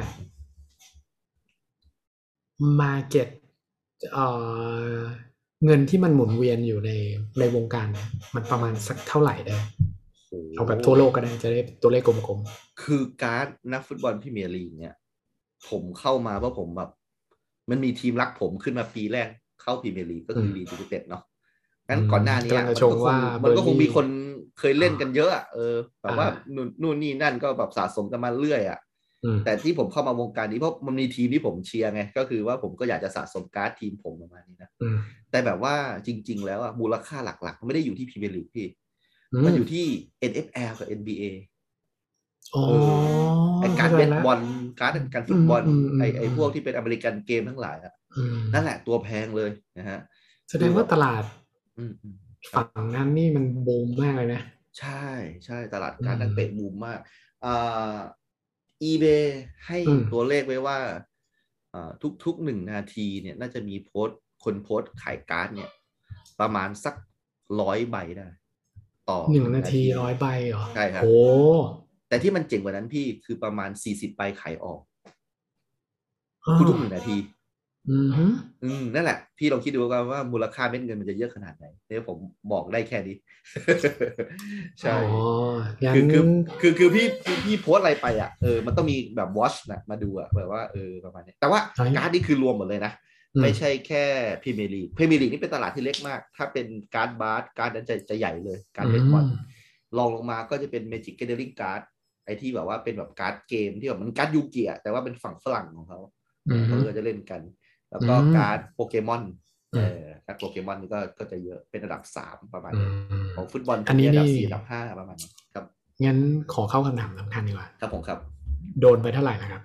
market เอ่อเงินที่มันหมุนเวียนอยู่ในวงการเนี่ยมันประมาณสักเท่าไหร่ได้โอ้โเอาแบบทั่วโลกก็ได้จะได้ตัวเลขกลมคือการ์ดนักฟุตบอลพรีเมียร์ลีกเนี่ยผมเข้ามาเพราะผมแบบมันมีทีมรักผมขึ้นมาปีแรกเข้าพรีเมียร์ลีกก็ๆคือลีดยูไนเต็ดเนาะ งั้นก่อนหน้านี้กำลังจะมันก็คงชงว่าเบมันก็อร์รี่คงมีคนเคยอ่าเล่นกันเยอะแบบว่าอ่านู่นนี่นั่นก็แบบสะสมกันมาเรื่อยอืมแต่ที่ผมเข้ามาวงการนี้เพราะมันมีทีมที่ผมเชียร์ไงก็คือว่าผมก็อยากจะสะสมการ์ดทีมผมประมาณนี้นะอืมแต่แบบว่าจริงๆแล้วมูลค่าหลักๆไม่ได้อยู่ที่พรีเมียร์ลีกพี่อืมมันอยู่ที่ NFL กับ NBA อ๋อเออไอการเข้าใจละเบสบอลการฟุอืมตบอลอืมอืมไออืมพวกที่เป็นอเมริกันเกมทั้งหลายอืมนั่นแหละตัวแพงเลยนะฮะแสดงคือแบบว่าตลาดครับฝั่งนั้นนี่มันบูมมากเลยนะใช่ใช่ตลาดอืการนักมเตะบูมมากอ่า eBay ให้อืมตัวเลขไว้ว่าทุก1 นาทีเนี่ยน่าจะมีคนโพสต์ขายการ์ดเนี่ยประมาณสัก100 ใบได้ต่อหนึ่หนึ่งงนาทีนาที 100 ใบเหรอโหใช่ครับแต่ที่มันเจ๋งกว่านั้นพี่คือประมาณ40 ใบขายออกอ้าวทุกๆ1 นาทีอืมฮึนั่นแหละพี่ลองคิดดูกันว่ามูลค่าเม็ดเงินมันจะเยอะขนาดไหนเนี่ยผมบอกได้แค่นี้ ใช่อ๋องั้นคือพี่โพสต์อะไรไปมันต้องมีแบบวอชนะมาดูแบบว่าประมาณนี้แต่ว่าเฮ้ยการ์ดนี่คือรวมหมดเลยนะอืมไม่ใช่แค่พรีเมียร์ลีกนี่เป็นตลาดที่เล็กมากถ้าเป็นการ์ดบาสการ์ดนั้นจะใหญ่เลยการ์ดอืเบสบอลมลองลงมาก็จะเป็น Magic Gathering การ์ดไอที่แบบว่าเป็นแบบการ์ดเกมที่แบบมันการ์ดยูกิอะแต่ว่าเป็นฝั่งฝรั่งของเขาอืมเขาฮึก็จะเล่นกันแล้วอืก็มการ์ดโปเกมอนอืมการ์ดโปเกมอนนี่ก็จะเยอะเป็นอันดับ3ประมาณอืนี้มของฟุตบอลพวกนี้อันนี้นี่อันดับ 4อันดับ 5ประมาณนี้ครับงั้นขอเข้าคำถามสำคัญดีกว่าครับผมครับโดนไปเท่าไหร่นะครับ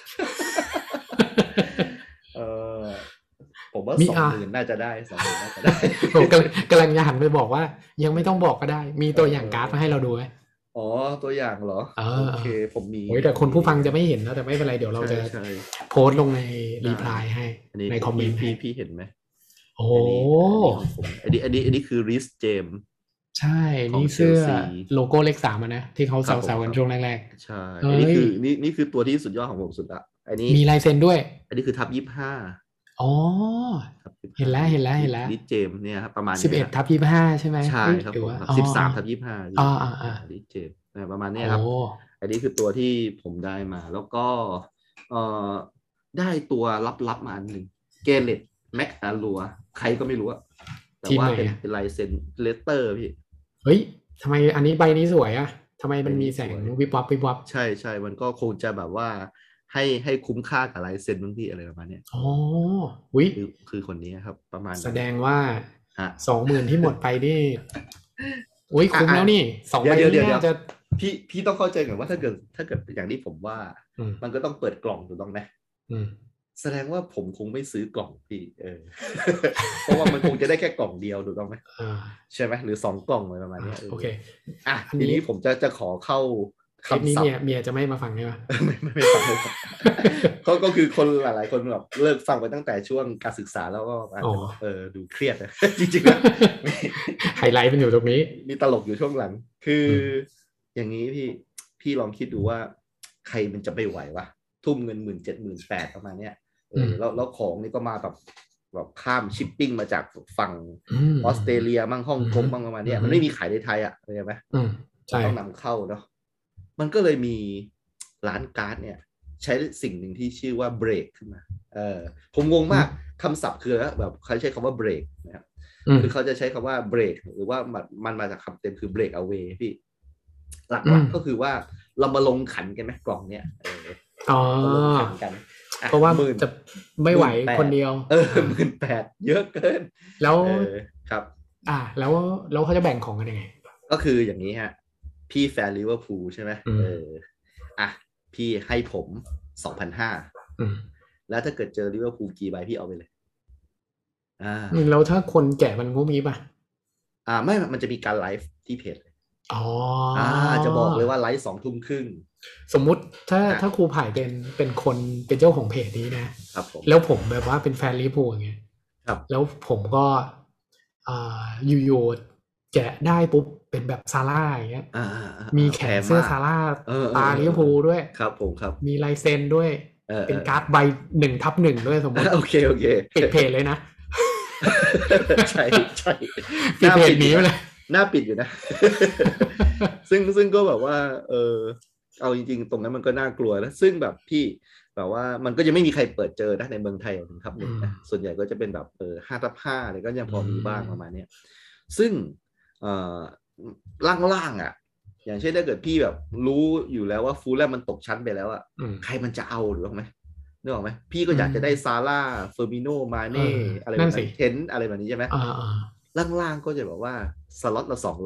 เออผมว่ามี 20,000น่าจะได้20,000น่าจะได้ผมกำลังจะหันไปบอกว่ายังไม่ต้องบอกก็ได้มีเอตัวอย่างการ์ดมาให้อเราดูไหมอ๋อตัวอย่างเหรอเอโอเคอเออผมมีโอ้ยแต่คนนี่ผู้ฟังจะไม่เห็นนะแต่ไม่เป็นไรเดี๋ยวเราใช่จะใช่โพสต์ลงในรีได้プライให้อันนี้ในคอมเมพี่นต์ให้เห็นไหมโอ้อันนี้ของผมอันนี้คือริสเจมใช่ของเชลนี่เสื้อซีโลโก้เลข3นะที่เขาครับผมแซวๆครับกันช่วงแรกใช่ๆเฮ้ยนี่คือตัวที่สุดยอดของผมสุดละอันนี้มีลายเซ็นด้วยอันนี้คือทับ25 อ๋อทับยี่สิบเห็นห้าแล้วเห็นแล้วริเห็นแล้วริสเจมเนี่ยครับประมาณสิบเนี้ยครับเอ็ดทับ25ใช่ไหมใช่เฮ้ยครับหรือว่าผมครับอ๋ออ๋อ 13/25 อ๋อพี่อ่าลิเจมประมาณนี้โอ้ครับอันนี้คือตัวที่ผมได้มาแล้วก็เอ่อได้ตัวลับๆมาอันหนึ่งเกเลตแม็กอารัวใครก็ไม่รู้อะแต่ว่าเป็นทีมไหนอะลายเซ็นเลสเตอร์พี่เฮ้ยทำไมอันนี้ใบนี้สวยอะทำไมใบมันมีแสงนี้สวยวิบวับวิบวับใช่ใช่มันก็คงจะแบบว่าให้คุ้มค่ากับลายเซ็นบางที่อะไรประมาณเนี้ยอ๋อวิคือคนนี้ครับประมาณแสนั้นดงว่าฮะ 20,000ที่หมดไปนี่อุ้ยคุ้มแล้วนี่สองเดี๋ยใบวเดี๋ยวเดี๋ยวเดี๋ยวนี้น่าจะพี่ต้องเข้าใจก่อนว่าถ้าเกิดอย่างที่ผมว่าอืมมันก็ต้องเปิดกล่องถูกต้องไหมอืมแสดงว่าผมคงไม่ซื้อกล่องพี่เพราะว่ามันคงจะได้แค่กล่องเดียวถูกต้องไหมอ่าใช่ไหมหรือ2 กล่องอะไรประมาณนี้โอเคอ่ะอันนี้ทีนี้ผมจะขอเข้าคลิปนี้เมียจะไม่มาฟังใช่ไหมไม่ฟังเลยก็คือคนหลายๆคนแบบเลิกฟังไปตั้งแต่ช่วงการศึกษาแล้วก็อาจจะดูเครียดนะจริงๆแล้วไฮไลท์มันอยู่ตรงนี้มีตลกอยู่ช่วงหลังคืออย่างนี้พี่ลองคิดดูว่าใครมันจะไปไหววะทุ่มเงิน17,000 18,000ประมาณเนี้ยแล้วของนี่ก็มาแบบข้ามชิปปิ้งมาจากฝั่งออสเตรเลียมั่งฮ่องกงมั่งประมาณเนี้ยมันไม่มีขายในไทยอ่ะเข้าใจไหมต้องนำเข้าเนาะมันก็เลยมีร้านการ์ดเนี่ยใช้สิ่งหนึ่งที่ชื่อว่าเบรกขึ้นมาผมงงมากคำศัพท์คือแบบเขาใช้คำว่าเบรกนะครับคือเขาจะใช้คำว่าเบรกหรือว่ามันมาจากคำเต็มคือเบรกเอาเวพี่หลักๆก็คือว่าเรามาลงขันกันไหมกล่องเนี่ยลงขันกันเพราะว่าจะไม่ไหวคนเดียว 18,000เยอะเกินแล้วครับแล้วเขาจะแบ่งของกันยังไงก็คืออย่างนี้ฮะพี่แฟนลิเวอร์พูลใช่ไหมพี่ให้ผม 2,500 แล้วถ้าเกิดเจอลิเวอร์พูลกี่ใบพี่เอาไปเลยแล้วถ้าคนแก่มันงุ้มงี้ป่ะไม่มันจะมีการไลฟ์ที่เพจจะบอกเลยว่าไลฟ์ 20:30 น. สมมุติถ้าครูไผ่เป็นคนเป็นเจ้าของเพจนี้นะครับผมแล้วผมแบบว่าเป็นแฟนลิเวอร์พูลอย่างเงี้ยครับแล้วผมก็อยู่ๆแกะได้ปุ๊บเป็นแบบซาร่าอย่างเงี้ยมีแขนเสื้อซาร่าตาลิเวอร์พูลด้วยครับผมครับมีลายเซ็นด้วยเป็นการ์ดใบ 1/1ด้วยสมมติโอเคปิดเพจเลยนะใช่ปิดเพจนี้ไปเลยหน้าปิดอยู่นะซึ่งก็แบบว่าเอาจริงๆตรงนั้นมันก็น่ากลัวนะซึ่งแบบพี่แบบว่ามันก็ยังไม่มีใครเปิดเจอนะในเมืองไทยครับหนึ่งนะส่วนใหญ่ก็จะเป็นแบบ5/5อะไรก็ยังพอมีบ้างประมาณนี้ซึ่งล่างๆอ่ะอย่างเช่นถ้าเกิดพี่แบบรู้อยู่แล้วว่าฟูลแลมมันตกชั้นไปแล้วอ่ะใครมันจะเอาหรือเปล่าไหมนึกออกไหมพี่ก็อยากจะได้ซาร่าเฟอร์มิโนมาเน่อะไรแบบนี้เทนอะไรแบบนี้ใช่ไหมล่างๆก็จะแบบว่าสล็อตละ200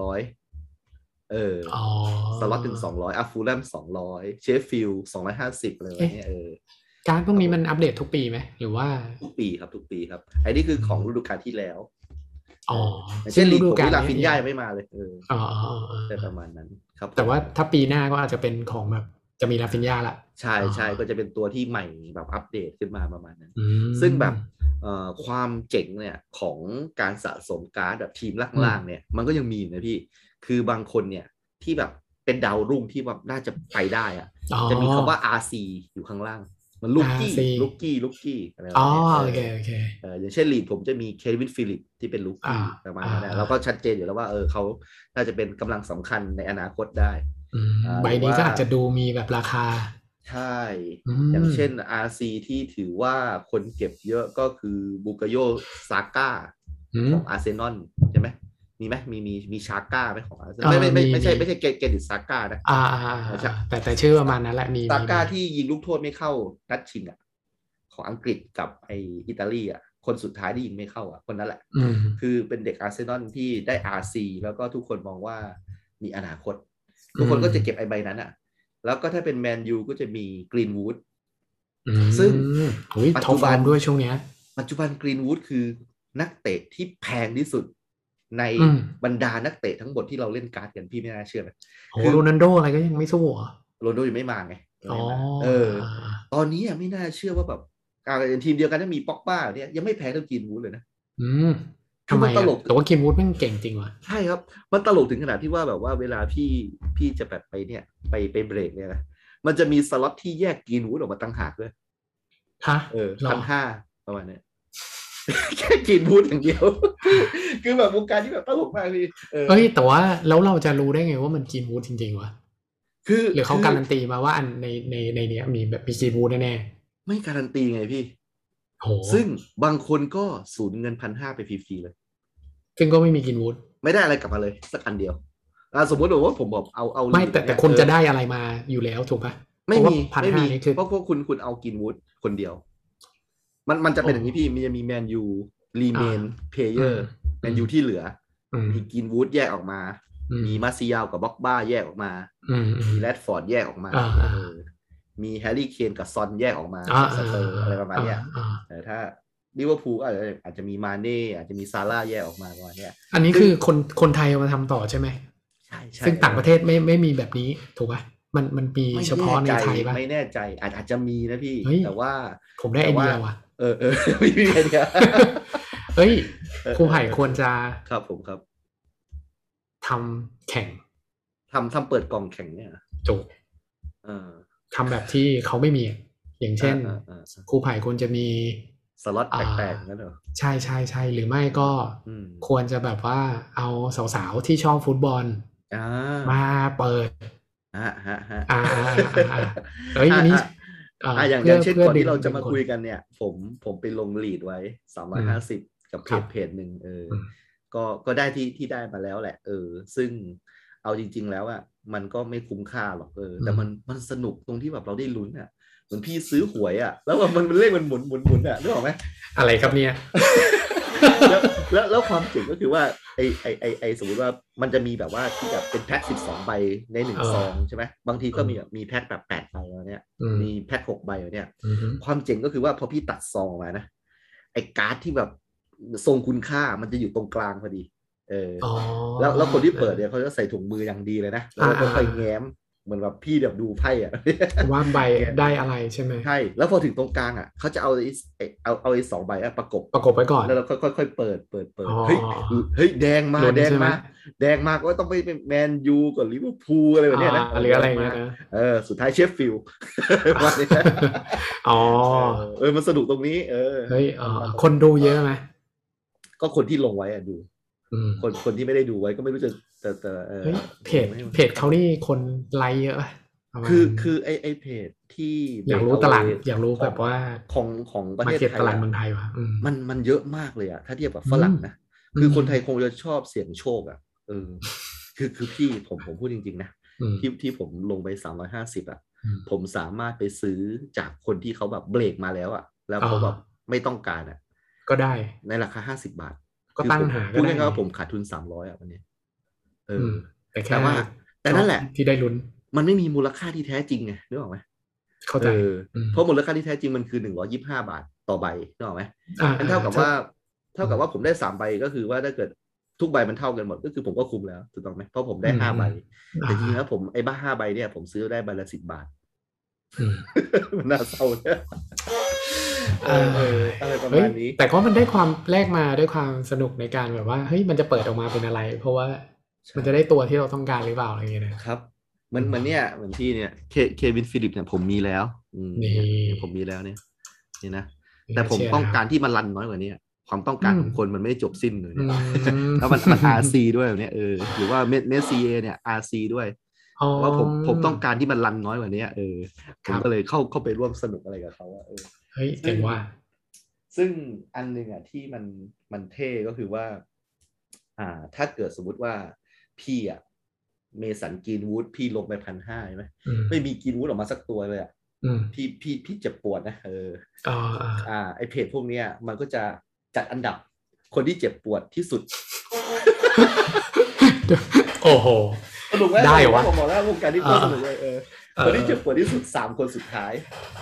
สล็อตถึง200ฟูลแลม200เชฟฟิลด์250อะไรแบบนี้การพวกนี้มันอัปเดตทุกปีไหมหรือว่าทุกปีครับไอ้นี่คือของฤดูกาลที่แล้วเช่นฤดูกาลลาฟินย่าไม่มาเลยแต่ประมาณนั้นครับแต่ว่าถ้าปีหน้าก็อาจจะเป็นของแบบจะมีลาฟินย่าละใช่ก็จะเป็นตัวที่ใหม่แบบอัปเดตขึ้นมาประมาณนั้นซึ่งแบบความเจ๋งเนี่ยของการสะสมการ์ดแบบทีมล่างๆเนี่ยมันก็ยังมีนะพี่คือบางคนเนี่ยที่แบบเป็นดาวรุ่งที่แบบน่าจะไปได้อะจะมีคำว่า RC อยู่ข้างล่างมันลูกกี้อะไรแบบนี้โอเคอย่างเช่นลีดผมจะมีเควินฟิลิปที่เป็นลูกกี้ประมาณนั้นเราก็ชัดเจนอยู่แล้วว่าเขาน่าจะเป็นกำลังสำคัญในอนาคตได้ใบนี้ก็อาจจะดูมีแบบราคาใช่อย่างเช่น RC ที่ถือว่าคนเก็บเยอะก็คือบูกาโยซาก้าของอาร์เซนอลใช่ไหมมีไหมมีชาก้าไหมของอาร์เซนอลไม่ใช่เกดิซซาก้านะแต่ชื่อประมาณนั้นแหละมีซาก้าที่ยิงลูกโทษไม่เข้านัดชิงของอังกฤษกับไออิตาลีคนสุดท้ายที่ยิงไม่เข้าคนนั้นแหละคือเป็นเด็กอาร์เซนอลที่ได้ RC แล้วก็ทุกคนมองว่ามีอนาคตทุกคนก็จะเก็บไอใบนั้นแล้วก็ถ้าเป็นแมนยูก็จะมีกรีนวูดซึ่งปัจจุบันด้วยช่วงนี้ปัจจุบันกรีนวูดคือนักเตะที่แพงที่สุดในบรรดานักเตะทั้งหมดที่เราเล่นการ์ดกันพี่ไม่น่าเชื่อเลยโรนัลโดอะไรก็ยังไม่สู้โรนัลโดยังไม่มาไงตอนนี้ไม่น่าเชื่อว่าแบบทีมเดียวกันถ้ามีป็อกบ้าเนี่ยยังไม่แพ้เท่ากรีนวูดเลยนะทำไมตลกแต่ว่ากรีนวูดมันเก่งจริงว่ะใช่ครับมันตลกถึงขนาดที่ว่าแบบว่าเวลาพี่จะแบบไปเนี่ยไปเบรกเนี่ยนะมันจะมีสล็อตที่แยกกรีนวูดออกมาตั้งหากด้วย1,500ประมาณนี้แค่กรีนวูดอย่างเดียวคือแบบวงการที่แบบตลกมากพี่เฮ้ยแต่ว่าแล้วเราจะรู้ได้ไงว่ามันกรีนวูดจริงๆวะหรือเขาการันตีมาว่าอันในเนี้ยมีแบบมีกรีนวูดแน่ๆไม่การันตีไงพี่ซึ่งบางคนก็สูญเงิน 1,500 ไปฟรีๆเลยซึ่งก็ไม่มีกรีนวูดไม่ได้อะไรกลับมาเลยสักอันเดียวสมมติว่าผมบอกเอาไม่แต่คนจะได้อะไรมาอยู่แล้วถูกปะไม่มีเพราะคุณเอากรีนวูดคนเดียวมันจะเป็นอย่างนี้พี่มันจะมีแมนยูรีเมนเพลเยอร์แมนยูที่เหลือมีกรีนวูดแยกออกมามีมาซิยาลกับบ็อกบ้าแยกออกมามีแรดฟอร์ดแยกออกมามีแฮร์รี่เคนกับซอนแยกออกมาสเตอร์อะไรประมาณนี้แต่ถ้าลิเวอร์พูลอาจจะมีมาเน่อาจจะมีซาร่าแยกออกมาประมาณนี้อันนี้คือคนไทยเอามาทำต่อใช่ไหมใช่ซึ่งต่างประเทศไม่มีแบบนี้ถูกป่ะมันมีเฉพาะในไทยป่ะไม่แน่ใจอาจจะมีนะพี่แต่ว่าผมได้ไอเดียว่ะมีไอเดียเฮ้ยครูไผ่ควรจะครับผมครับทำแข่งทำเปิดกล่องแข่งเนี่ยจุกทำแบบที่เขาไม่มีอย่างเช่นครูไผ่ควรจะมีสล็อตแปลกๆนั่นเหรอใช่ใช่ใช่หรือไม่ก็ควรจะแบบว่าเอาสาวๆที่ชอบฟุตบอลมาเปิดเอ้ยนี่อย่างเช่นก่อนที่เราจะมาคุยกันเนี่ยผมไปลงลีดไว้350กับเพจหนึ่งก็ได้ที่ได้มาแล้วแหละซึ่งเอาจริงๆแล้วอ่ะมันก็ไม่คุ้มค่าหรอกแต่มันสนุกตรงที่แบบเราได้ลุ้นอ่ะเหมือนพี่ซื้อหวยอ่ะแล้วมันเลขมันหมุนอ่ะนึกออกไหมอะไรครับเนี่ยแล้วความเจ๋งก็คือว่าไอสมมติว่ามันจะมีแบบว่าที่แบบเป็นแพ็ค12ใบใน1ซองใช่ไหมบางทีก็มีแพ็คแบบ8ใบแล้วเนี่ยมีแพ็ค6ใบแล้วเนี่ยความเจ๋งก็คือว่าพอพี่ตัดซองมานะไอการ์ดที่แบบทรงคุณค่ามันจะอยู่ตรงกลางพอดีแล้วคนที่เปิดเนี่ยเขาจะใส่ถุงมืออย่างดีเลยนะแล้วก็ค่อยแง้มเหมือนแบบพี่แบบดูไพ่อะว่าใบได้อะไรใช่ไหมใช่แล้วพอถึงตรงกลางอ่ะเขาจะเอาไอ้2ใบประกบไว้ก่อนแล้วเราค่อยๆเปิดเฮ้ยแดงมาก็ต้องไปเป็นแมนยูกับลิเวอร์พูลอะไรแบบนี้นะหรืออะไรเงี้ยนะสุดท้ายเชฟฟิลด์มันสนุกตรงนี้เฮ้ยคนดูเยอะไหมก็คนที่ลงไว้อะดูคนที่ไม่ได้ดูไว้ก็ไม่รู้จะแต่เพจเขานี่คนไลค์เยอะคือไอเพจที่อยากรู้ตลาดอยากรู้แบบว่าของประเทศไทยตลาดเมืองไทยวะมันเยอะมากเลยอะถ้าเทียบกับฝรั่งนะคือคนไทยคงจะชอบเสี่ยงโชคอะคือพี่ผมพูดจริงๆนะที่ผมลงไป350อะผมสามารถไปซื้อจากคนที่เขาแบบเบรกมาแล้วอะแล้วเขาแบบไม่ต้องการอะก็ได้ในราคา50 บาทก็ตั้งหาพูดง่ายๆว่าผมขาดทุน300อะวันนี้แต่นั่นแหละที่ได้ลุ้นมันไม่มีมูลค่าที่แท้จริงไงนึกออกไหมเข้าใจเพราะมูลค่าที่แท้จริงมันคือ125 บาทต่อใบนึกออกไหมนั่นเท่ากับว่าผมได้3 ใบก็คือว่าถ้าเกิดทุกใบมันเท่ากันหมดก็คือผมก็คุ้มแล้วถูกต้องไหมเพราะผมได้5 ใบแต่จริงๆแล้วผมไอ้บ้า5 ใบเนี่ยผมซื้อได้ใบละ10 บาทมันน่าเศร้าเนี่ยอะไรประมาณนี้แต่ก็มันได้ความแลกมาด้วยความสนุกในการแบบว่าเฮ้ยมันจะเปิดออกมาเป็นอะไรเพราะว่ามันจะได้ตัวที่เราต้องการหรือเปล่าอะไรอย่างเงี้ยนะครับเหมือนเนี่ยเหมือนที่เนี่ยเควินฟิลิปเนี่ยผมมีแล้วนี่ผมมีแล้วเนี่ยนี่นะแต่ผมต้องการที่มันรันน้อยกว่านี้ความต้องการของคนมันไม่ได้จบสิ้นเลยแล้วมันRC ด้วยแบบนี้หรือว่าเมสซีเนี่ย RC ด้วยว่าผมต้องการที่มันรันน้อยกว่านี้ผมก็เลยเข้าไปร่วมสนุกอะไรกับเขาเฮ้ยเจ๋งว่าซึ่งอันหนึ่งที่มันเท่ก็คือว่าถ้าเกิดสมมุติว่าพี่เมสันกรีนวูดพี่ลงไป1,500ใช่ไหมไม่มีกรีนวูดออกมาสักตัวเลยพี่เจ็บปวดนะไอเพจพวกนี้มันก็จะจัดอันดับคนที่เจ็บปวดที่สุดโอ้โหสนุกไหมได้วะผมบอกแล้ววงการที่สนุกเลยคนที่เจ็บปวดที่สุด3 คนสุดท้าย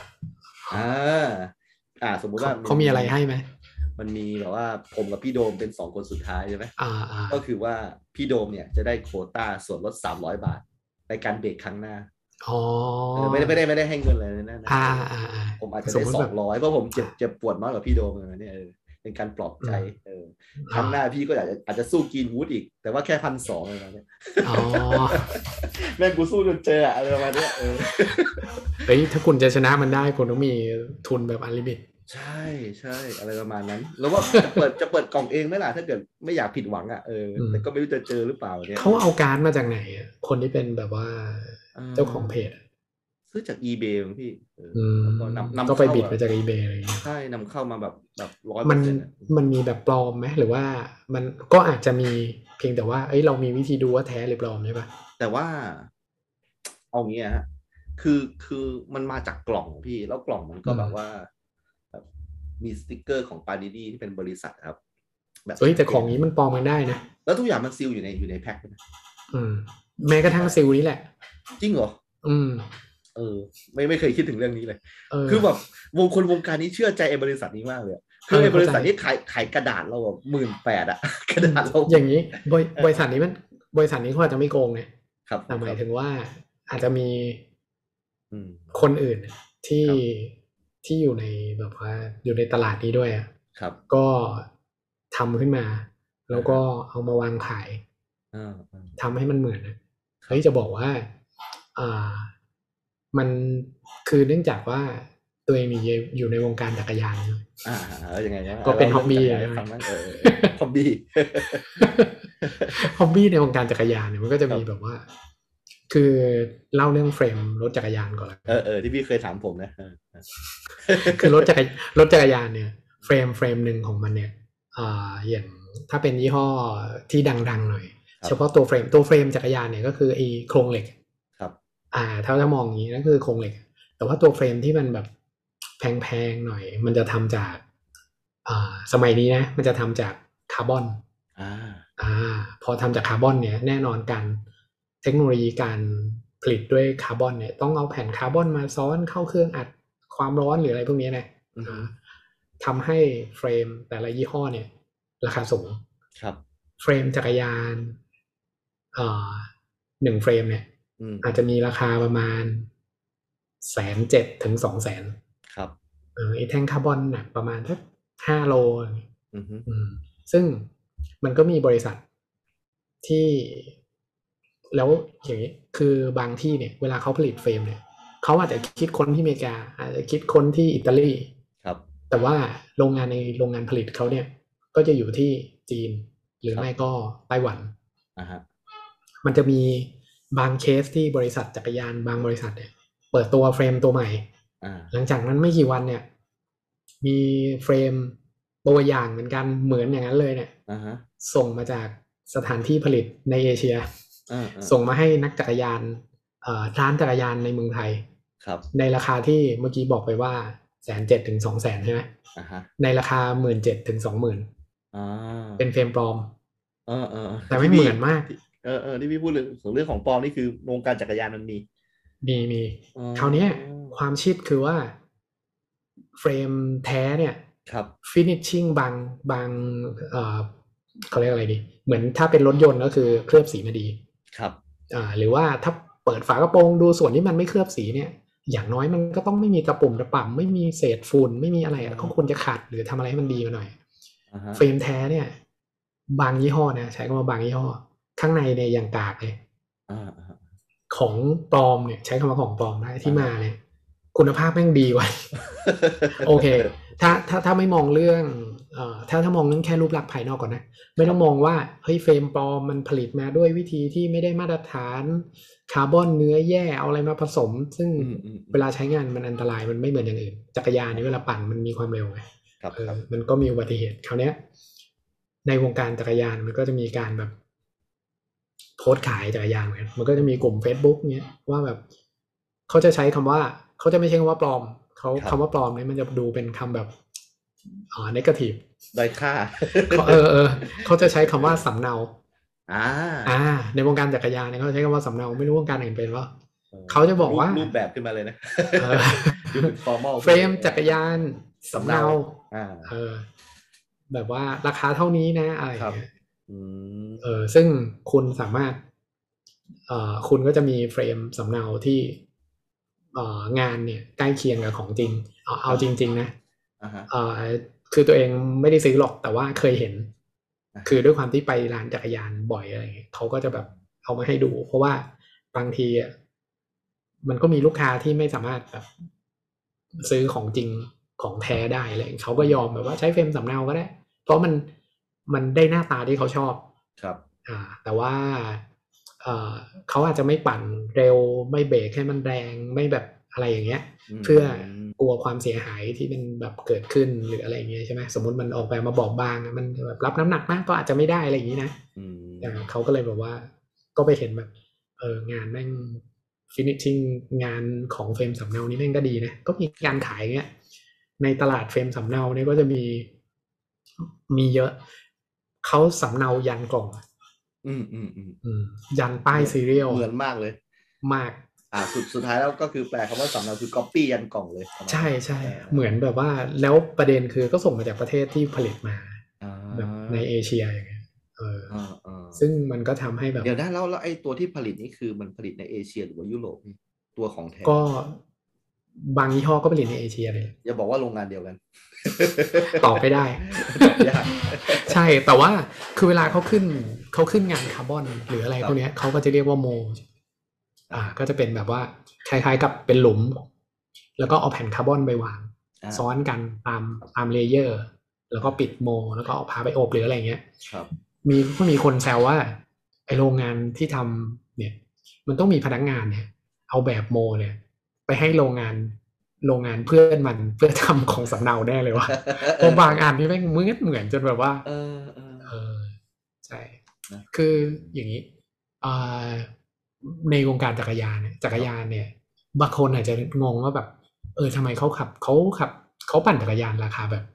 สมมุติว่าเขามีอะไรให้ไหมมันมีแบบว่าผมกับพี่โดมเป็น2 คนสุดท้ายใช่ไหมก็คือว่าพี่โดมเนี่ยจะได้โควต้าส่วนลด300 บาทในการเบรกครั้งหน้าไม่ได้ให้เงินเลยนะผมอาจจะได้200เพราะผมเจ็บปวดมากกว่าพี่โดมเลยเนี่ยเป็นการปลอบใจครั้งหน้าพี่ก็อาจจะสู้กินวูดอีกแต่ว่าแค่1,200เลยนะเนี่ยแม่งกูสู้จนเจออะไรประมาณนี้เฮ้ยถ้าคุณจะชนะมันได้คุณต้องมีทุนแบบอันลิมิตใช่อะไรประมาณนั้นแล้วว่าจะเปิดกล่องเองไหมล่ะถ้าเกิดไม่อยากผิดหวังแต่ก็ไม่รู้จะเจอหรือเปล่าเนี่ยเขาเอาการ์ดมาจากไหนคนที่เป็นแบบว่าเจ้าของเพจซื้อจาก eBay มั้งพี่แล้วก็นำก็ไปบิดมาจาก eBay อะไรอย่างเงี้ยใช่นำเข้ามาแบบมันมีแบบปลอมไหมหรือว่ามันก็อาจจะมีเพียงแต่ว่าเรามีวิธีดูว่าแท้หรือปลอมใช่ปะแต่ว่าเอางี้ฮะคือมันมาจากกล่องพี่แล้วกล่องมันก็แบบว่าแบบมีสติ๊กเกอร์ของปานิดี้ที่เป็นบริษัทครับแบบแต่ของนี้มันปลอมกันได้นะแล้วทุกอย่างมันซีลอยู่ในแพ็คนะแม้กระทั่งซีลนี้แหละจริงเหรอไม่เคยคิดถึงเรื่องนี้เลยคือแบบวงการนี้เชื่อใจไอ้บริษัทนี้มากเลยคือไอ้บริษัทนี้ขายกระดาษเราแบบ18,000กระดาษเราอย่างนี้บริษัทนี้เขาอาจจะไม่โกงไงแต่หมายถึงว่าอาจจะมีอืมคนอื่นที่ครับที่อยู่ในแบบว่าอยู่ในตลาดนี้ด้วยอ่ะครับก็ทำขึ้นมา แล้วก็อ่าฮะเอามาวางขายอ่าทำให้มันเหมือนนะครัเฮ้ยบจะบอกว่า มันคือเนื่องจากว่าตัวเองนี่อยู่ในวงการจักรยานใช่ไหมยังไงนะก็เป็นล่าฮ็อบบี้จักรยานให้ฟังบ้างฮ็อบบี้ฮอบบี้ในวงการจักรยานเนี่ยมันก็จะมีครับแบบว่า คือเล่าเรื่องเฟรมรถจักรยานก่อนละกันที่พี่เคยถามผมนะคือรถจักรยานเนี่ยเฟรมหนึ่งของมันเนี่ยอย่างถ้าเป็นยี่ห้อที่ดังๆหน่อยครับเฉพาะตัวเฟรมจักรยานเนี่ยก็คือไอ้โครงเหล็กครับถ้ามองอย่างนี้นั่นคือโครงเหล็ก แต่ว่าตัวเฟรมที่มันแบบแพงๆหน่อย มันจะทำจากสมัยนี้นะมันจะทำจากคาร์บอนพอทำจากคาร์บอนเนี่ยแน่นอนการเทคโนโลยีการผลิตด้วยคาร์บอนเนี่ยต้องเอาแผ่นคาร์บอนมาซ้อนเข้าเครื่องอัดความร้อนหรืออะไรพวกนี้นะทำให้เฟรมแต่ละยี่ห้อเนี่ยราคาสูงครับเฟรมจักรยาน1เฟรมเนี่ยอาจจะมีราคาประมาณ170,000 ถึง 200,000 ครับไอ้แท่งคาร์บอนหนักประมาณสัก5 โลซึ่งมันก็มีบริษัทที่แล้วอย่างนี้คือบางที่เนี่ยเวลาเขาผลิตเฟรมเนี่ยเขาอาจจะคิดค้นที่อเมริกาอาจจะคิดค้นที่อิตาลีครับแต่ว่าโรงงานผลิตเขาเนี่ยก็จะอยู่ที่จีนหรือไม่ก็ไต้หวันมันจะมีบางเคสที่บริษัทจักรยานบางบริษัทเนี่ยเปิดตัวเฟรมตัวใหม่หลังจากนั้นไม่กี่วันเนี่ยมีเฟรมตัวอย่างเหมือนกันเหมือนอย่างนั้นเลยเนี่ยส่งมาจากสถานที่ผลิตในเอเชียส่งมาให้นักจักรยานร้านจักรยานในเมืองไทยในราคาที่เมื่อกี้บอกไปว่า170,000 ถึง 200,000 ใช่ไหมในราคา 17,000 ถึง 20,000เป็นเฟรมปลอมแต่ไม่เหมือนมากที่พี่พูดเรื่องของปลอมนี่คือวงการจักรยานมันมีคราวนี้ความชิดคือว่าเฟรมแท้เนี่ยฟินิชชิ่งบางเขาเรียกอะไรดีเหมือนถ้าเป็นรถยนต์ก็คือเคลือบสีมาดีหรือว่าถ้าเปิดฝากระโปรงดูส่วนที่มันไม่เคลือบสีเนี่ยอย่างน้อยมันก็ต้องไม่มีตะปุ่มตะป่ำไม่มีเศษฝุ่นไม่มีอะไรก็ควรจะขัดหรือทำอะไรให้มันดีมาหน่อยเฟรมแท้เนี่ยบางยี่ห้อนะใช้คำว่าบางยี่ห้อข้างในเนี่ยอย่างกากเลยของปลอมเนี่ยใช้คำว่าของปลอมได้ที่มาเนี่ยคุณภาพแม่งดีกว่า โอเคถ้าไม่มองเรื่องถ้ามองเรื่องแค่รูปลักษณ์ภายนอกก่อนนะไม่ต้องมองว่าเฮ้ยเฟรมปลอมมันผลิตมาด้วยวิธีที่ไม่ได้มาตรฐานคาร์บอนเนื้อแย่เอาอะไรมาผสมซึ่งเวลาใช้งานมันอันตรายมันไม่เหมือนอย่างอื่นจักรยานนี่เวลาปั่นมันมีความเร็วไงมันก็มีอุบัติเหตุคราวนี้ในวงการจักรยานมันก็จะมีการแบบโพสต์ขายจักรยานเหมือนกันมันก็จะมีกลุ่ม Facebook เนี้ยว่าแบบเขาจะใช้คำว่าเขาจะไม่ใช่คำว่าปลอมคำว่าปลอมเนี่ยมันจะดูเป็นคำแบบnegative ด้อยค่าเขาจะใช้คำว่าสำเนาในวงการจักรยานเนี่ยเขาใช้คำว่าสำเนาไม่รู้วงการอื่นเป็นว่าเขาจะบอกว่ารูปแบบขึ้นมาเลยนะดูเป็น formal เฟรมจักรยานสำเนาแบบว่าราคาเท่านี้นะอะไรอย่างเงี้ยซึ่งคุณสามารถคุณก็จะมีเฟรมสำเนาที่งานเนี่ยใกล้เคียงกับของจริงเอาจริงๆนะคือตัวเองไม่ได้ซื้อหรอกแต่ว่าเคยเห็นคือด้วยความที่ไปร้านจักรยานบ่อยอะไรเงี้ยเขาก็จะแบบเอามาให้ดูเพราะว่าบางทีมันก็มีลูกค้าที่ไม่สามารถแบบซื้อของจริงของแท้ได้อะไรเขาก็ยอมแบบว่าใช้เฟรมสำเนาก็ได้เพราะมันได้หน้าตาที่เขาชอบแต่ว่าเขาอาจจะไม่ปั่นเร็วไม่เบรกให้มันแรงไม่แบบอะไรอย่างเงี้ยเพื่อกลัวความเสียหายที่มันแบบเกิดขึ้นหรืออะไรอย่างเงี้ยใช่ไหมสมมติมันออกแบบมาบอบบางมันแบบรับน้ำหนักมากก็อาจจะไม่ได้อะไรอย่างงี้นะเขาก็เลยแบบว่าก็ไปเห็นแบบงานแม่งฟินิชชิ่งงานของเฟรมสำเนานี่แม่งก็ดีนะก็มีการขายเงี้ยในตลาดเฟรมสำเนาเนี่ยก็จะมีเยอะเขาสำเนายันกล่องยันป้ายซีเรียลเหมือนมากเลยมากสุดท้ายแล้วก็คือแปลคำว่าสำเนาคือ copy ยันกล่องเลยใช่ใช่เหมือนแบบว่าแล้วประเด็นคือก็ส่งมาจากประเทศที่ผลิตมาแบบในเอเชียอย่างเงี้ยซึ่งมันก็ทำให้แบบเดี๋ยวนะแล้วไอ้ตัวที่ผลิตนี่คือมันผลิตในเอเชียหรือว่ายุโรปนี่ตัวของแท้ก็บางยี่ห้อก็ผลิตในเอเชียเลยอย่าบอกว่าโรงงานเดียวกันตอบไม่ได้ตอบยากใช่แต่ว่าคือเวลาเขาขึ้นงานคาร์บอนหรืออะไรพวกนี้เขาก็จะเรียกว่าโมก็จะเป็นแบบว่าคล้ายๆกับเป็นหลุมแล้วก็เอาแผ่นคาร์บอนไปวางซ้อนกันตามเลเยอร์แล้วก็ปิดโมแล้วก็เอาพาไปอบหรืออะไรเงี้ยมีคนแซวว่าไอโรงงานที่ทำเนี่ยมันต้องมีพนักงานเนี่ยเอาแบบโมเนี่ยไปให้โรงงานเพื่อนมันเพื่อทำของสำเนาแน่เลยว่าเพราะบางอันนี่แม่งเหมือนจนแบบว่าใช่คืออย่างนี้ในวงการจักรยานเนี่ยบางคนอาจจะงงว่าแบบทำไมเขาปั่นจักรยานราคาแบบ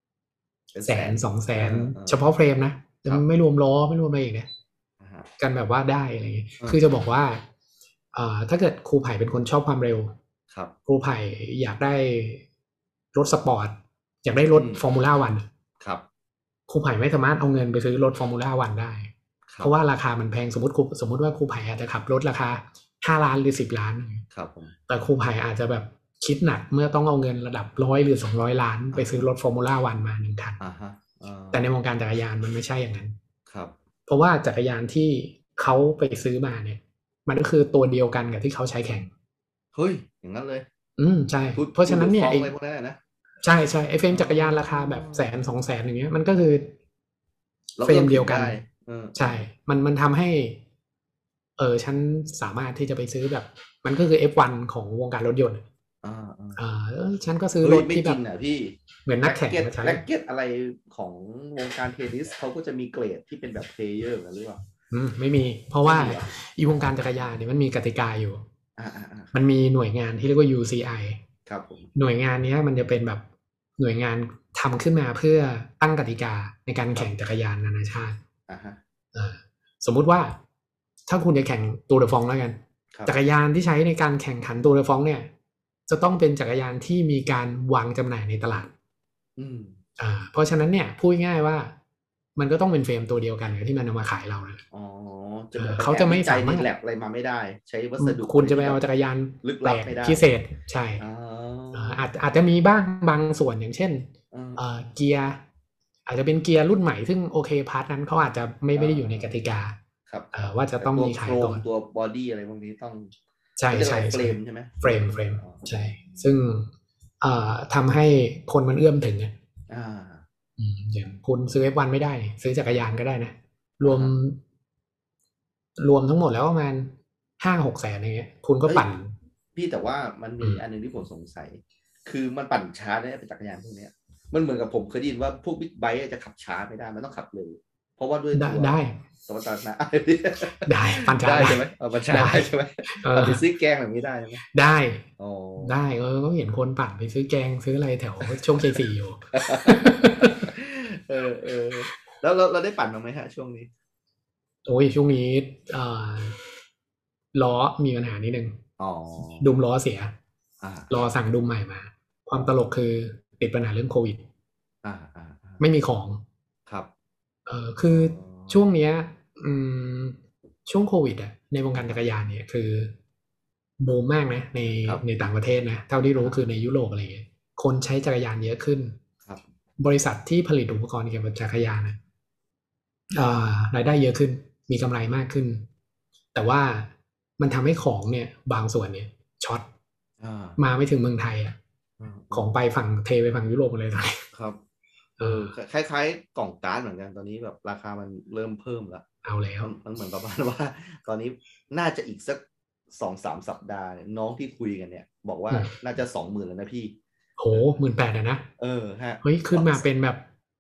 100,000-200,000เฉพาะเฟรมนะไม่รวมล้อไม่รวมอะไรอีกนะกันแบบว่าได้อะไรอย่างเงี้ยคือจะบอกว่าถ้าเกิดครูไผ่เป็นคนชอบความเร็วครูไผ่อยากได้รถสปอร์ตอยากได้รถฟอร์มูล่าวันครูไผ่ไม่สามารถเอาเงินไปซื้อรถฟอร์มูล่าวันได้เพราะว่าราคามันแพงสมมติว่าครูไผ่อาจจะขับรถราคา5 ล้านหรือ10 ล้านแต่ครูไผ่อาจจะแบบคิดหนักเมื่อต้องเอาเงินระดับ100หรือ200 ล้านไปซื้อรถฟอร์มูล่าวันมา1 คันแต่ในวงการจักรยานมันไม่ใช่อย่างนั้นเพราะว่าจักรยานที่เขาไปซื้อมาเนี่ยมันก็คือตัวเดียวกันกับที่เขาใช้แข่งเฮ้ยอย่างนั้นเลยใช่เพราะฉะนั้นเนี่ยใช่ไอเฟรมจักรยานราคาแบบ100,000-200,000อย่างเงี้ยมันก็คือเฟรมเดียวกันใช่มันทำให้ฉันสามารถที่จะไปซื้อแบบมันก็คือ F1 ของวงการรถยนต์ฉันก็ซื้อรถที่แบบพี่เหมือนนักแข่งมาใช้แร็กเก็ตอะไรของวงการเทนนิสเขาก็จะมีเกรดที่เป็นแบบเพลเยอร์หรือเปล่าไม่มีเพราะว่าอีวงการจักรยานเนี่ยมันมีกติกาอยู่มันมีหน่วยงานที่เรียกว่า UCI ครับผมหน่วยงานนี้มันจะเป็นแบบหน่วยงานทำขึ้นมาเพื่อตั้งกติกาในการแข่งจักรยานนานาชาติสมมุติว่าถ้าคุณจะแข่งตูร์เดอฟองแล้วกันจักรยานที่ใช้ในการแข่งขันตูร์เดอฟองเนี่ยจะต้องเป็นจักรยานที่มีการวางจำหน่ายในตลาดเพราะฉะนั้นเนี่ยพูดง่ายว่ามันก็ต้องเป็นเฟรมตัวเดียวกันกับที่มันเอามาขายเราเลยเขาจะไม่สามารถแลบอะไรมาไม่ได้ใช้วัสดุคุณจะไปเอาจักรยานลึกลับไม่ได้พิเศษใช่อาจจะมีบ้างบางส่วนอย่างเช่นเกียร์อาจจะเป็นเกียร์รุ่นใหม่ซึ่งโอเคพาร์ทนั้นเขาอาจจะไม่ได้อยู่ในกติกาว่าจะต้องมีขายก่อนตัวบอดี้อะไรพวกนี้ต้องใช่เฟรมใช่ไหมเฟรมใช่ซึ่งทำให้คนมันเอื้อมถึงอย่างคุณซื้อ F1 ไม่ได้ซื้อจักรยานก็ได้นะรวมทั้งหมดแล้วประมาณ5-6 แสนอย่างเงี้ยคุณก็ปั่นพี่แต่ว่ามันมีอันนึงที่ผมสงสัยคือมันปั่นช้าได้เป็นจักรยานพวกนี้มันเหมือนกับผมเคยได้ยินว่าพวกบิ๊กไบค์จะขับช้าไม่ได้มันต้องขับเร็วเพราะว่าด้วยตัวได้สมรรถนะได้ปั่นช้าได้ใช่ไหมปั่นช้าได้ใช่ไหมไปซื้อแกงแบบนี้ได้ไหมได้ก็เห็นคนปั่นไปซื้อแกงซื้ออะไรแถวช่วง4อยู่แล้วเราได้ปั่นไหมฮะช่วงนี้โอ้ยช่วงนี้ล้อมีปัญหานิดนึงดุมล้อเสียรอสั่งดุมใหม่มาความตลกคือติดปัญหาเรื่องโควิดไม่มีของครับคือช่วงเนี้ยช่วงโควิดในวงการจักรยานเนี่ยคือบูมมากนะในต่างประเทศนะเท่าที่รู้คือในยุโรปอะไรเงี้ยคนใช้จักรยานเยอะขึ้นบริษัทที่ผลิตอุปกรณ์เกี่ยวกับจักรยานรายได้เยอะขึ้นมีกำไรมากขึ้นแต่ว่ามันทำให้ของเนี่ยบางส่วนเนี่ยช็อตมาไม่ถึงเมืองไทยของไปฝั่งเทไปฝั่งยุโรปเลยตอนนี้ครับคล้ายๆกล่องการ์ดเหมือนกันตอนนี้แบบราคามันเริ่มเพิ่มแล้วเอาแล้วมันเหมือนประมาณว่าตอนนี้น่าจะอีกสัก 2-3 สัปดาห์น้องที่คุยกันเนี่ยบอกว่าน่าจะ 20,000 แล้วนะพี่โห 18,000นะฮะเฮ้ยขึ้นมาเป็นแบบ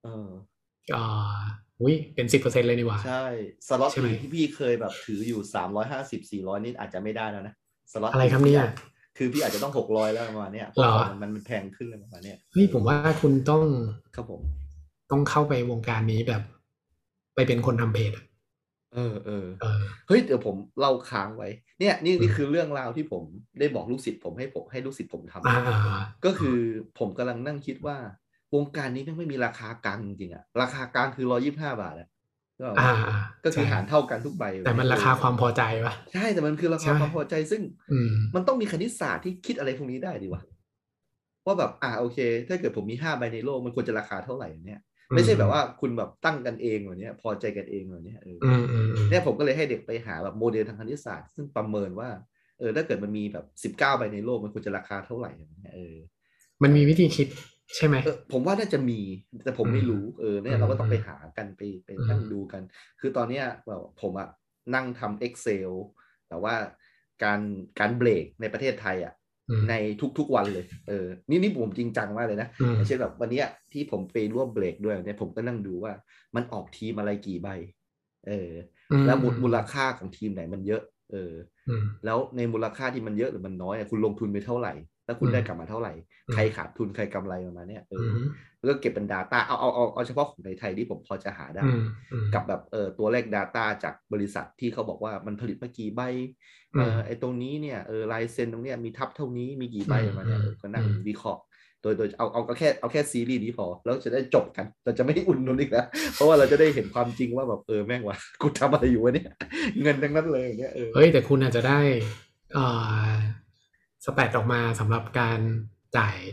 เป็น 10% เลยนี่หว่าใช่สล็อตที่พี่เคยแบบถืออยู่350-400นี่อาจจะไม่ได้แล้วนะสล็อตอะไรครับเนี่ยคือพี่อาจจะต้อง600แล้วประมาณเนี้ยเพราะมันแพงขึ้นเลยประมาณเนี้ยนี่ผมว่าคุณต้องครับผมต้องเข้าไปวงการนี้แบบไปเป็นคนทำเพจเฮ้ยเดี๋ยวผมเล่าค้างไว้เนี่ยนี่คือเรื่องราวที่ผมได้บอกลูกศิษย์ผมให้ลูกศิษย์ผมทำก็คือผมกำลังนั่งคิดว่าวงการนี้ไม่มีราคากลางจริงๆอะราคากลางคือ125 บาทก็อ่าก็คือใช่หารเท่ากันทุกใบแต่มันราคาความพอใจปะใช่แต่มันคือราคาใช่ความพอใจซึ่งอืมมันต้องมีคณิตศาสตร์ที่คิดอะไรพวกนี้ได้ดีวะว่าแบบโอเคถ้าเกิดผมมี5 ใบในโลกมันควรจะราคาเท่าไหร่เนี่ยไม่ใช่แบบว่าคุณแบบตั้งกันเองแบบนี้พอใจกันเองแบบนี้เนี่ยผมก็เลยให้เด็กไปหาแบบโมเดลทางคณิตศาสตร์ซึ่งประเมินว่าถ้าเกิดมันมีแบบ19 ใบในโลกมันควรจะราคาเท่าไหร่อย่างเงี้ยมันมีวิธีคิดใช่ไหมผมว่าน่าจะมีแต่ผมอืมไม่รู้อืเนี่ยเราก็ต้องมไปหากันไปอืนั่งดูมกันคือตอนเนี้ยแบบผมนั่งทำ Excel แต่ว่าการการเบรกในประเทศไทยในทุกๆวันเลยนี่ผมจริงจังมากเลยนะอืมอย่างเช่นแบบวันเนี้ยที่ผมไปร่วมเบรกด้วยเนี่ยผมก็นั่งดูว่ามันออกทีมอะไรกี่ใบเออแล้วมูลค่าของทีมไหนมันเยอะแล้วในมูลค่าที่มันเยอะหรือมันน้อยคุณลงทุนไปเท่าไหร่แล้วคุณได้กลับมาเท่าไหร่ใครขาดทุนใครกำไรประมาณเนี้ยแล้วก็เก็บเป็น Data เอาเฉพาะของในไทยที่ผมพอจะหาได้กับแบบตัวเลข Data จากบริษัทที่เขาบอกว่ามันผลิตมากี่ใบไอ้ตรงนี้เนี่ยลายเซ็นตรงเนี้ยมีทับเท่านี้มีกี่ใบประมาณเนี้ยก็นั่งวิเคราะห์โดยเอาแค่ซีรีส์นี้พอแล้วจะได้จบกันเราจะไม่อุ่นนุนอีกแล้วเพราะว่าเราจะได้เห็นความจริงว่าแบบแม่งวะกูทำอะไรอยู่วะเนี่ยเงินทั้งนั้นเลยอย่างเงี้ยเฮ้ยแต่คุณอาจจะได้อ่าสแตทออกมาสำหรับการจ่าย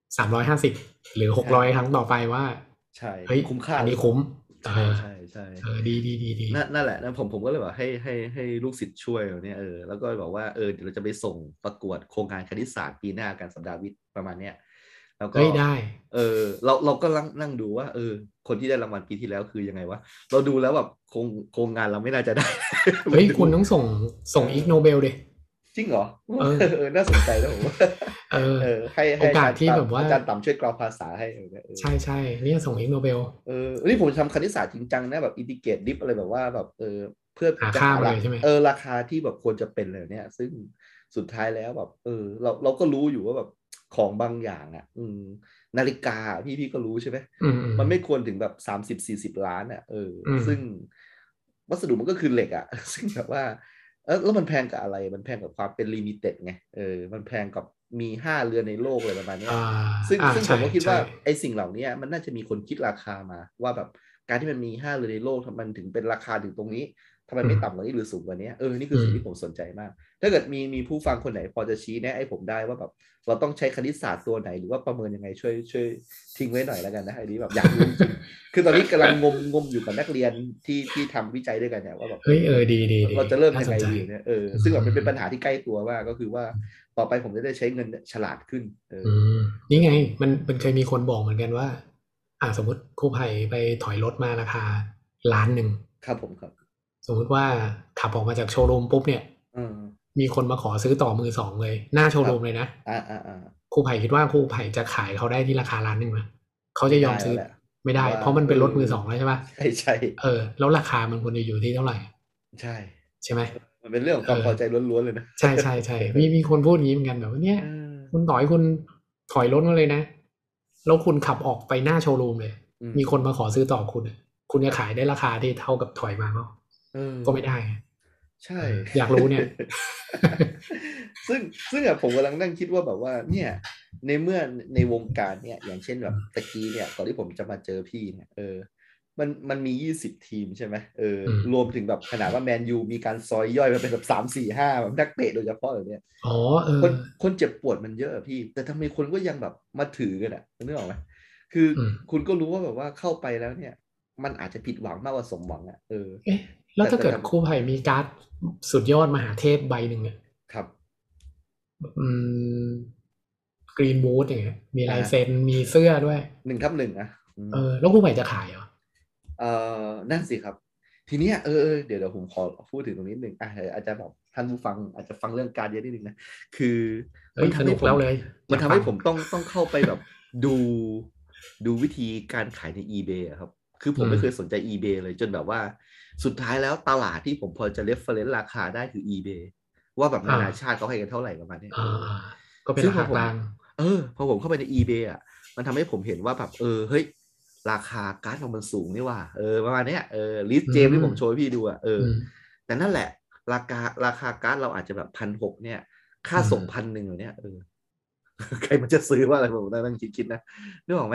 350หรือ600ครั้งต่อไปว่าใช่เฮ้ยคุ้มค่าอันหรือเปล่านี้คุ้มใช่ใช่ใช่ดีนั่นแหละนะผมก็เลยแบบให้ลูกศิษย์ช่วยเนี่ยแล้วก็บอกว่าเดี๋ยวเราจะไปส่งประกวดโครงการคณิตศาสตร์ปีหน้ากันสัปดาห์วิทย์ประมาณเนี้ยแล้วก็เฮ้ยได้เราก็นั่งดูว่าคนที่ได้รางวัลปีที่แล้วคือยังไงวะเราดูแล้วแบบโครงงานเราไม่น่าจะได้เฮ้ยดูคุณต้องส่งอีกโนเบลดิจริงเหรอเออน่าสนใจนะผมว่าเออให้โอกาสที่แบบว่าอาจารย์ต่ำช่วยกราวภาษาให้ใช่เนี่ยส่งอีกโนเบลนี่ผมทำคณิตศาสตร์จริงจังนะแบบอินทิเกรตดิฟอะไรแบบว่าแบบเพื่อหาค่าจะหาละมาเลยใช่ไหมราคาที่แบบควรจะเป็นเลยเนี่ยซึ่งสุดท้ายแล้วแบบเราก็รู้อยู่ว่าแบบของบางอย่างนาฬิกาพี่ก็รู้ใช่ไหมมันไม่ควรถึงแบบ30-40 ล้านซึ่งวัสดุมันก็คือเหล็กซึ่งแบบว่าแล้วมันแพงกับอะไรมันแพงกับความเป็นลิมิเต็ดไงมันแพงกับมี5 เรือนในโลกอะไรประมาณเนี้ยอ่าซึ่งผใช่มก็คิดใช่ว่าไอ้สิ่งเหล่านี้มันน่าจะมีคนคิดราคามาว่าแบบการที่มันมี5 เรือนในโลกทำไมมันถึงเป็นราคาถึงตรงนี้ทำไมไม่ต่ำกว่านี้หรือสูงกว่านี้นี่คือสิ่งที่ผมสนใจมากถ้าเกิดมีผู้ฟังคนไหนพอจะชี้แนะให้ผมได้ว่าแบบเราต้องใช้คณิตศาสตร์ตัวไหนหรือว่าประเมินยังไงช่วยทิ้งไว้หน่อยแล้วกันนะไอ้นี้แบบอยากรู้จริงๆคือตอนนี้กำลังงมอยู่กับนักเรียนที่ทำวิจัยด้วยกันเนี่ยว่าแบบเฮ้ยดีเราจะเริ่มยังไงน่าสนใจดีเนี่ยซึ่งแบบเป็นปัญหาที่ใกล้ตัวมากก็คือว่าต่อไปผมจะได้ใช้เงินฉลาดขึ้นอืมนี่ไงมันเคยมีคนบอกเหมือนกันว่าสมมติครูไผ่ไปถอยรถมาราคา1 ล้านครับผมครับสมมุติว่าขับออกมาจากโชว์รูมปุ๊บเนี่ยอืมมีคนมาขอซื้อต่อมือ 2เลยหน้าโชครับว์รูมเลยนะอ่าครูไผ่คิดว่าครูไผ่จะขายเขาได้ที่ราคา1 ล้านไหมเขาไม่จะยอมซื้อได้แล้วแหละไม่ได้ผมว่าเพราะมันเป็นรถมือ 2แล้วใช่ปะใช่ใช่แล้วราคามันควรจะอยู่ที่เท่าไหร่ใช่ใช่ไหมมันเป็นเรื่องของเออความพอใจล้วนๆเลยนะใช่มีคนพูดอย่างนี้เหมือนกันแบบว่าเนี่ยเออคุณต่อยคุณถอยรถมาเลยนะแล้วคุณขับออกไปหน้าโชว์รูมเลยอืมมีคนมาขอซื้อต่อคุณคุณจะขายได้ราคาที่เท่ากับถอยมาเอก็ไม่อได้ใช่อยากรู้เนี่ยซึ่งผมกำลังนั่งคิดว่าแบบว่าเนี่ยในเมื่อในวงการเนี่ยอย่างเช่นแบบตะกี้เนี่ยก่อนที่ผมจะมาเจอพี่เนี่ยมันมี20 ทีมใช่ไหมรวมถึงแบบขนาดว่าแมนยูมีการซอยย่อยมาเป็นแบบ3-4-5แบบนักเตะโดยเฉพาะแบบเนี้ยอ๋อคนเจ็บปวดมันเยอะอะพี่แต่ทำไมคนก็ยังแบบมาถือกันนึกออกไหมคือคุณก็รู้ว่าแบบว่าเข้าไปแล้วเนี่ยมันอาจจะผิดหวังมากกว่าสมหวังเอ๊ะแล้วถ้าเกิดแต่ครูไผ่มีการ์ดสุดยอดมหาเทพใบหนึ่งเนี่ยครับอืมกรีนบูธอย่างเงี้ยมีลายเซ็นอ่ามีเสื้อด้วย 1/1 แล้วครูไผ่จะขายเหรอนั่นสิครับทีเนี้ยเดี๋ยวผมขอพูดถึงตรงนี้นิดนึงอาจจะแบบท่านผู้ฟังอาจจะฟังเรื่องการเยอะนิดนึงนะคือเฮ้ยสมันทำให้ผมนุกแล้วเลยอมันยากฟังทำให้ผมต้องเข้าไปแบบดูดูวิธีการขายใน eBay อะครับคือผมไม่เคยสนใจ eBay เลยจนแบบว่าสุดท้ายแล้วตลาดที่ผมพอจะ reference ราคาได้คือ eBay ว่าแบบนาอ่านาชาติเขาให้กันเท่าไหร่ประมาณเนี้ยอ่าก็เป็นซึ่งพอผมราคากลางพอผมเข้าไปใน eBay มันทำให้ผมเห็นว่าแบบเฮ้ยราคาการ์ดมันสูงนี่ว่าประมาณเนี้ยลิสอืเจมที่มผมโชว์ให้พี่ดูอืมแต่นั่นแหละราคาการ์ดเราอาจจะแบบ1,600เนี่ยค่าอืมส่ง1,100เนี่ยใครมันจะซื้อว่าอะไรผมนั่งคิดนะนึกออกไหม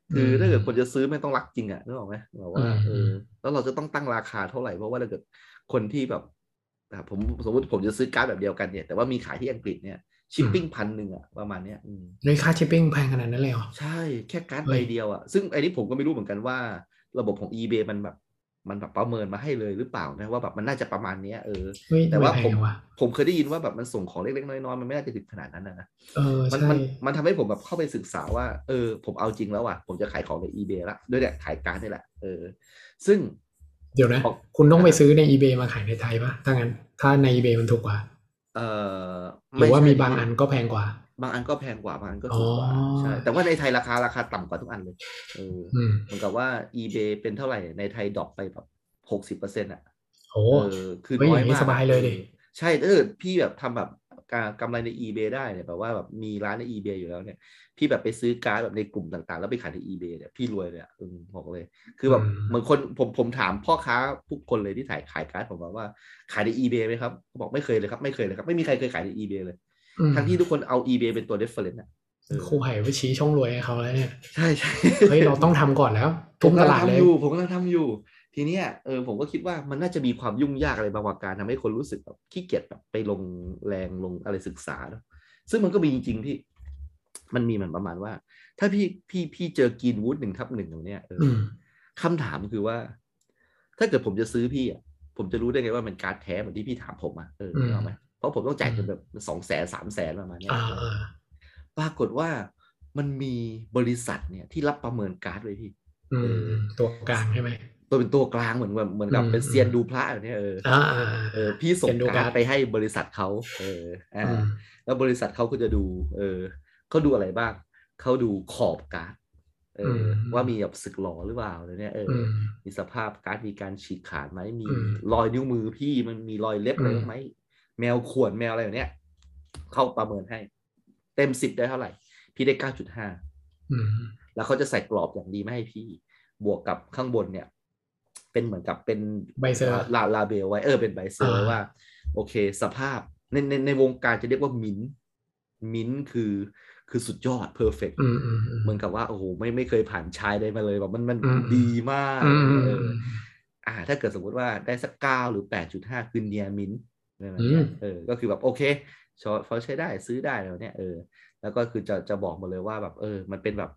คือถ้าเกิดคนจะซื้อไม่ต้องรักจริงอ่ะนึกออกไหมแบบว่าแล้วเราจะต้องตั้งราคาเท่าไหร่เพราะว่าถ้าเกิดคนที่แบบผมสมมติผมจะซื้อการ์ดแบบเดียวกันเนี่ยแต่ว่ามีขายที่อังกฤษเนี่ยชิปปิ้ง1,100อ่ะประมาณเนี้ยเลยค่าชิปปิ้งแพงขนาดนั้นเลยเหรอใช่แค่การ์ดใบเดียวอ่ะซึ่งไอ้นี้ผมก็ไม่รู้เหมือนกันว่าระบบของ eBay มันแบบประเมินมาให้เลยหรือเปล่านะว่าแบบมันน่าจะประมาณเนี้ยแต่ว่าผมเคยได้ยินว่าแบบมันส่งของเล็กๆน้อยๆมันไม่น่าจะถึงขนาดนั้นนะมันทำให้ผมแบบเข้าไปศึกษาว่าผมเอาจริงแล้วอ่ะผมจะขายของใน eBay ละด้วยเนี่ยขายการ์ดนี่แหละซึ่งเดี๋ยวนะคุณต้องไปซื้อใน eBay มาขายในไทยปะถ้างั้นถ้าใน eBay มันถูกกว่าหรือว่ามีบางอันก็แพงกว่าบางอันก็แพงกว่าบางอันก็ถูกกว่าใช่แต่ว่าในไทยราคาต่ำกว่าทุกอันเลยเหมือนกับว่า eBay เป็นเท่าไหร่ในไทยดรอปไปแบบ60%อ่ะคือน้อยมากสบายเลยดิใช่พี่แบบทำแบบกำไรใน eBay ได้เนี่ยแบบว่าแบบมีร้านใน eBay อยู่แล้วเนี่ยพี่แบบไปซื้อการ์ดแบบในกลุ่มต่างๆแล้วไปขายใน eBay เนี่ยพี่รวยเลยอ่ะบอกเลยคือแบบเหมือนคนผมถามพ่อค้าทุกคนเลยที่ขายการ์ดผมบอกว่าขายใน eBay ไหมครับบอกไม่เคยเลยครับไม่เคยเลยครับไม่มีใครเคยขายใน eBay เลยทั้งที่ทุกคนเอา eBay เป็นตัว reference อ่ะครูไผ่ไปชี้ช่องรวยให้เขาแล้วเนี่ยใช่ใช่เฮ้ยเราต้องทำก่อนแล้วทุ่มตลาดเลยผมกำลังทำอยู่ทีเนี้ยผมก็คิดว่ามันน่าจะมีความยุ่งยากอะไรบางประการทำให้คนรู้สึกแบบขี้เกียจแบบไปลงแรงลงอะไรศึกษาเนาะซึ่งมันก็มีจริงๆพี่มันมีเหมือนประมาณว่าถ้าพี่เจอกรีนวูด1/1ตรงเนี้ยคำถามคือว่าถ้าเกิดผมจะซื้อพี่อ่ะผมจะรู้ได้ไงว่ามันการ์ดแท้เหมือนที่พี่ถามผมอ่ะรู้ไหมเพราะผมต้องจ่ายเงินแบบ200,000 300,000ประมาณนี้ปรากฏว่ามันมีบริษัทเนี่ยที่รับประเมินการ์ดเลยพี่ตัวกลางใช่ไหมตัวเป็นตัวกลางเหมือนกับเป็นเซียนดูพระอย่างนี้พี่ส่งการ์ดไปให้บริษัทเขาแล้วบริษัทเขาก็จะดูเขาดูอะไรบ้างเขาดูขอบการ์ดว่ามีแบบสึกหรอหรือเปล่าเนี่ยมีสภาพการ์ดมีการฉีกขาดไหมมีรอยนิ้วมือพี่มันมีรอยเล็บอะไรไหมแมวข่วนแมวอะไรอย่างเนี้ยเขาประเมินให้เต็ม10ได้เท่าไหร่พี่ได้9.5แล้วเขาจะใส่กรอบอย่างดีมาให้พี่บวกกับข้างบนเนี่ยเป็นเหมือนกับเป็นใบเซอร์ลาเบลไว้เป็นใบเซอร์ไว้ว่าโอเคสภาพในวงการจะเรียกว่ามิ้นคือสุดยอดเพอร์เฟกต์เหมือนกับว่าโอ้โหไม่เคยผ่านชายได้มาเลยแบบมันดีมากถ้าเกิดสมมติว่าได้สัก9หรือ8.5คือเนียมิ้นอะไรเงี้ยก็คือแบบโอเคเขาใช้ได้ซื้อได้แล้วเนี่ยแล้วก็คือจะบอกมาเลยว่าแบบมันเป็นแบบ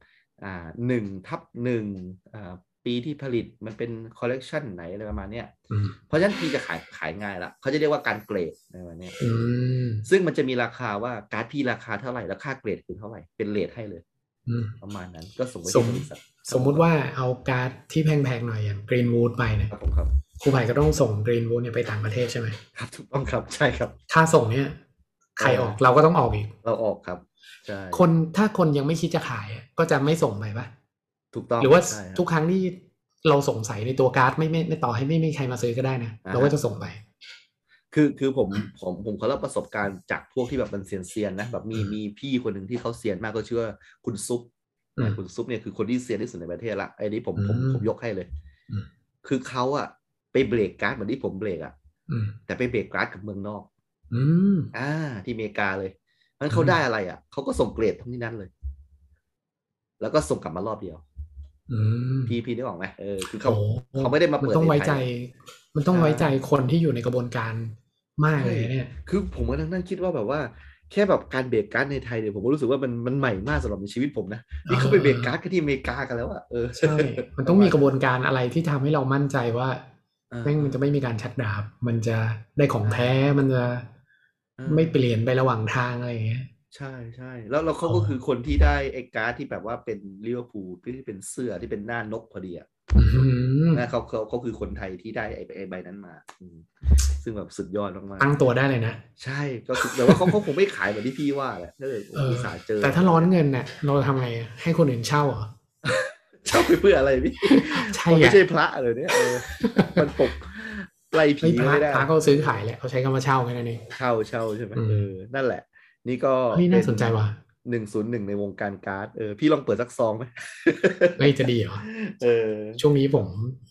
1/1ปีที่ผลิตมันเป็นคอลเลกชันไหนอะไรประมาณเนี้ยเพราะฉะนั้นพี่จะขายง่ายละเขาจะเรียกว่าการเกรดอะไรประมาณนี้ซึ่งมันจะมีราคาว่าการ์ดพี่ราคาเท่าไหร่แล้วค่าเกรดคือเท่าไหร่เป็นเรทให้เลยประมาณนั้นก็ส่งไปที่บริษัทสมมุติว่าเอาการ์ดที่แพงๆหน่อยอย่างกรีนวูดไปเนี่ยครับผมครับครูไผ่ก็ต้องส่งกรีนวูดเนี่ยไปต่างประเทศใช่ไหมครับถูกต้องครับใช่ครับค่าส่งเนี่ยใครออกเราก็ต้องออกอีกเราออกครับใช่ถ้าคนยังไม่คิดจะขายก็จะไม่ส่งไปปะถูกต้องหรือว่าทุกครั้งที่เราสงสัยในตัวการ์ดไม่ต่อให้ไม่มีใครมาซื้อก็ได้นะเราก็จะส่งไปคือผมเขาเล่าประสบการณ์จากพวกที่แบบมันเซียนนะแบบมีพี่คนหนึ่งที่เขาเซียนมากก็ชื่อว่าคุณซุปเนี่ยคือคนที่เซียนที่สุดในประเทศละไอ้นี้ผมยกให้เลยคือเขาอะไปเบรกการ์ดเหมือนที่ผมเบรกอะแต่ไปเบรกการ์ดกับเมืองนอกที่อเมริกาเลยงั้นเขาได้อะไรอะเขาก็ส่งเกรดทั้งที่นั่นเลยแล้วก็ส่งกลับมารอบเดียวพี่ได้บอกไหมคือเขาไม่ได้มาเปิดมันต้องไว้ใจคนที่อยู่ในกระบวนการมากเลยเนี่ยคือผมก็นั่งคิดว่าแบบว่าแค่แบบการเบรกการ์ดในไทยเนี่ยผมก็รู้สึกว่ามันใหม่มากสำหรับในชีวิตผมนะนี่เขาไปเบรกการ์ดกันที่อเมริกากันแล้วใช่มันต้องมีกระบวนการอะไรที่ทำให้เรามั่นใจว่ามันจะไม่มีการชักดาบมันจะได้ของแท้มันจะไม่เปลี่ยนไประหว่างทางอะไรอย่างเงี้ยใช่ใช่แล้วเขาก็คือคนที่ได้ไอ้การ์ดที่แบบว่าเป็นลิเวอร์พูลที่เป็นเสื้อที่เป็นหน้านกพอดีอะนะเขาคือคนไทยที่ได้ไอ้ใบนั้นมาซึ่งแบบสุดยอดมากๆตั้งตัวได้เลยนะใช่ก็คือแต่ว่าเขาคงไม่ขายเหมือนที่พี่ว่าแหละถ้าเกิดอุตส่าห์เจอแต่ถ้าร้อนเงินเนี่ยเราทำไงให้คนอื่นเช่าเหรอเช่าไปเพื่ออะไรพี่ใช่ไม่ใช่พระเลยเนี่ยมันปกไล่ผีไม่ได้พระเขาซื้อขายแหละเขาใช้คำว่าเช่าแค่นั้นเองเช่าใช่ไหมนั่นแหละนี่ก็น่าสนใจว่ะ 101ในวงการการ์ดพี่ลองเปิดสักซองไหมไม่จะดีเหรอช่วงนี้ผม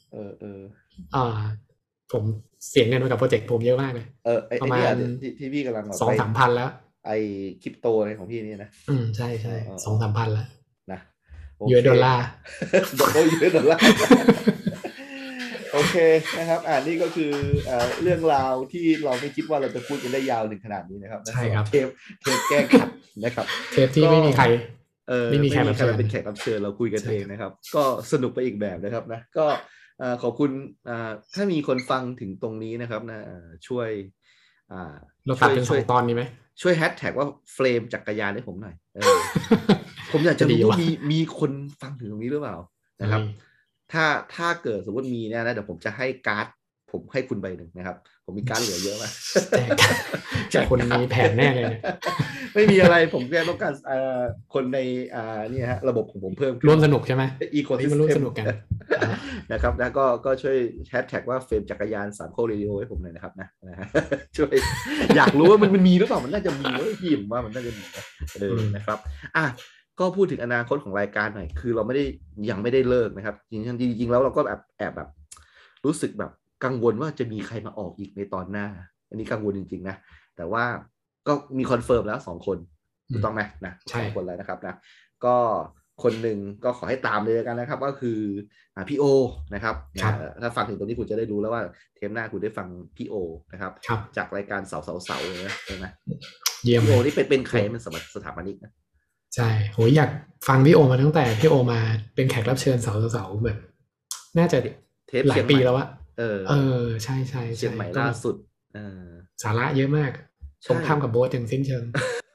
ผมเสียเงินไปกับโปรเจกต์ผมเยอะมากเลยประมาณที่พี่กำลัง 2-3 พันแล้วไอคริปโตอะไรของพี่นี่นะใช่2-3 พันแล้วนะ US ดอลลาร์ US ดอลลาร์โอเคนะครับนี่ก็คือเรื่องราวที่เราไม่คิดว่าเราจะพูดกันได้ยาวถึงขนาดนี้นะครับใช่ครับเทปแก้ขัดนะครับเทปที่ไม่มีใครไม่มีใครเป็นแขกรับเชิญเราคุยกันเองนะครับก็สนุกไปอีกแบบนะครับนะก็ขอบคุณถ้ามีคนฟังถึงตรงนี้นะครับนะช่วยเราตัดเป็น2ตอนนี้ไหมช่วยแฮชแท็กว่าเฟรมจักรยานให้ผมหน่อยผมอยากจะรู้ว่ามีคนฟังถึงตรงนี้หรือเปล่านะครับถ้าเกิดสมมติมีเนี่ยนะเดี๋ยวผมจะให้การ์ดผมให้คุณใบหนึ่งนะครับผมมีการ์ดเหลือเยอะมากคนมีแผนแน่เลยไม่มีอะไรผมแค่ต้องการคนในนี่ฮะระบบของผมเพิ่มร่วมสนุกใช่ไหมอีโคซิสเต็มร่วมสนุกกันนะครับนะก็ช่วยแฮชแท็กว่าเฟรมจักรยาน3โคกเรดิโอให้ผมหน่อยนะครับนะช่วยอยากรู้ว่ามันมีหรือเปล่ามันน่าจะมีว่าพี่ผมว่ามันน่าจะมีนะครับก็พูดถึงอนาคตของรายการหน่อยคือเรายังไม่ได้เลิกนะครับจริงแล้วเราก็แอบแบบรู้สึกแบบกังวลว่าจะมีใครมาออกอีกในตอนหน้าอันนี้กังวลจริงๆนะแต่ว่าก็มีคอนเฟิร์มแล้ว2คนถูกต้องไหมนะ2คนแล้วนะครับนะก็คนหนึ่งก็ขอให้ตามเลยกันนะครับก็คือพี่โอนะครับถ้าฟังถึงตรงนี้คุณจะได้รู้แล้วว่าเทปหน้าคุณได้ฟังพี่โอนะครับจากรายการเสานะใช่ไหมพี่โอนี่เป็นใครมันสถาปนิกนะใช่โหอยากฟังพี่โอมาตั้งแต่พี่โอมาเป็นแขกรับเชิญเสาแบบน่าจะหลายปีแล้วอะใช่เชียงใหม่ล่าสุดสาระเยอะมากตรงข้ามกับโบ๊ทอย่างสิ้นเชิง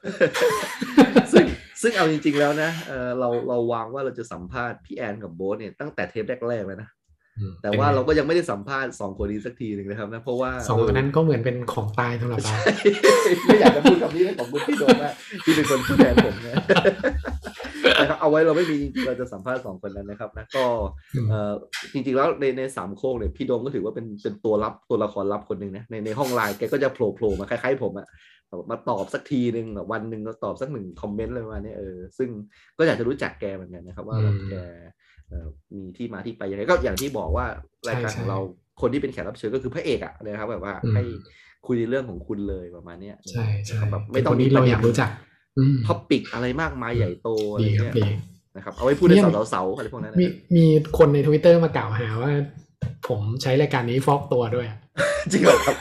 ซึ่งเอาจริงๆแล้วนะเราวางว่าเราจะสัมภาษณ์พี่แอนกับโบ๊ทเนี่ยตั้งแต่เทปแรกๆเลยนะแต่ว่าเราก็ยังไม่ได้สัมภาษณ์2คนนี้สักทีนึงนะครับนะเพราะว่า 2คนนั้นก็เหมือนเป็นของตายสำหรับเราไม่อยากจะพูดคำนี้นะของคุณพี่โดมนะที่เป็นคนพูดแทนผมนะครับเอาไว้เราไม่มีเราจะสัมภาษณ์2คนนั้นนะครับนะก็จริงๆแล้วใน3โคกเนี่ยพี่โดมก็ถือว่าเป็นตัวละครลับคนหนึ่งนะในห้องไลน์แกก็จะโผล่มาคล้ายๆผมอะมาตอบสักทีนึงวันหนึ่งเราตอบสัก1คอมเมนต์อะไรประมาณนี้ซึ่งก็อยากจะรู้จักแกเหมือนกันนะครับว่าแกมีที่มาที่ไปยังไงก็อย่างที่บอกว่ารายการของเราคนที่เป็นแขกรับเชิญก็คือพระเอกอะนะครับแบบว่าให้คุยในเรื่องของคุณเลยประมาณนี้ใช่แบบไม่ต้องมีเราอยากรู้จักท็อปิกอะไรมากมายใหญ่โตอะไรเงี้ยนะครับเอาไว้พูดในเสาอะไรพวกนั้นมีคนใน Twitter มากล่าวหาว่าผมใช้รายการนี้ฟอกตัวด้วยจริงเหรอครับ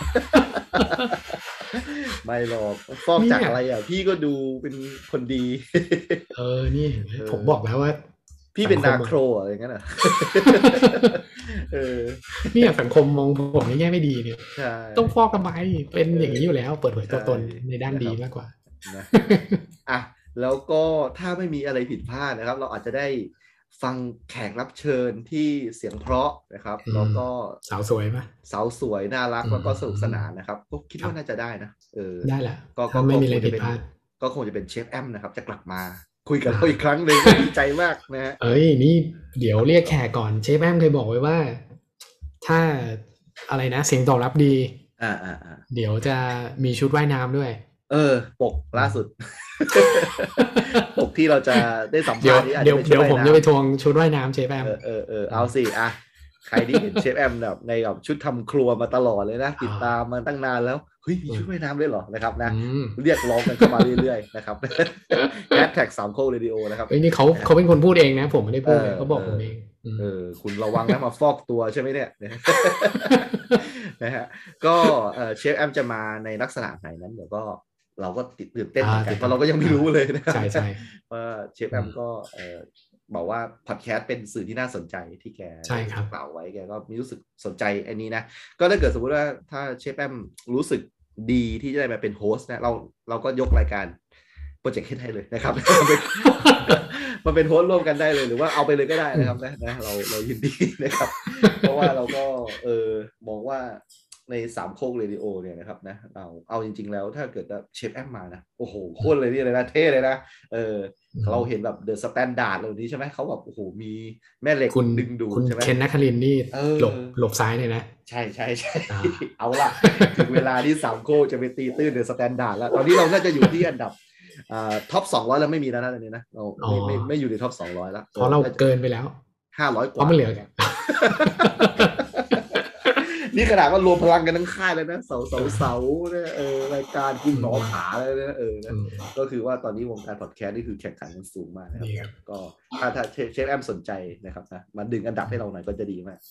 ไม่หรอกฟอกจากอะไรอ่ะพี่ก็ดูเป็นคนดีนี่ผมบอกแล้วว่าพี่เป็นนาโครอะไรอย่างนั้นอ่ะนี่สังคมมองผมในแง่ไม่ดีเนี่ยต้องฟอกทำไมเป็นอย่างนี้อยู่แล้วเปิดเผยตัวตนในด้านดีมากกว่าแล้วก็ถ้าไม่มีอะไรผิดพลาดนะครับเราอาจจะได้ฟังแขกรับเชิญที่เสียงเพราะนะครับแล้วก็สาวสวยป่ะสาวสวยน่ารักแล้วก็สนุกสนานนะครับก็คิดว่าน่าจะได้นะได้แหละก็ไม่มีอะไรผิดพลาดก็คงจะเป็นเชฟแอมนะครับจะกลับมาคุยกับเราอีกครั้งนึงดีใจมากนะฮะนี่เดี๋ยวเรียกแขกก่อนเชฟแอมเคยบอกไว้ว่าถ้าอะไรนะเสียงตอบรับดีเดี๋ยวจะมีชุดว่ายน้ำด้วยปกล่าสุดปกที่เราจะได้สัมภาษณ์เดี๋ยวผมจะไปทวงชุดว่ายน้ำเชฟแอมเอาสิใครที่เห็นเชฟแอมแบบในแบบชุดทำครัวมาตลอดเลยนะติดตามมาตั้งนานแล้วเฮ้ยมีชุดว่ายน้ำด้วยเหรอนะครับนะเรียกร้องกันเข้ามาเรื่อยๆนะครับแฮชแท็ก3โคกเรดิโอนะครับนี่เขาเป็นคนพูดเองนะผมไม่ได้พูดเขาบอกผมเองคุณระวังนะมาฟอกตัวใช่ไหมเนี่ยนะฮะก็เชฟแอมจะมาในลักษณะไหนนั้นเดี๋ยวก็เราก็ตื่นเต้นเหมือนกันเพราะเราก็ยังไม่รู้เลยนะใช่ว่าเชฟแอมก็บอกว่าพอดแคสต์เป็นสื่อที่น่าสนใจที่แกกล่าวไว้แกก็มีรู้สึกสนใจอันนี้นะก็ถ้าเกิดสมมติว่าถ้าเชฟแอมรู้สึกดีที่จะได้มาเป็นโฮสต์นะเราก็ยกรายการโปรเจกต์ให้เลยนะครับมาเป็นโฮสต์ร่วมกันได้เลยหรือว่าเอาไปเลยก็ได้นะครับนะเรายินดีนะครับเพราะว่าเราก็มองว่าใน3โคกเรดิโอเนี่ยนะครับนะเอาจริงๆแล้วถ้าเกิดเชฟแอมมานะโอ้โหโคตรเลยนี่เลยนะเท่เลยนะเราเห็นแบบเดอะสแตนดาร์ดเหล่านี้ใช่ไหมเขาแบบโอ้โหมีแม่เหล็กดึงดูดใช่ไหมเคนนักคลินนี่หลบซ้ายเลยนะใช่เอาล่ะถึงเวลาที่3โคกจะไปตีตื้นเดอะสแตนดาร์ดแล้วตอนนี้เราน่าจะอยู่ที่อันดับท็อป200แล้วไม่มีแล้วนะตอนนี้นะเราไม่อยู่ในท็อป200แล้วเพราะเราเกินไปแล้ว 500กว่าเพราะมันเหลือนี่ขนาดว่ารวมพลังกันทั้งค่ายเลยนะเสาเนี่ยรายการคุณหมอขาเลยนะนะก็คือว่าตอนนี้วงการพอดแคสต์นี่คือแข่งขันกันสูงมากนะครับก็ถ้าเชฟแอมสนใจนะครับนะมาดึงอันดับให้เราหน่อยก็จะดีมาก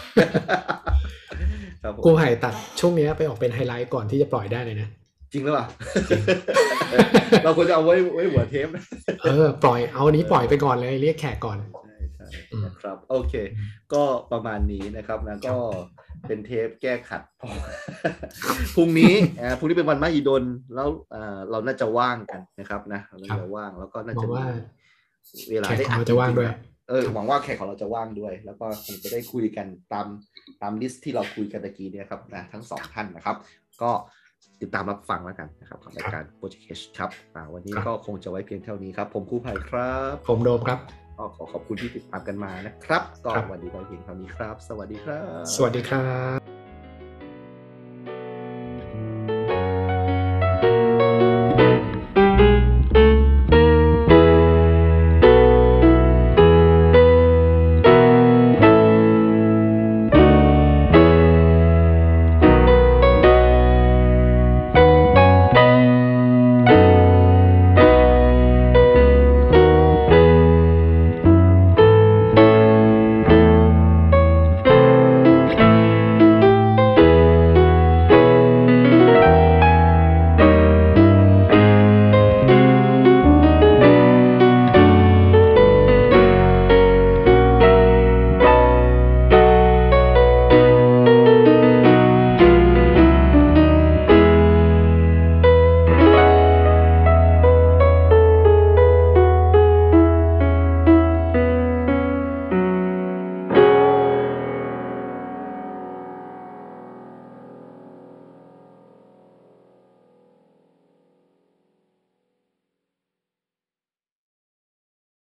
กูไห่ตัดช่วงนี้ไปออกเป็นไฮไลท์ก่อนที่จะปล่อยได้เลยนะจริงหรือเปล่า เราควรจะเอาไว้หัวเทปปล่อยเอาอันนี้ปล่อยไปก่อนเลยเรียกแขกก่อนใช่นะครับโอเคก็ประมาณนี้นะครับนะก็เป็นเทปแก้ขัดพรุ่งนี้เป็นวันมหิดลแล้วเราน่าจะว่างกันนะครับนะเราจะว่างแล้วก็น่าจะมีเวลาได้อัดจะว่างด้วยหวังว่าแขกของเราจะว่างด้วยแล้วก็คงจะได้คุยกันตามลิสต์ที่เราคุยกันตะกี้เนี่ยครับนะทั้งสองท่านนะครับก็ติดตามรับฟังแล้วกันนะครับของรายการโปรเจกต์ครับวันนี้ก็คงจะไว้เพียงเท่านี้ครับผมครูไผ่ครับผมโดมครับก็ขอบคุณที่ติดตามกันมานะครับก็วันนี้ไว้เพียงเท่านี้ครับสวัสดีครับสวัสดีครับ